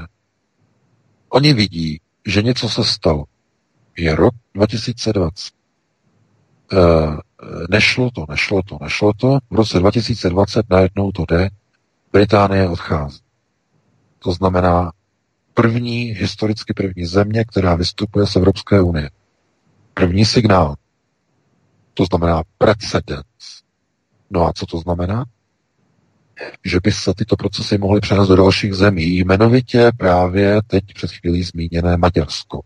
Oni vidí, že něco se stalo. Je rok dva tisíce dvacet. Eh, Nešlo to, nešlo to, nešlo to. V roce dva tisíce dvacet najednou to jde. Británie odchází. To znamená první, historicky první země, která vystupuje z Evropské unie. První signál. To znamená precedens. No a co to znamená? Že by se tyto procesy mohly přenést do dalších zemí. Jmenovitě právě teď před chvílí zmíněné Maďarsko.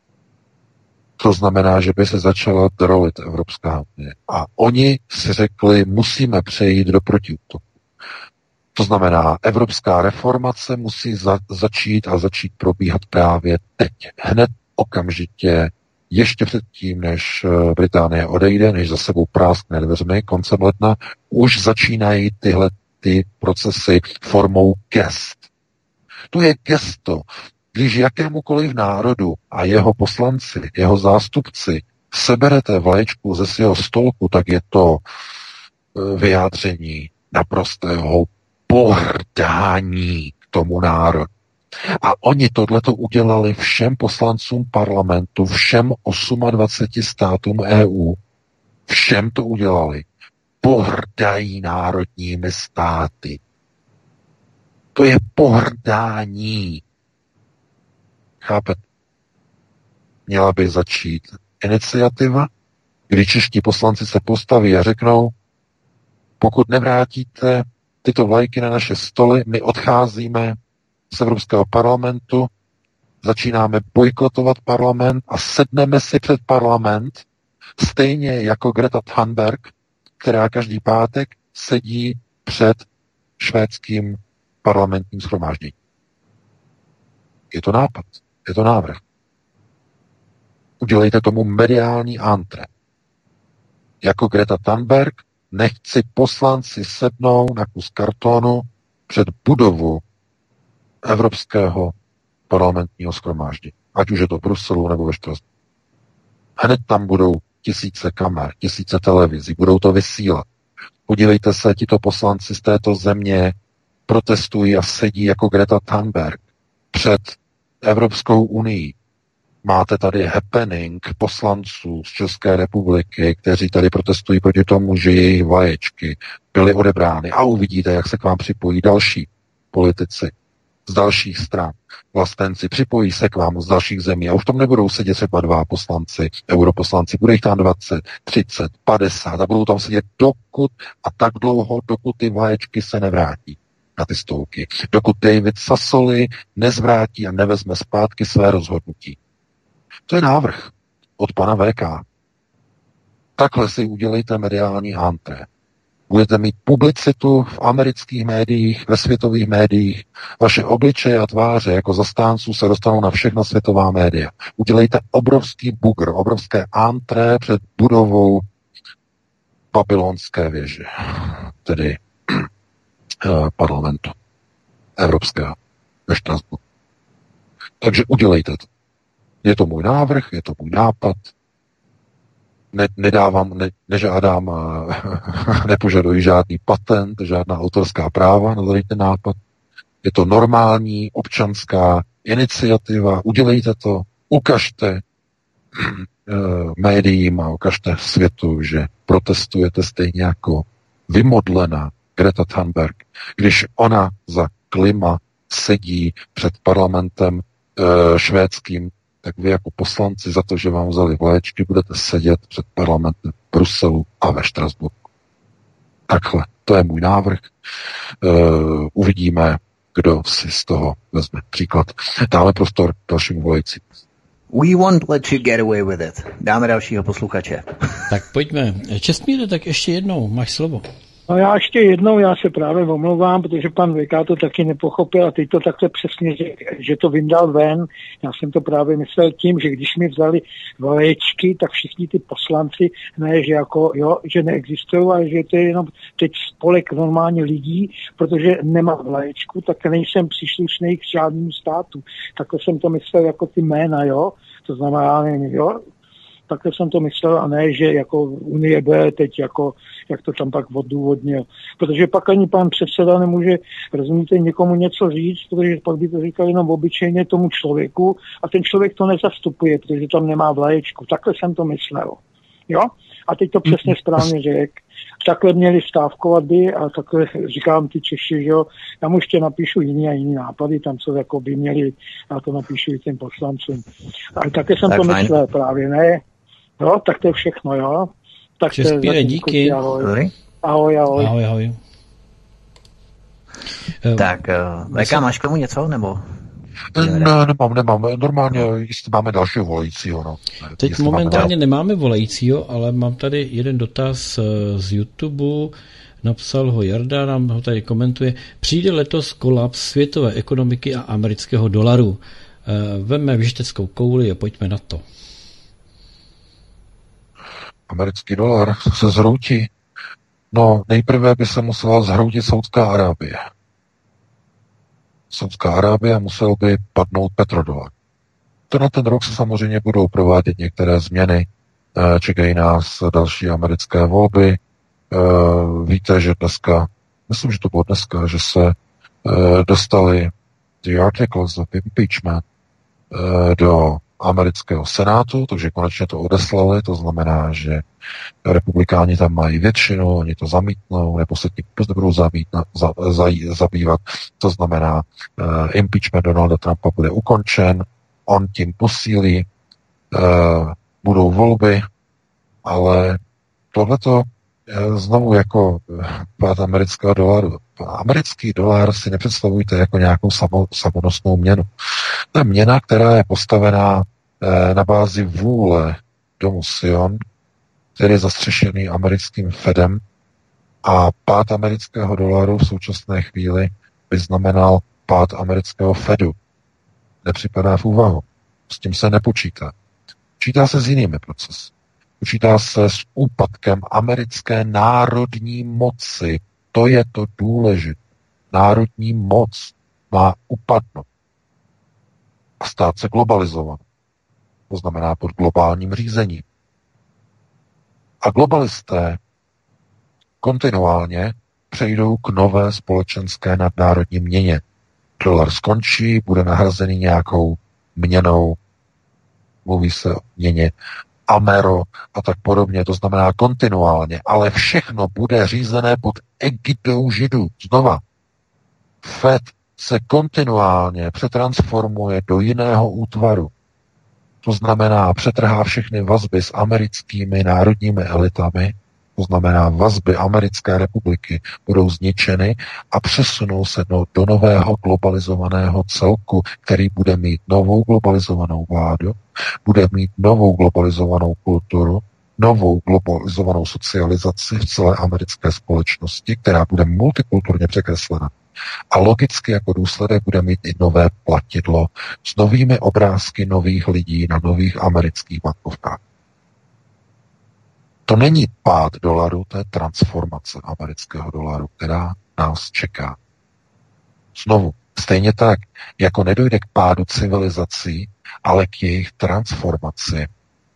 To znamená, že by se začala drolit Evropská unie. A oni si řekli, musíme přejít do protiútoku. To znamená, evropská reformace musí za, začít a začít probíhat právě teď. Hned okamžitě, ještě předtím, než Británie odejde, než za sebou práskne dveřmi koncem ledna, už začínají tyhle ty procesy formou gest. To je gesto. Když jakémukoliv národu a jeho poslanci, jeho zástupci seberete vlaječku ze svého stolku, tak je to vyjádření naprostého pohrdání k tomu národu. A oni tohleto udělali všem poslancům parlamentu, všem dvaceti osmi státům E U. Všem to udělali. Pohrdají národními státy. To je pohrdání. Chápete? Měla by začít iniciativa, kdy čeští poslanci se postaví a řeknou, pokud nevrátíte tyto vlajky na naše stoly, my odcházíme z Evropského parlamentu, začínáme bojkotovat parlament a sedneme si před parlament, stejně jako Greta Thunberg, která každý pátek sedí před švédským parlamentním shromážděním. Je to nápad. Je to návrh. Udělejte tomu mediální antre. Jako Greta Thunberg nechci poslanci sednou na kus kartonu před budovu Evropského parlamentního shromáždění. Ať už je to v Bruselu nebo ve Štrasburku. Hned tam budou tisíce kamer, tisíce televizí, budou to vysílat. Podívejte se, tito poslanci z této země protestují a sedí jako Greta Thunberg před Evropskou unii. Máte tady happening poslanců z České republiky, kteří tady protestují proti tomu, že jejich vlaječky byly odebrány. A uvidíte, jak se k vám připojí další politici z dalších stran. Vlastenci připojí se k vám z dalších zemí. A už tam nebudou sedět třeba dva poslanci, europoslanci. Bude jich tam dvacet, třicet, padesát a budou tam sedět dokud a tak dlouho, dokud ty vlaječky se nevrátí na ty stolky. Dokud David Sassoli nezvrátí a nevezme zpátky své rozhodnutí. To je návrh od pana V K. Takhle si udělejte mediální antré. Budete mít publicitu v amerických médiích, ve světových médiích. Vaše obličeje a tváře jako zastánců se dostanou na všechna světová média. Udělejte obrovský bugr, obrovské antré před budovou babylonské věže, tedy parlamentu evropského ve Štrasburku. Takže udělejte to. Je to můj návrh, je to můj nápad. Ne, nedávám, ne, nežádám, nepožaduji žádný patent, žádná autorská práva na tady ten nápad. Je to normální občanská iniciativa. Udělejte to, ukažte médiím a ukažte světu, že protestujete stejně jako vymodlená Greta Thunberg, když ona za klima sedí před parlamentem e, švédským, tak vy jako poslanci za to, že vám vzali vlaječky, budete sedět před parlamentem v Bruselu a ve Štrasburku. Takhle, to je můj návrh. E, uvidíme, kdo si z toho vezme příklad. Dáme prostor dalšímu volající. We won't let you get away with it. Dáme dalšího posluchače. Tak pojďme. Čestmíre, tak ještě jednou, máš slovo. No já ještě jednou, já se právě omlouvám, protože pan V K to taky nepochopil a teď to takhle přesně, že, že to vyndal ven. Já jsem to právě myslel tím, že když mi vzali vlaječky, tak všichni ty poslanci, ne, že jako, jo, že neexistují, ale že to je jenom teď spolek normálně lidí, protože nemám vlaječku, tak nejsem příslušný k žádnému státu. Takhle jsem to myslel jako ty jména, jo, to znamená, jo, takhle jsem to myslel a ne, že jako Unie bude teď jako, jak to tam pak odůvodnil. Protože pak ani pan předseda nemůže, rozumíte, někomu něco říct, protože pak by to říkal jenom obyčejně tomu člověku a ten člověk to nezastupuje, protože tam nemá vlaječku. Takhle jsem to myslel. Jo? A teď to přesně správně řekl. Takhle měli stávkovat by a takhle říkám ty Češi, že jo, já mu ještě napíšu jiný a jiný nápady, tam co jako by měli, já to napíšu i těm poslancům. Ale takhle jsem tak to fajn. myslel právě, ne? Jo, tak to je všechno, jo. Tak Čespíre, díky. Ahoj. Ahoj, ahoj. Ahoj, ahoj. Tak, Léka, máš k tomu něco, nebo? Ne, nemám, nemám. Normálně jistě máme dalšího volajícího. No. Teď jestli momentálně máme nemáme volajícího, ale mám tady jeden dotaz z YouTube. Napsal ho Jarda, nám ho tady komentuje. Přijde letos kolaps světové ekonomiky a amerického dolaru. Vemme věšteckou kouli a pojďme na to. Americký dolar se zhroutí. No, nejprve by se musela zhroutit Saudská Arábie. Saudská Arábie musel by padnout petrodolar. Tenhle ten rok se samozřejmě budou provádět některé změny. Čekají nás další americké volby. Víte, že dneska, myslím, že to bylo dneska, že se dostali the articles of impeachment do amerického senátu, takže konečně to odeslali, to znamená, že republikáni tam mají většinu, oni to zamítnou, nebo se tím nebudou zamítna, za, za, zabývat, to znamená, uh, impeachment Donalda Trumpa bude ukončen, on tím posílí, uh, budou volby, ale tohleto uh, znovu jako pád amerického dolaru. Americký dolar si nepředstavujte jako nějakou samo, samonosnou měnu. To je měna, která je postavená eh, na bázi vůle domu Sion, který je zastřešený americkým Fedem a pád amerického dolaru v současné chvíli by znamenal pád amerického Fedu. Nepřipadá v úvahu. S tím se nepočítá. Počítá se s jinými procesy. Počítá se s úpadkem americké národní moci. To je to důležité. Národní moc má upadnout a stát se globalizovat. To znamená pod globálním řízením. A globalisté kontinuálně přejdou k nové společenské nadnárodní měně. Dolar skončí, bude nahrazený nějakou měnou, mluví se o měně Amero a tak podobně, to znamená kontinuálně, ale všechno bude řízené pod egidou Židů. Znova, Fed se kontinuálně přetransformuje do jiného útvaru. To znamená, přetrhá všechny vazby s americkými národními elitami, to znamená, vazby Americké republiky budou zničeny a přesunou se do, do nového globalizovaného celku, který bude mít novou globalizovanou vládu, bude mít novou globalizovanou kulturu, novou globalizovanou socializaci v celé americké společnosti, která bude multikulturně překreslena. A logicky jako důsledek bude mít i nové platidlo s novými obrázky nových lidí na nových amerických bankovkách. To není pád dolaru, to je transformace amerického dolaru, která nás čeká. Znovu, stejně tak, jako nedojde k pádu civilizací, ale k jejich transformaci,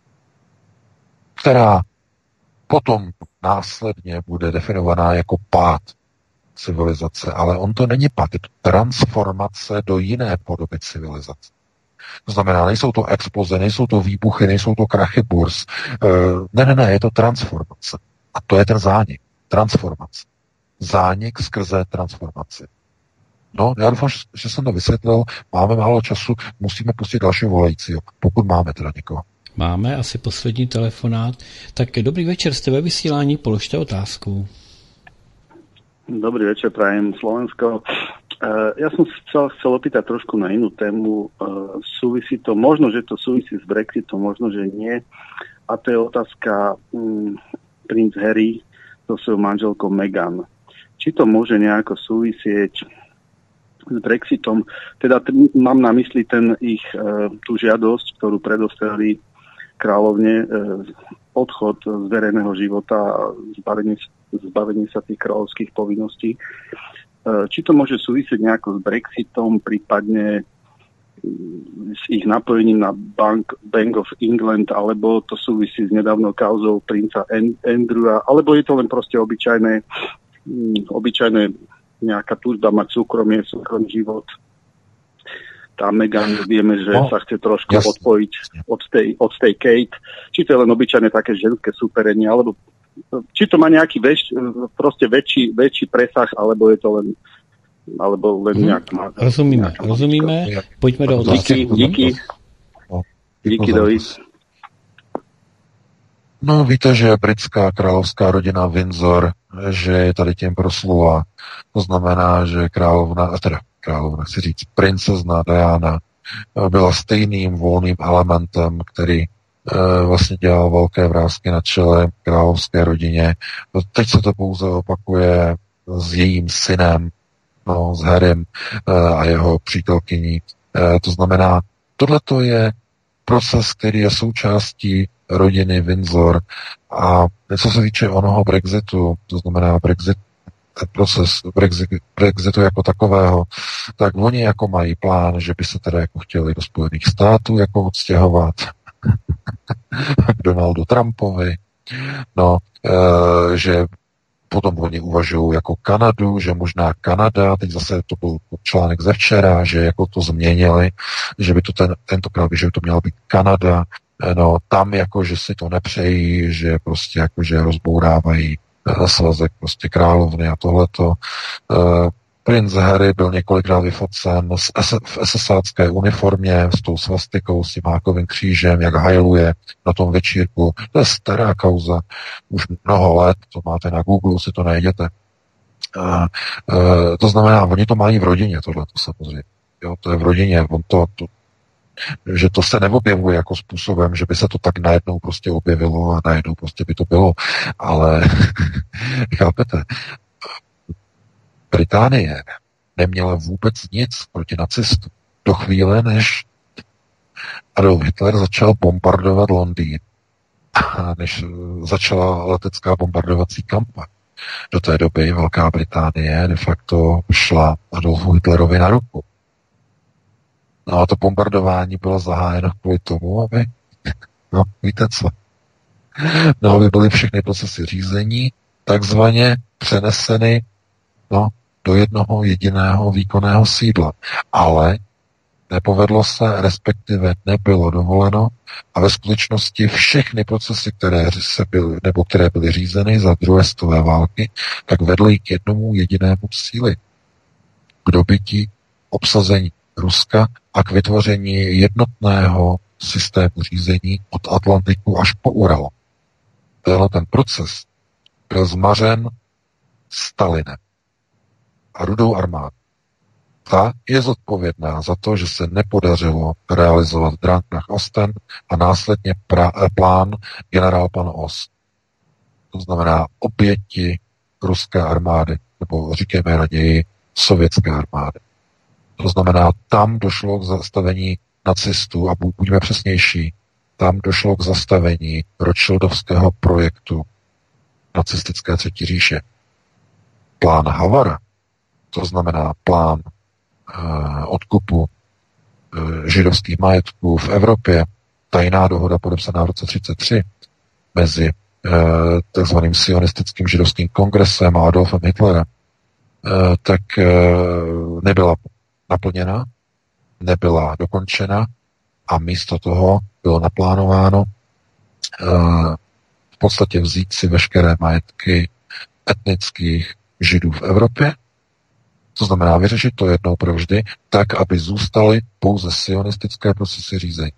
která potom následně bude definovaná jako pád civilizace, ale on to není pád, je to transformace do jiné podoby civilizace. To znamená, nejsou to exploze, nejsou to výbuchy, nejsou to krachy burz. Ne, ne, ne, je to transformace. A to je ten zánik. Transformace. Zánik skrze transformaci. No, já doufám, že jsem to vysvětlil. Máme málo času, musíme pustit dalšího volajícího, pokud máme teda někoho. Máme asi poslední telefonát. Tak dobrý večer, jste ve vysílání, položte otázku. Dobrý večer, prajem Slovensko. Ja som sa chcel opýtať trošku na inú tému. Súvisí to, možno, že to súvisí s Brexitom, možno, že nie. A to je otázka um, princ Harry so svojou manželkou Meghan. Či to môže nejako súvisieť s Brexitom? Teda t- mám na mysli ten ich, uh, tú žiadosť, ktorú predostreli kráľovne, uh, odchod z verejného života a zbavenie, zbavenie sa tých kráľovských povinností. Či to môže súvisieť nejako s Brexitom, prípadne s ich napojením na Bank, Bank of England, alebo to súvisí s nedávnou kauzou princa Andrewa, alebo je to len proste obyčajné, obyčajné nejaká túžba mať súkromie, súkromný život. Tá Meghan, vieme, že no, sa chce trošku jasne odpojiť od tej, od tej Kate. Či to je len obyčajné také ženské súperenie, alebo či to má nejaký väč, proste väčší, väčší presah, alebo je to len, alebo len nejak... Hmm. Rozumíme, nejak rozumíme. Pojďme do otázky. Díky, díky. No, díky, dovíc. No, víte, že britská královská rodina Windsor, že je tady tím proslula. To znamená, že královna, teda královna, chci říct, princezna Diana byla stejným volným elementem, který vlastně dělal velké vrásky na čele královské rodině. Teď se to pouze opakuje s jejím synem, no, s Harrym a jeho přítelkyní. To znamená, tohleto je proces, který je součástí rodiny Windsor. A co se týče onoho Brexitu, to znamená Brexit, proces Brexit, Brexitu jako takového, tak oni jako mají plán, že by se teda jako chtěli do Spojených států jako odstěhovat k Donaldu Trumpovi, no, e, že potom oni uvažují jako Kanadu, že možná Kanada, teď zase to byl článek ze včera, že jako to změnili, že by to ten, tentokrát, že by to měla být Kanada, no, tam jako, že si to nepřejí, že prostě jako, že rozbourávají svazek prostě královny a tohleto. E, Princ Harry byl několikrát vyfocen v esesácké uniformě s tou svastikou, s tím hákovým křížem, jak hajluje na tom večírku. To je stará kauza, už mnoho let, to máte na Google, si to najděte. A, e, to znamená, oni to mají v rodině, tohleto samozřejmě. Jo, to je v rodině, on to, to, že to se neobjevuje jako způsobem, že by se to tak najednou prostě objevilo a najednou prostě by to bylo. Ale chápete, Británie neměla vůbec nic proti nacistům do chvíle, než Adolf Hitler začal bombardovat Londýn a než začala letecká bombardovací kampaň. Do té doby Velká Británie de facto šla Adolfu Hitlerovi na ruku. No a to bombardování bylo zahájeno kvůli tomu, aby, no víte co, no aby byly všechny procesy řízení takzvaně přeneseny, no, do jednoho jediného výkonného sídla. Ale nepovedlo se, respektive nebylo dovoleno a ve skutečnosti všechny procesy, které se byly, nebo které byly řízeny za druhé světové války, tak vedly k jednomu jedinému cíli. K dobytí, obsazení Ruska a k vytvoření jednotného systému řízení od Atlantiku až po Ural. Tenhle ten proces byl zmařen Stalinem a Rudou armádu. Ta je zodpovědná za to, že se nepodařilo realizovat Drang nach Osten a následně pra- plán generál pan Ost. To znamená oběti ruské armády, nebo říkejme raději sovětské armády. To znamená, tam došlo k zastavení nacistů a buďme přesnější, tam došlo k zastavení Rothschildovského projektu nacistické třetí říše. Plán Havara, to znamená plán uh, odkupu uh, židovských majetků v Evropě, tajná dohoda podepsaná v roce třicet tři mezi uh, takzvaným sionistickým židovským kongresem a Adolfem Hitlerem, uh, tak uh, nebyla naplněna, nebyla dokončena a místo toho bylo naplánováno uh, v podstatě vzít si veškeré majetky etnických židů v Evropě, to znamená vyřešit to jednou provždy, tak, aby zůstaly pouze sionistické procesy řízení.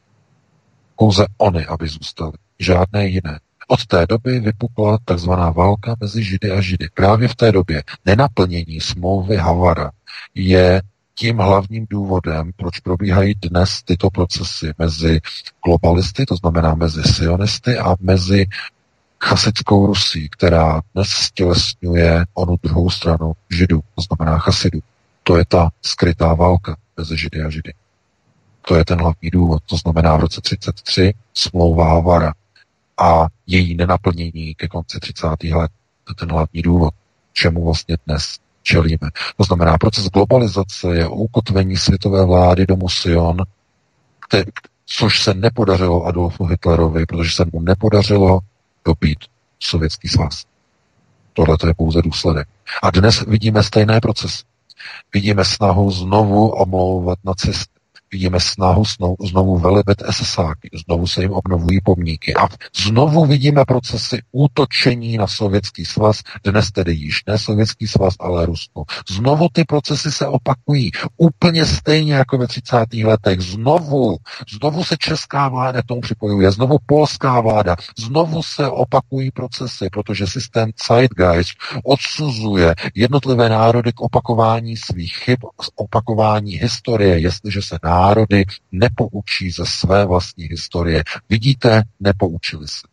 Pouze ony, aby zůstaly, žádné jiné. Od té doby vypukla takzvaná válka mezi Židy a Židy. Právě v té době nenaplnění smlouvy Havara je tím hlavním důvodem, proč probíhají dnes tyto procesy mezi globalisty, to znamená mezi sionisty a mezi chasickou Rusí, která dnes stělesňuje onu druhou stranu Židů, to znamená chasidů. To je ta skrytá válka mezi Židy a Židy. To je ten hlavní důvod. To znamená v roce třicet tři smlouva Havara a její nenaplnění ke konci třicátých let. To je ten hlavní důvod, čemu vlastně dnes čelíme. To znamená, proces globalizace je ukotvení světové vlády domu Sion, kte- což se nepodařilo Adolfu Hitlerovi, protože se mu nepodařilo dobít Sovětský svaz. Tohle to je pouze důsledek. A dnes vidíme stejné procesy. Vidíme snahu znovu omlouvat nacisty. Vidíme snahu znovu velebit esesáky. Znovu se jim obnovují pomníky. A znovu vidíme procesy útočení na Sovětský svaz. Dnes tedy již ne Sovětský svaz, ale Rusko. Znovu ty procesy se opakují. Úplně stejně jako ve třicátých letech. Znovu. Znovu se česká vláda k tomu připojuje. Znovu polská vláda. Znovu se opakují procesy, protože systém Zeitgeist odsuzuje jednotlivé národy k opakování svých chyb, opakování historie, jestliže se národy nepoučí ze své vlastní historie. Vidíte, nepoučili se.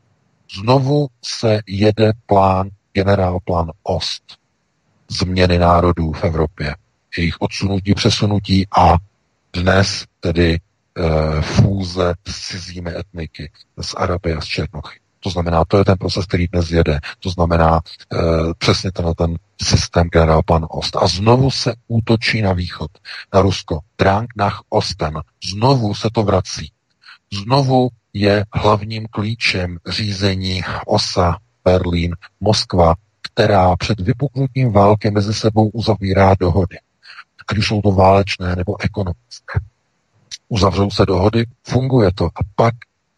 Znovu se jede plán, generálplán Ost, změny národů v Evropě, jejich odsunutí, přesunutí a dnes tedy e, fúze s cizími etniky, z Arabie a z Černochy. To znamená, to je ten proces, který dnes jede. To znamená e, přesně ten, ten systém generálplan Ost. A znovu se útočí na východ, na Rusko. Drang nach Osten. Znovu se to vrací. Znovu je hlavním klíčem řízení osa Berlín, Moskva, která před vypuknutím války mezi sebou uzavírá dohody. Ať už jsou to válečné nebo ekonomické. Uzavřou se dohody, funguje to a pak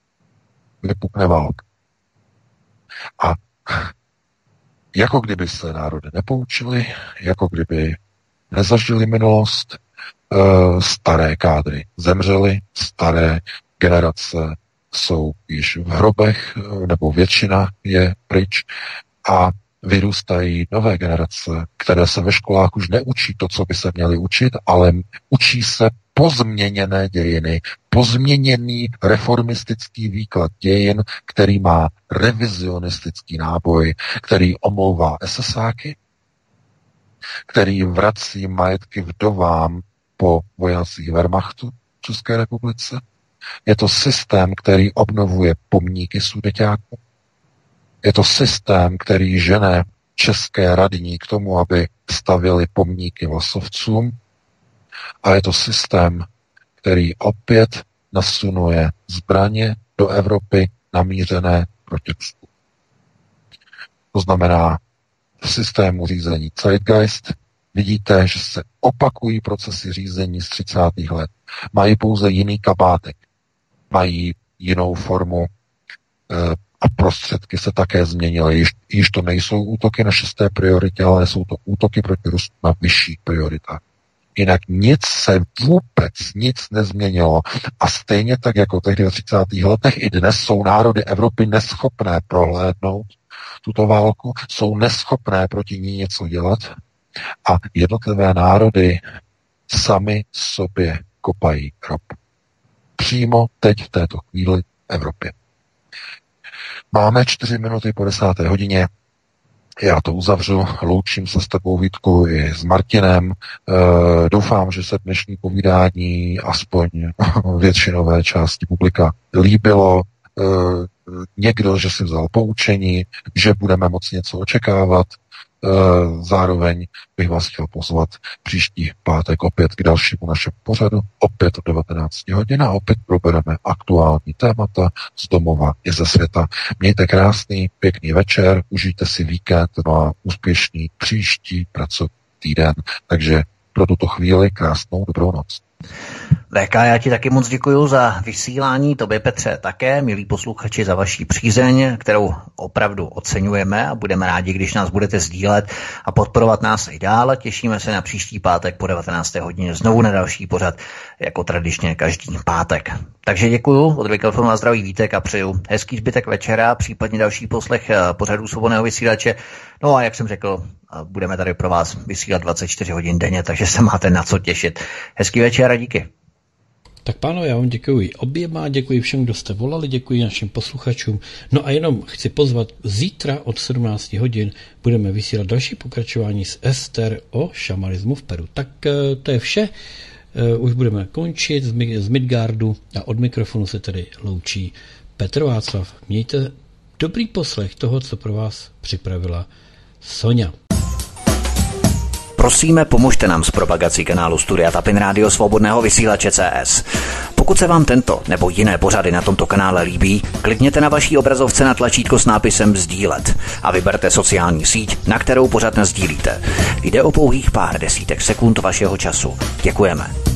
vypukne válka. A jako kdyby se národy nepoučili, jako kdyby nezažili minulost, staré kádry zemřely, staré generace jsou již v hrobech, nebo většina je pryč a vyrůstají nové generace, které se ve školách už neučí to, co by se měly učit, ale učí se pozměněné dějiny, pozměněný reformistický výklad dějin, který má revizionistický náboj, který omlouvá esesáky, který vrací majetky vdovám po vojácích Wehrmachtu v České republice. Je to systém, který obnovuje pomníky sudeťáků. Je to systém, který žene české radní k tomu, aby stavěli pomníky vlasovcům. A je to systém, který opět nasunuje zbraně do Evropy namířené proti Rusku. To znamená, v systému řízení Zeitgeist vidíte, že se opakují procesy řízení z třicátých let. Mají pouze jiný kabátek. Mají jinou formu e, a prostředky se také změnily. Již, již to nejsou útoky na šesté prioritě, ale jsou to útoky proti Rusku na vyšších prioritách. Jinak nic se vůbec nic nezměnilo. A stejně tak jako tehdy v třicátých letech, i dnes jsou národy Evropy neschopné prohlédnout tuto válku, jsou neschopné proti ní něco dělat a jednotlivé národy sami sobě kopají hrob. Přímo teď v této chvíli v Evropě. Máme čtyři minuty po desáté hodině. Já to uzavřu, loučím se s tebou, Vítku, i s Martinem. E, doufám, že se dnešní povídání aspoň většinové části publika líbilo e, někdo, že si vzal poučení, že budeme moci něco očekávat. E, zároveň bych vás chtěl pozvat příští pátek opět k dalšímu našemu pořadu, opět o devatenáct hodin a opět probereme aktuální témata z domova i ze světa. Mějte krásný, pěkný večer, užijte si víkend, no a úspěšný příští pracovní týden. Takže pro tuto chvíli krásnou dobrou noc. V K, já ti taky moc děkuju za vysílání, tobě Petře také, milí posluchači, za vaši přízeň, kterou opravdu oceňujeme a budeme rádi, když nás budete sdílet a podporovat nás i dál. Těšíme se na příští pátek po devatenácté hodině znovu na další pořad, jako tradičně každý pátek. Takže děkuju, od mikrofonu a zdraví Vítek a přeju hezký zbytek večera, případně další poslech pořadů Svobodného vysílače. No a jak jsem řekl, budeme tady pro vás vysílat dvacet čtyři hodin denně, takže se máte na co těšit. Hezký večer a díky. Tak pánové, já vám děkuji oběma, děkuji všem, kdo jste volali, děkuji našim posluchačům. No a jenom chci pozvat, zítra od sedmnáct hodin budeme vysílat další pokračování s Ester o šamanismu v Peru. Tak to je vše, už budeme končit z Midgardu a od mikrofonu se tedy loučí Petr Václav. Mějte dobrý poslech toho, co pro vás připravila Sonja. Prosíme, pomožte nám s propagací kanálu Studia Tapin Rádio Svobodného vysílače C S. Pokud se vám tento nebo jiné pořady na tomto kanále líbí, klikněte na vaší obrazovce na tlačítko s nápisem sdílet a vyberte sociální síť, na kterou pořad nasdílíte. Jde o pouhých pár desítek sekund vašeho času. Děkujeme.